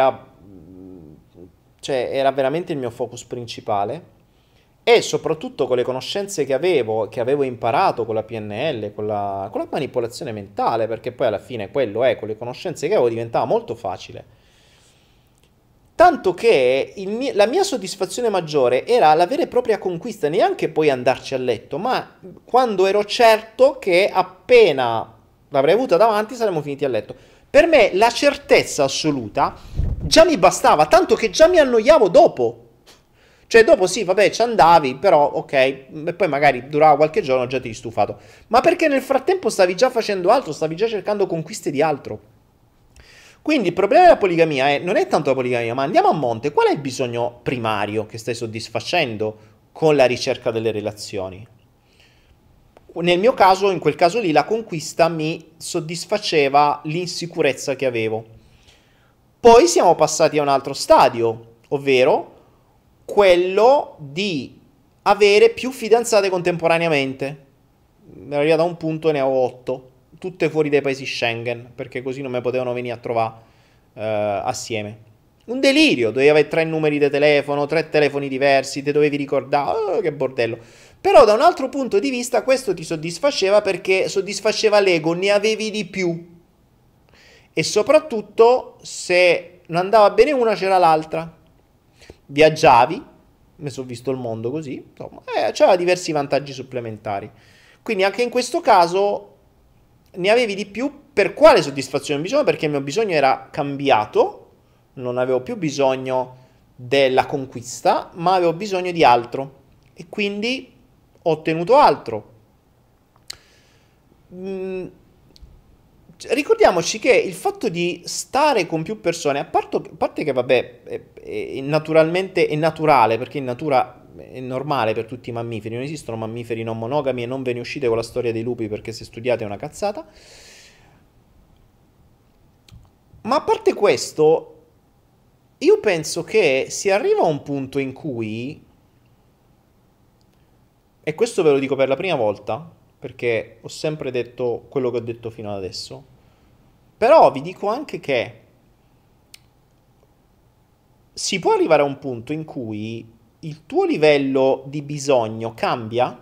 era veramente il mio focus principale, e soprattutto con le conoscenze che avevo imparato con la PNL, con la manipolazione mentale, perché poi alla fine quello è, con le conoscenze che avevo diventava molto facile. Tanto che la mia soddisfazione maggiore era la vera e propria conquista, neanche poi andarci a letto, ma quando ero certo che appena l'avrei avuta davanti saremmo finiti a letto. Per me la certezza assoluta già mi bastava, tanto che già mi annoiavo dopo. Cioè dopo sì, vabbè, ci andavi, però ok, e poi magari durava qualche giorno, già ti eri stufato. Ma perché nel frattempo stavi già facendo altro, stavi già cercando conquiste di altro. Quindi il problema della poligamia non è tanto la poligamia, ma andiamo a monte, qual è il bisogno primario che stai soddisfacendo con la ricerca delle relazioni? Nel mio caso, in quel caso lì, la conquista mi soddisfaceva l'insicurezza che avevo. Poi siamo passati a un altro stadio, ovvero quello di avere più fidanzate contemporaneamente. Ero arrivato a un punto e ne avevo 8, tutte fuori dai paesi Schengen, perché così non mi potevano venire a trovare assieme. Un delirio, dovevi avere 3 numeri di telefono, 3 telefoni diversi, te dovevi ricordare, che bordello. Però da un altro punto di vista questo ti soddisfaceva perché soddisfaceva l'ego, ne avevi di più. E soprattutto se non andava bene una c'era l'altra. Viaggiavi, mi sono visto il mondo così, insomma, c'aveva diversi vantaggi supplementari. Quindi anche in questo caso ne avevi di più. Per quale soddisfazione bisogno? Perché il mio bisogno era cambiato, non avevo più bisogno della conquista, ma avevo bisogno di altro. E quindi ho ottenuto altro. Ricordiamoci che il fatto di stare con più persone, a parte che vabbè, è naturalmente è naturale, perché in natura è normale per tutti i mammiferi, non esistono mammiferi non monogami, e non ve ne uscite con la storia dei lupi, perché se studiate è una cazzata. Ma a parte questo, io penso che si arriva a un punto in cui, e questo ve lo dico per la prima volta, perché ho sempre detto quello che ho detto fino ad adesso, però vi dico anche che si può arrivare a un punto in cui il tuo livello di bisogno cambia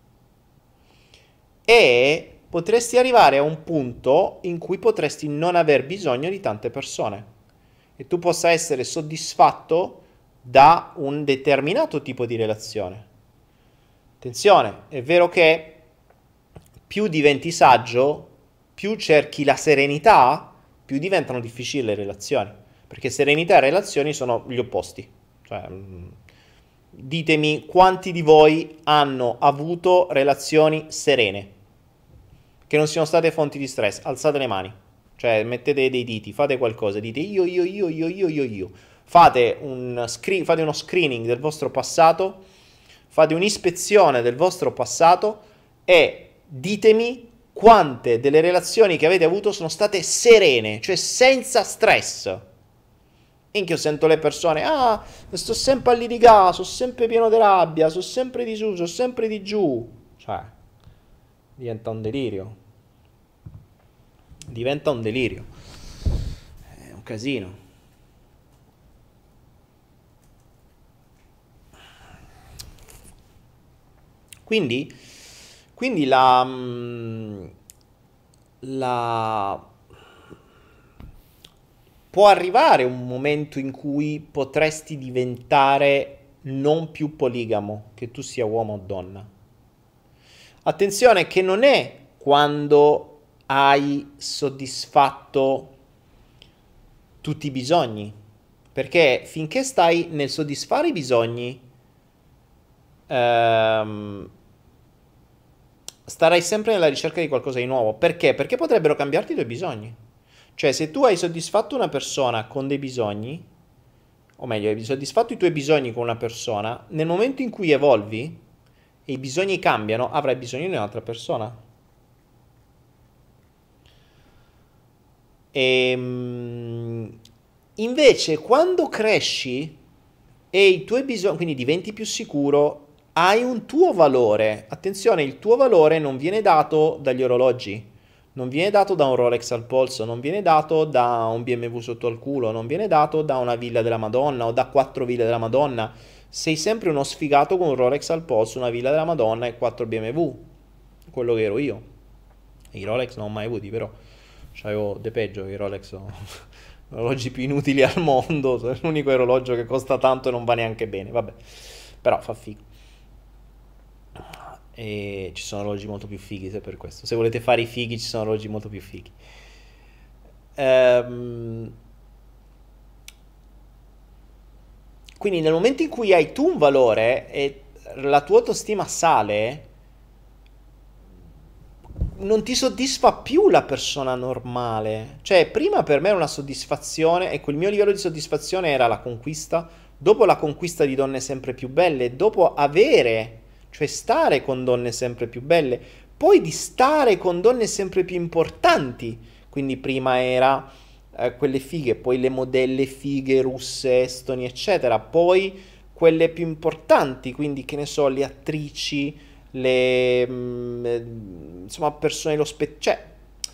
e potresti arrivare a un punto in cui potresti non aver bisogno di tante persone e tu possa essere soddisfatto da un determinato tipo di relazione. Attenzione, è vero che più diventi saggio, più cerchi la serenità, più diventano difficili le relazioni, perché serenità e relazioni sono gli opposti. Cioè, ditemi quanti di voi hanno avuto relazioni serene, che non siano state fonti di stress. Alzate le mani, cioè mettete dei diti, fate qualcosa, dite io. Fate uno screening del vostro passato, fate un'ispezione del vostro passato e ditemi quante delle relazioni che avete avuto sono state serene, cioè senza stress. Minchia, io sento le persone, sto sempre a litigare, sono sempre pieno di rabbia, sono sempre di su, sono sempre di giù. Cioè, diventa un delirio. Diventa un delirio. È un casino. Quindi può arrivare un momento in cui potresti diventare non più poligamo, che tu sia uomo o donna. Attenzione che non è quando hai soddisfatto tutti i bisogni, perché finché stai nel soddisfare i bisogni, starai sempre nella ricerca di qualcosa di nuovo. Perché? Perché potrebbero cambiarti i tuoi bisogni. Cioè, se tu hai soddisfatto una persona con dei bisogni, o meglio, hai soddisfatto i tuoi bisogni con una persona, nel momento in cui evolvi e i bisogni cambiano, avrai bisogno di un'altra persona. Invece, quando cresci e i tuoi bisogni, quindi diventi più sicuro, hai un tuo valore. Attenzione, il tuo valore non viene dato dagli orologi, non viene dato da un Rolex al polso, non viene dato da un BMW sotto al culo, non viene dato da una villa della Madonna o da 4 ville della Madonna. Sei sempre uno sfigato con un Rolex al polso, una villa della Madonna e 4 BMW. Quello che ero io. I Rolex non ho mai avuti, però c'avevo de peggio che i Rolex sono orologi più inutili al mondo. È l'unico orologio che costa tanto e non va neanche bene, vabbè. Però fa figo. E ci sono orologi molto più fighi, se per questo. Se volete fare i fighi, ci sono orologi molto più fighi. Quindi nel momento in cui hai tu un valore e la tua autostima sale, non ti soddisfa più la persona normale. Cioè, prima per me era una soddisfazione, ecco, il mio livello di soddisfazione era la conquista, dopo la conquista di donne sempre più belle, dopo avere, cioè stare con donne sempre più belle, poi di stare con donne sempre più importanti. Quindi prima era quelle fighe, poi le modelle fighe russe, estoni, eccetera, poi quelle più importanti, quindi che ne so, le attrici, insomma, persone dello cioè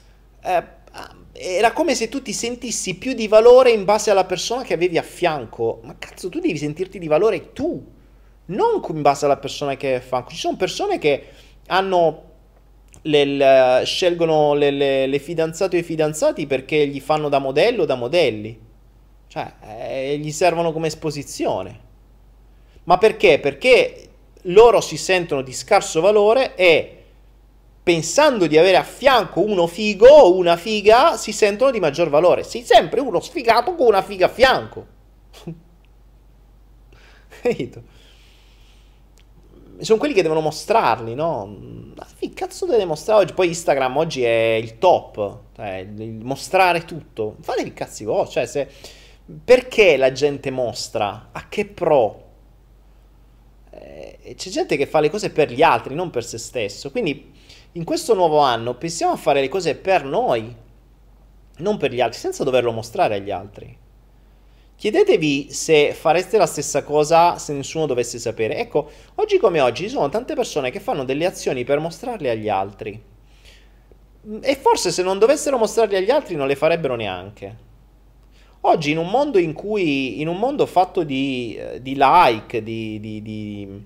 era come se tu ti sentissi più di valore in base alla persona che avevi a fianco. Ma cazzo, tu devi sentirti di valore tu, non in base alla persona che hai a fianco. Ci sono persone che hanno scelgono le fidanzate o i fidanzati perché gli fanno da modello o da modelli, cioè gli servono come esposizione. Ma perché? Perché loro si sentono di scarso valore e pensando di avere a fianco uno figo o una figa si sentono di maggior valore. Sei sempre uno sfigato con una figa a fianco. Capito? Sono quelli che devono mostrarli, no? Ma che cazzo deve mostrare oggi? Poi Instagram oggi è il top, cioè il mostrare tutto. Fate i cazzi vostri, cioè perché la gente mostra? A che pro? C'è gente che fa le cose per gli altri, non per se stesso. Quindi in questo nuovo anno pensiamo a fare le cose per noi, non per gli altri, senza doverlo mostrare agli altri. Chiedetevi se fareste la stessa cosa se nessuno dovesse sapere. Ecco, oggi come oggi ci sono tante persone che fanno delle azioni per mostrarle agli altri. E forse se non dovessero mostrarle agli altri non le farebbero neanche. Oggi in un mondo in cui, in un mondo fatto di like, di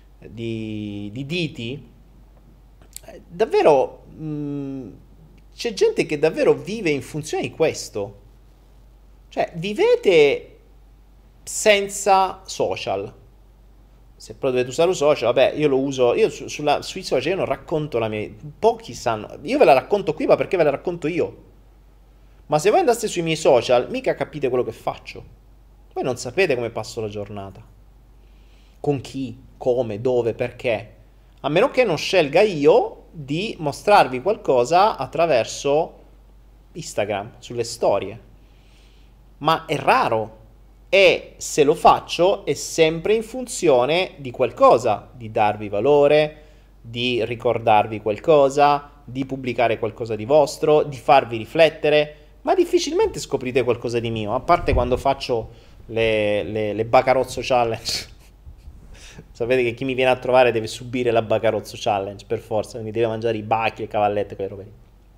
diti, davvero c'è gente che davvero vive in funzione di questo. Cioè, vivete senza social. Se però dovete usare un social, vabbè, io lo uso. Io sui social io non racconto la mia. Pochi sanno. Io ve la racconto qui, ma perché ve la racconto io. Ma se voi andaste sui miei social, mica capite quello che faccio. Voi non sapete come passo la giornata. Con chi, come, dove, perché. A meno che non scelga io di mostrarvi qualcosa attraverso Instagram, sulle storie. Ma è raro, e se lo faccio è sempre in funzione di qualcosa, di darvi valore, di ricordarvi qualcosa, di pubblicare qualcosa di vostro, di farvi riflettere, ma difficilmente scoprite qualcosa di mio, a parte quando faccio le Bacarozzo Challenge. Sapete che chi mi viene a trovare deve subire la Bacarozzo Challenge per forza, quindi deve mangiare i bachi, le cavallette, quelle robe lì.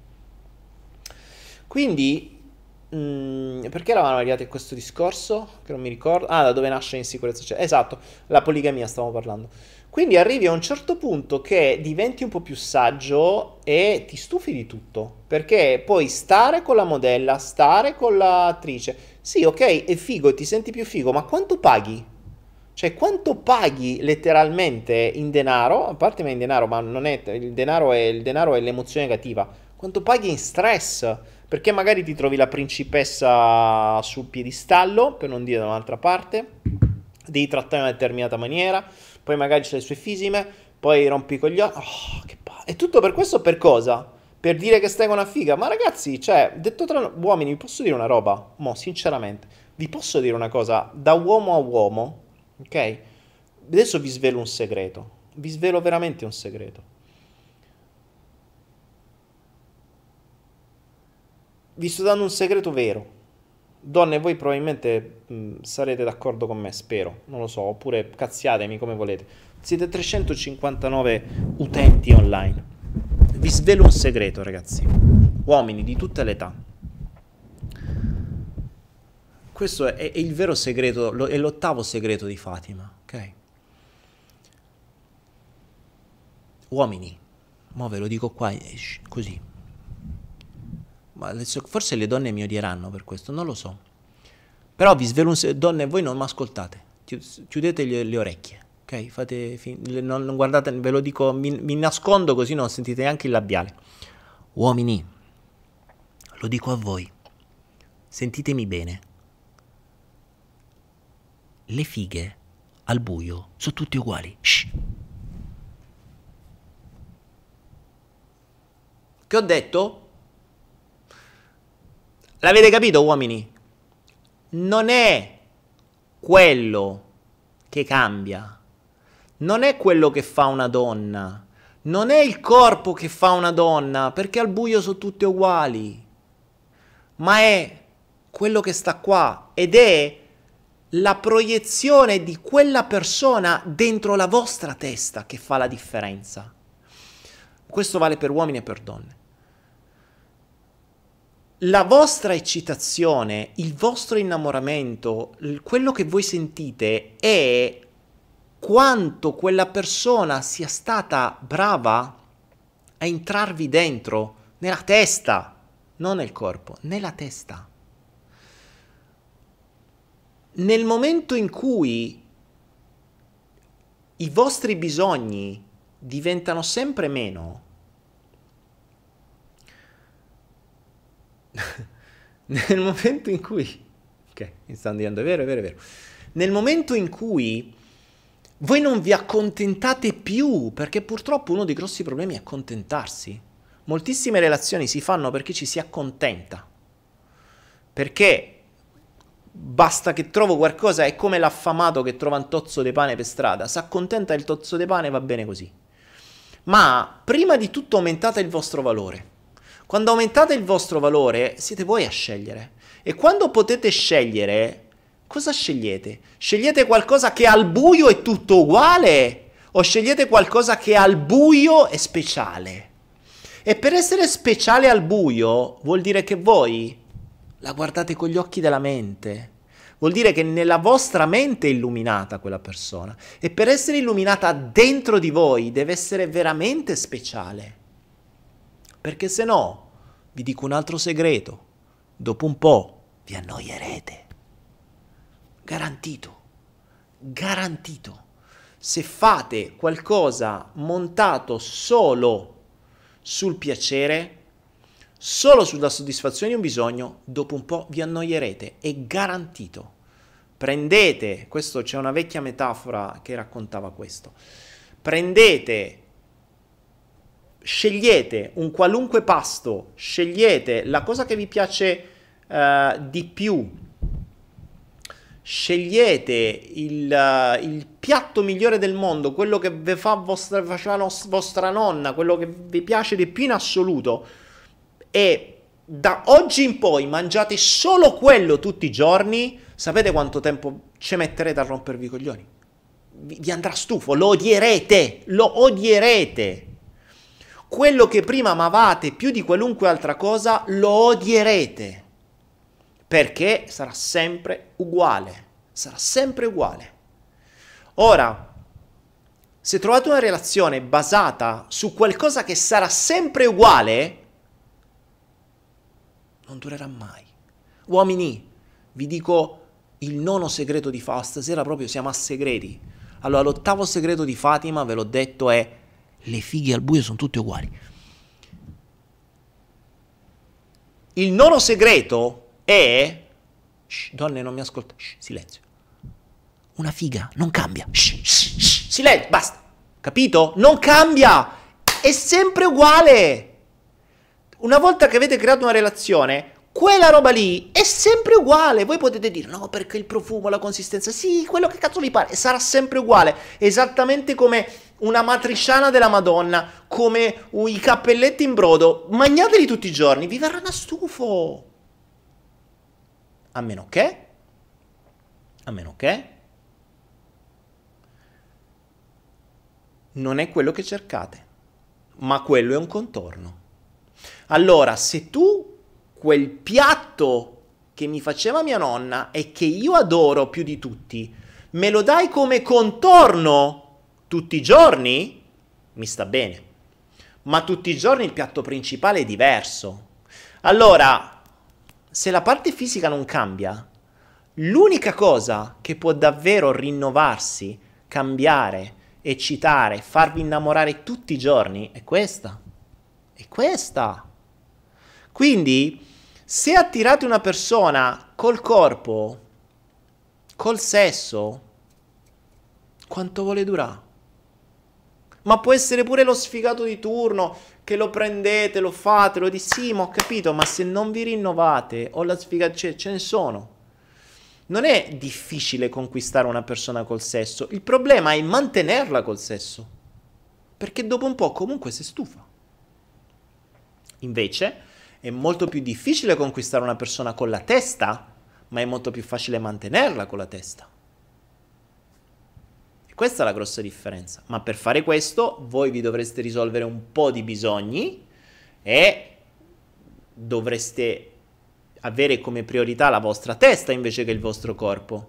Quindi, perché eravamo arrivati a questo discorso? Che non mi ricordo. Ah, da dove nasce l'insicurezza? Cioè, esatto, la poligamia stavamo parlando. Quindi arrivi a un certo punto che diventi un po' più saggio e ti stufi di tutto. Perché puoi stare con la modella, stare con l'attrice. Sì, ok, è figo, ti senti più figo, ma quanto paghi? Cioè, quanto paghi letteralmente in denaro? A parte me in denaro, ma non è il denaro è l'emozione negativa. Quanto paghi in stress? Perché magari ti trovi la principessa sul piedistallo, per non dire da un'altra parte, devi trattare in una determinata maniera, poi magari c'è le sue fisime, poi rompi con gli occhi. Oh, che palle. E tutto per questo per cosa? Per dire che stai con una figa? Ma ragazzi, cioè, detto tra uomini, vi posso dire una roba? Mo, sinceramente, vi posso dire una cosa? Da uomo a uomo, ok? Adesso vi svelo un segreto. Vi svelo veramente un segreto. Vi sto dando un segreto vero. Donne, voi probabilmente sarete d'accordo con me, spero, non lo so, oppure cazziatemi come volete. Siete 359 utenti online. Vi svelo un segreto, ragazzi. Uomini di tutte le età. Questo è il vero segreto, è l'ottavo segreto di Fatima, ok? Uomini, mo ve lo dico qua, così. Ma forse le donne mi odieranno per questo, non lo so. Però vi svelo un segreto, donne, voi non mi ascoltate, chiudete le orecchie, ok? Non guardate, ve lo dico, mi nascondo così non sentite neanche il labiale. Uomini, lo dico a voi, sentitemi bene. Le fighe al buio sono tutte uguali. Shh. Che ho detto? L'avete capito, uomini? Non è quello che cambia, non è quello che fa una donna, non è il corpo che fa una donna, perché al buio sono tutte uguali, ma è quello che sta qua ed è la proiezione di quella persona dentro la vostra testa che fa la differenza. Questo vale per uomini e per donne. La vostra eccitazione, il vostro innamoramento, quello che voi sentite è quanto quella persona sia stata brava a entrarvi dentro, nella testa, non nel corpo, nella testa. Nel momento in cui i vostri bisogni diventano sempre meno, nel momento in cui, ok, mi stanno dicendo, è vero, nel momento in cui voi non vi accontentate più, perché purtroppo uno dei grossi problemi è accontentarsi. Moltissime relazioni si fanno perché ci si accontenta, perché basta che trovo qualcosa, è come l'affamato che trova un tozzo di pane per strada, si accontenta del tozzo di pane, va bene così. Ma prima di tutto aumentate il vostro valore. Quando aumentate il vostro valore, siete voi a scegliere. E quando potete scegliere, cosa scegliete? Scegliete qualcosa che al buio è tutto uguale? O scegliete qualcosa che al buio è speciale? E per essere speciale al buio, vuol dire che voi la guardate con gli occhi della mente. Vuol dire che nella vostra mente è illuminata quella persona. E per essere illuminata dentro di voi, deve essere veramente speciale. Perché se no, vi dico un altro segreto, dopo un po' vi annoierete. Garantito, garantito. Se fate qualcosa montato solo sul piacere, solo sulla soddisfazione di un bisogno, dopo un po' vi annoierete, è garantito. Prendete, questo c'è una vecchia metafora che raccontava questo, scegliete un qualunque pasto, scegliete la cosa che vi piace di più, scegliete il piatto migliore del mondo, quello che vi faceva vostra nonna, quello che vi piace di più in assoluto, e da oggi in poi mangiate solo quello tutti i giorni, sapete quanto tempo ci metterete a rompervi i coglioni? Vi andrà stufo, lo odierete, lo odierete. Quello che prima amavate più di qualunque altra cosa, lo odierete. Perché sarà sempre uguale, sarà sempre uguale. Ora, se trovate una relazione basata su qualcosa che sarà sempre uguale, non durerà mai. Uomini, vi dico il nono segreto di Fatima, stasera proprio siamo a segreti. Allora, l'ottavo segreto di Fatima, ve l'ho detto, è le fighe al buio sono tutte uguali. Il nono segreto è... Shh, donne, non mi ascoltate. Silenzio. Una figa non cambia. Silenzio, basta. Capito? Non cambia. È sempre uguale. Una volta che avete creato una relazione, quella roba lì è sempre uguale. Voi potete dire, no, perché il profumo, la consistenza, sì, quello che cazzo vi pare, sarà sempre uguale. Esattamente come una matriciana della Madonna, come i cappelletti in brodo. Mangiateli tutti i giorni, vi verranno a stufo. A meno che non è quello che cercate, ma quello è un contorno. Allora, se tu quel piatto che mi faceva mia nonna e che io adoro più di tutti, me lo dai come contorno tutti i giorni, mi sta bene. Ma tutti i giorni il piatto principale è diverso. Allora, se la parte fisica non cambia, l'unica cosa che può davvero rinnovarsi, cambiare, eccitare, farvi innamorare tutti i giorni è questa. È questa. Quindi, se attirate una persona col corpo, col sesso, quanto vuole durare? Ma può essere pure lo sfigato di turno, che lo prendete, lo fate, lo dite, sì, ma ho capito, ma se non vi rinnovate, o la sfigata, ce ne sono. Non è difficile conquistare una persona col sesso, il problema è mantenerla col sesso, perché dopo un po' comunque si stufa. Invece è molto più difficile conquistare una persona con la testa, ma è molto più facile mantenerla con la testa. E questa è la grossa differenza. Ma per fare questo voi vi dovreste risolvere un po' di bisogni e dovreste avere come priorità la vostra testa invece che il vostro corpo.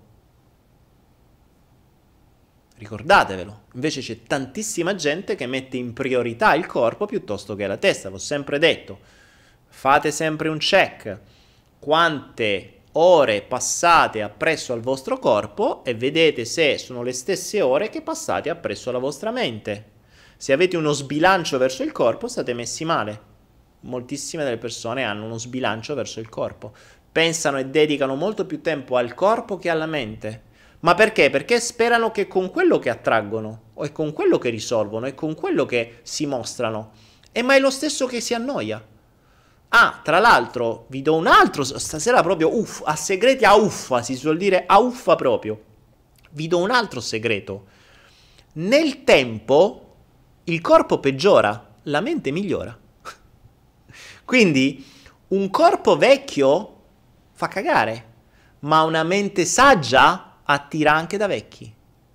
Ricordatevelo. Invece c'è tantissima gente che mette in priorità il corpo piuttosto che la testa. L'ho sempre detto. Fate sempre un check. Quante ore passate appresso al vostro corpo e vedete se sono le stesse ore che passate appresso alla vostra mente. Se avete uno sbilancio verso il corpo, state messi male. Moltissime delle persone hanno uno sbilancio verso il corpo. Pensano e dedicano molto più tempo al corpo che alla mente. Ma perché? Perché sperano che con quello che attraggono, o è con quello che risolvono, è con quello che si mostrano. Ma è lo stesso che si annoia. Ah, tra l'altro, vi do un altro, stasera proprio a segreti a uffa, si suol dire a uffa proprio. Vi do un altro segreto. Nel tempo, il corpo peggiora, la mente migliora. Quindi, un corpo vecchio fa cagare, ma una mente saggia attira anche da vecchi.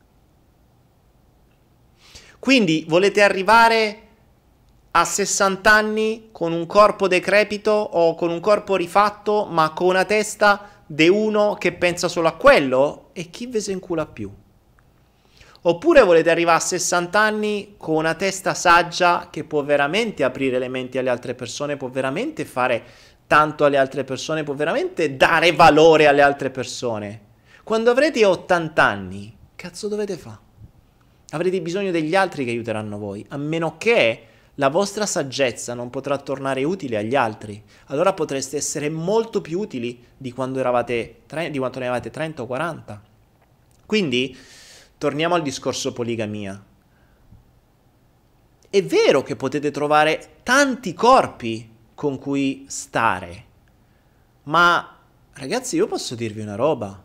Quindi volete arrivare a 60 anni con un corpo decrepito o con un corpo rifatto, ma con una testa di uno che pensa solo a quello? E chi ve se incula più? Oppure volete arrivare a 60 anni con una testa saggia che può veramente aprire le menti alle altre persone, può veramente fare tanto alle altre persone, può veramente dare valore alle altre persone? Quando avrete 80 anni, cazzo dovete fare? Avrete bisogno degli altri che aiuteranno voi, a meno che la vostra saggezza non potrà tornare utile agli altri. Allora potreste essere molto più utili di quando ne avevate 30 o 40. Quindi, torniamo al discorso poligamia. È vero che potete trovare tanti corpi con cui stare, ma ragazzi, io posso dirvi una roba.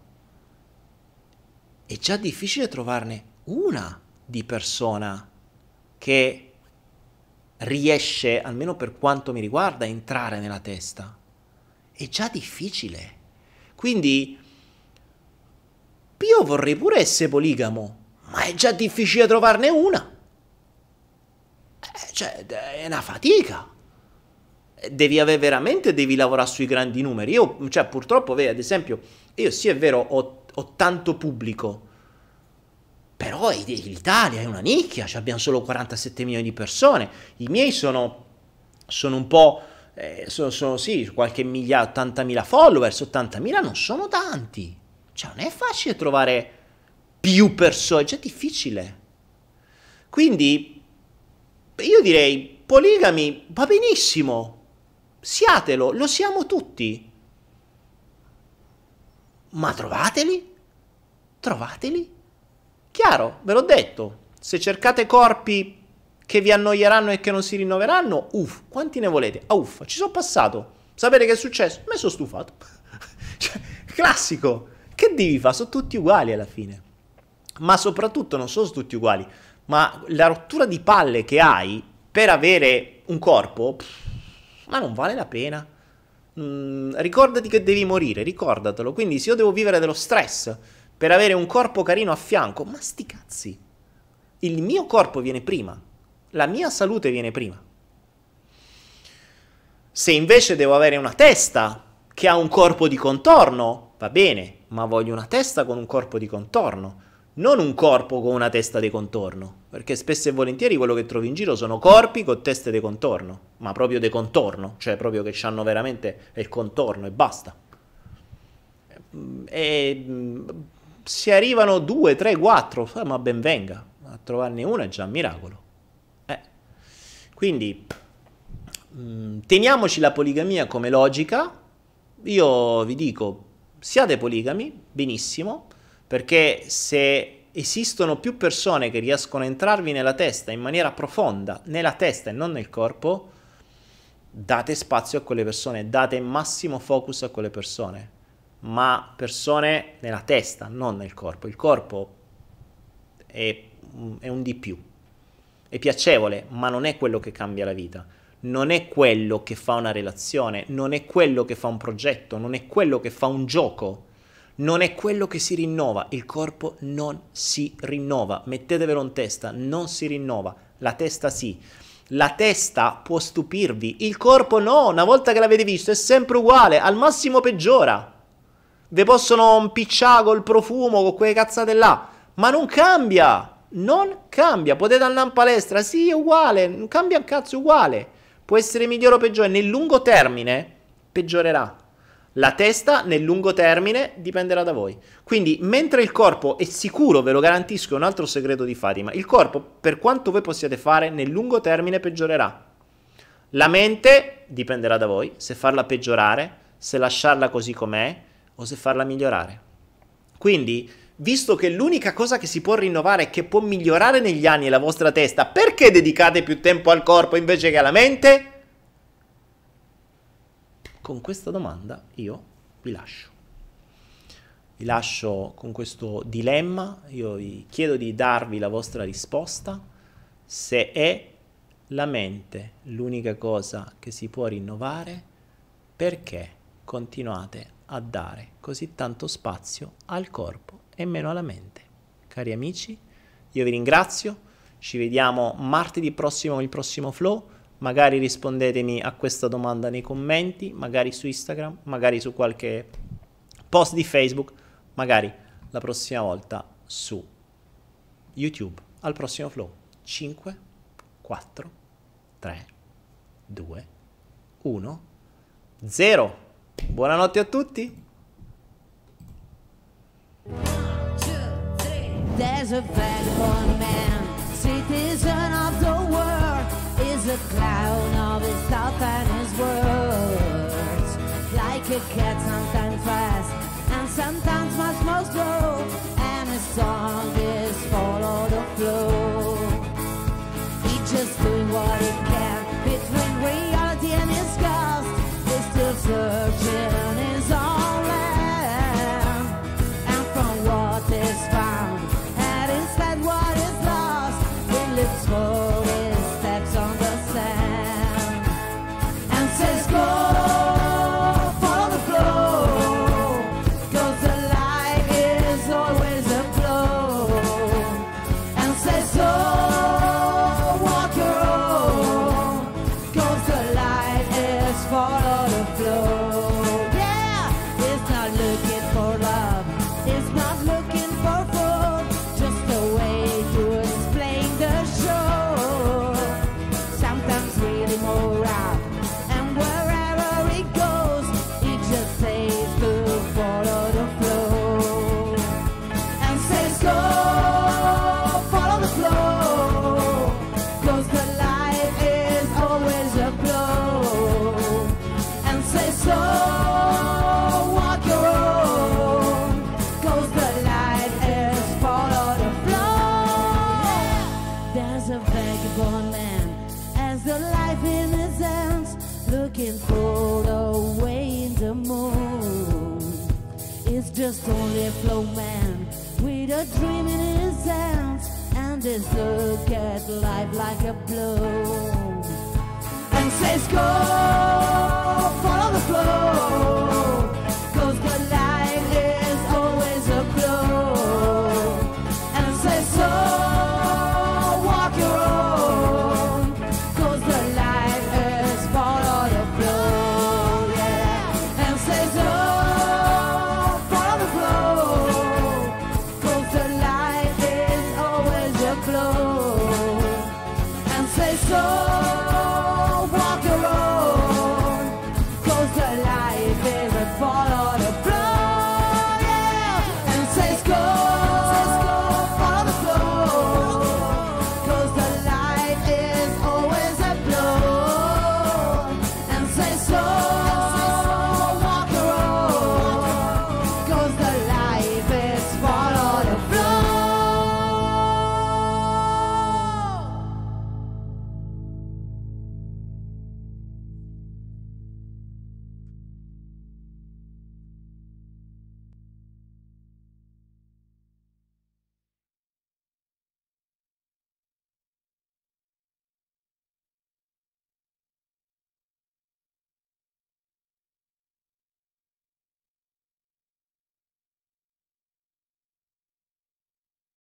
È già difficile trovarne una di persona che riesce, almeno per quanto mi riguarda, a entrare nella testa. è già difficile. Quindi io vorrei pure essere poligamo, ma è già difficile trovarne una. Cioè, è una fatica. Devi lavorare sui grandi numeri. Io, cioè, purtroppo, vedi, ad esempio, io sì è vero, ho tanto pubblico, però l'Italia è una nicchia, cioè abbiamo solo 47 milioni di persone. I miei sono un po', sono sì, qualche migliaio, 80.000 followers, 80.000 non sono tanti. Cioè non è facile trovare più persone, è già difficile. Quindi io direi, poligami va benissimo, siatelo, lo siamo tutti. Ma trovateli? Chiaro, ve l'ho detto, se cercate corpi che vi annoieranno e che non si rinnoveranno, quanti ne volete? Ci sono passato. Sapete che è successo? Me sono stufato. Cioè, classico. Che devi fare? Sono tutti uguali alla fine. Ma soprattutto non sono tutti uguali, ma la rottura di palle che hai per avere un corpo, ma non vale la pena. Ricordati che devi morire, ricordatelo. Quindi se io devo vivere dello stress per avere un corpo carino a fianco, ma sti cazzi. Il mio corpo viene prima, la mia salute viene prima. Se invece devo avere una testa che ha un corpo di contorno, va bene, ma voglio una testa con un corpo di contorno, non un corpo con una testa di contorno, perché spesso e volentieri quello che trovi in giro sono corpi con teste di contorno, ma proprio di contorno, cioè proprio che hanno veramente il contorno e basta. E se arrivano 2, 3, 4, ma ben venga, a trovarne una è già un miracolo. Quindi teniamoci la poligamia come logica. Io vi dico, siate poligami, benissimo, perché se esistono più persone che riescono a entrarvi nella testa in maniera profonda, nella testa e non nel corpo, date spazio a quelle persone, date massimo focus a quelle persone, ma persone nella testa, non nel corpo. Il corpo è un di più, è piacevole, ma non è quello che cambia la vita. Non è quello che fa una relazione, non è quello che fa un progetto, non è quello che fa un gioco, non è quello che si rinnova. Il corpo non si rinnova, mettetevelo in testa, non si rinnova. La testa sì, la testa può stupirvi, il corpo no, una volta che l'avete visto è sempre uguale, al massimo peggiora. Vi possono impicciare col profumo, con quelle cazzate là, ma non cambia, potete andare in palestra, sì è uguale, non cambia un cazzo, uguale. Può essere migliore o peggiore, nel lungo termine peggiorerà. La testa nel lungo termine dipenderà da voi. Quindi mentre il corpo è sicuro, ve lo garantisco, è un altro segreto di Fatima, il corpo, per quanto voi possiate fare, nel lungo termine peggiorerà. La mente dipenderà da voi, se farla peggiorare, se lasciarla così com'è o se farla migliorare. Quindi, visto che l'unica cosa che si può rinnovare e che può migliorare negli anni è la vostra testa, perché dedicate più tempo al corpo invece che alla mente? Con questa domanda io vi lascio. Vi lascio con questo dilemma, io vi chiedo di darvi la vostra risposta, se è la mente l'unica cosa che si può rinnovare, perché continuate a dare così tanto spazio al corpo e meno alla mente. Cari amici, io vi ringrazio, ci vediamo martedì prossimo con il prossimo flow, magari rispondetemi a questa domanda nei commenti, magari su Instagram, magari su qualche post di Facebook, magari la prossima volta su YouTube. Al prossimo flow. 5, 4, 3, 2, 1, 0. Buonanotte a tutti. There's a vagabond man, citizen of the world, is a clown of his thought and his words. Like a cat, sometimes fast and sometimes much more slow, and his song is follow the flow. He just doing what he can between reality and his ghost. He's still searching his own land, and from what is found and instead what is lost, he lives for his steps on the sand and says go for looking for the way in the moon. It's just only a flow man with a dream in his hands, and his look at life like a blow. And says go, follow the flow, 'cause the light is always a glow. And says so, walk your own, 'cause the light is follow the flow, yeah. And says oh, follow the flow, 'cause the light is always a glow.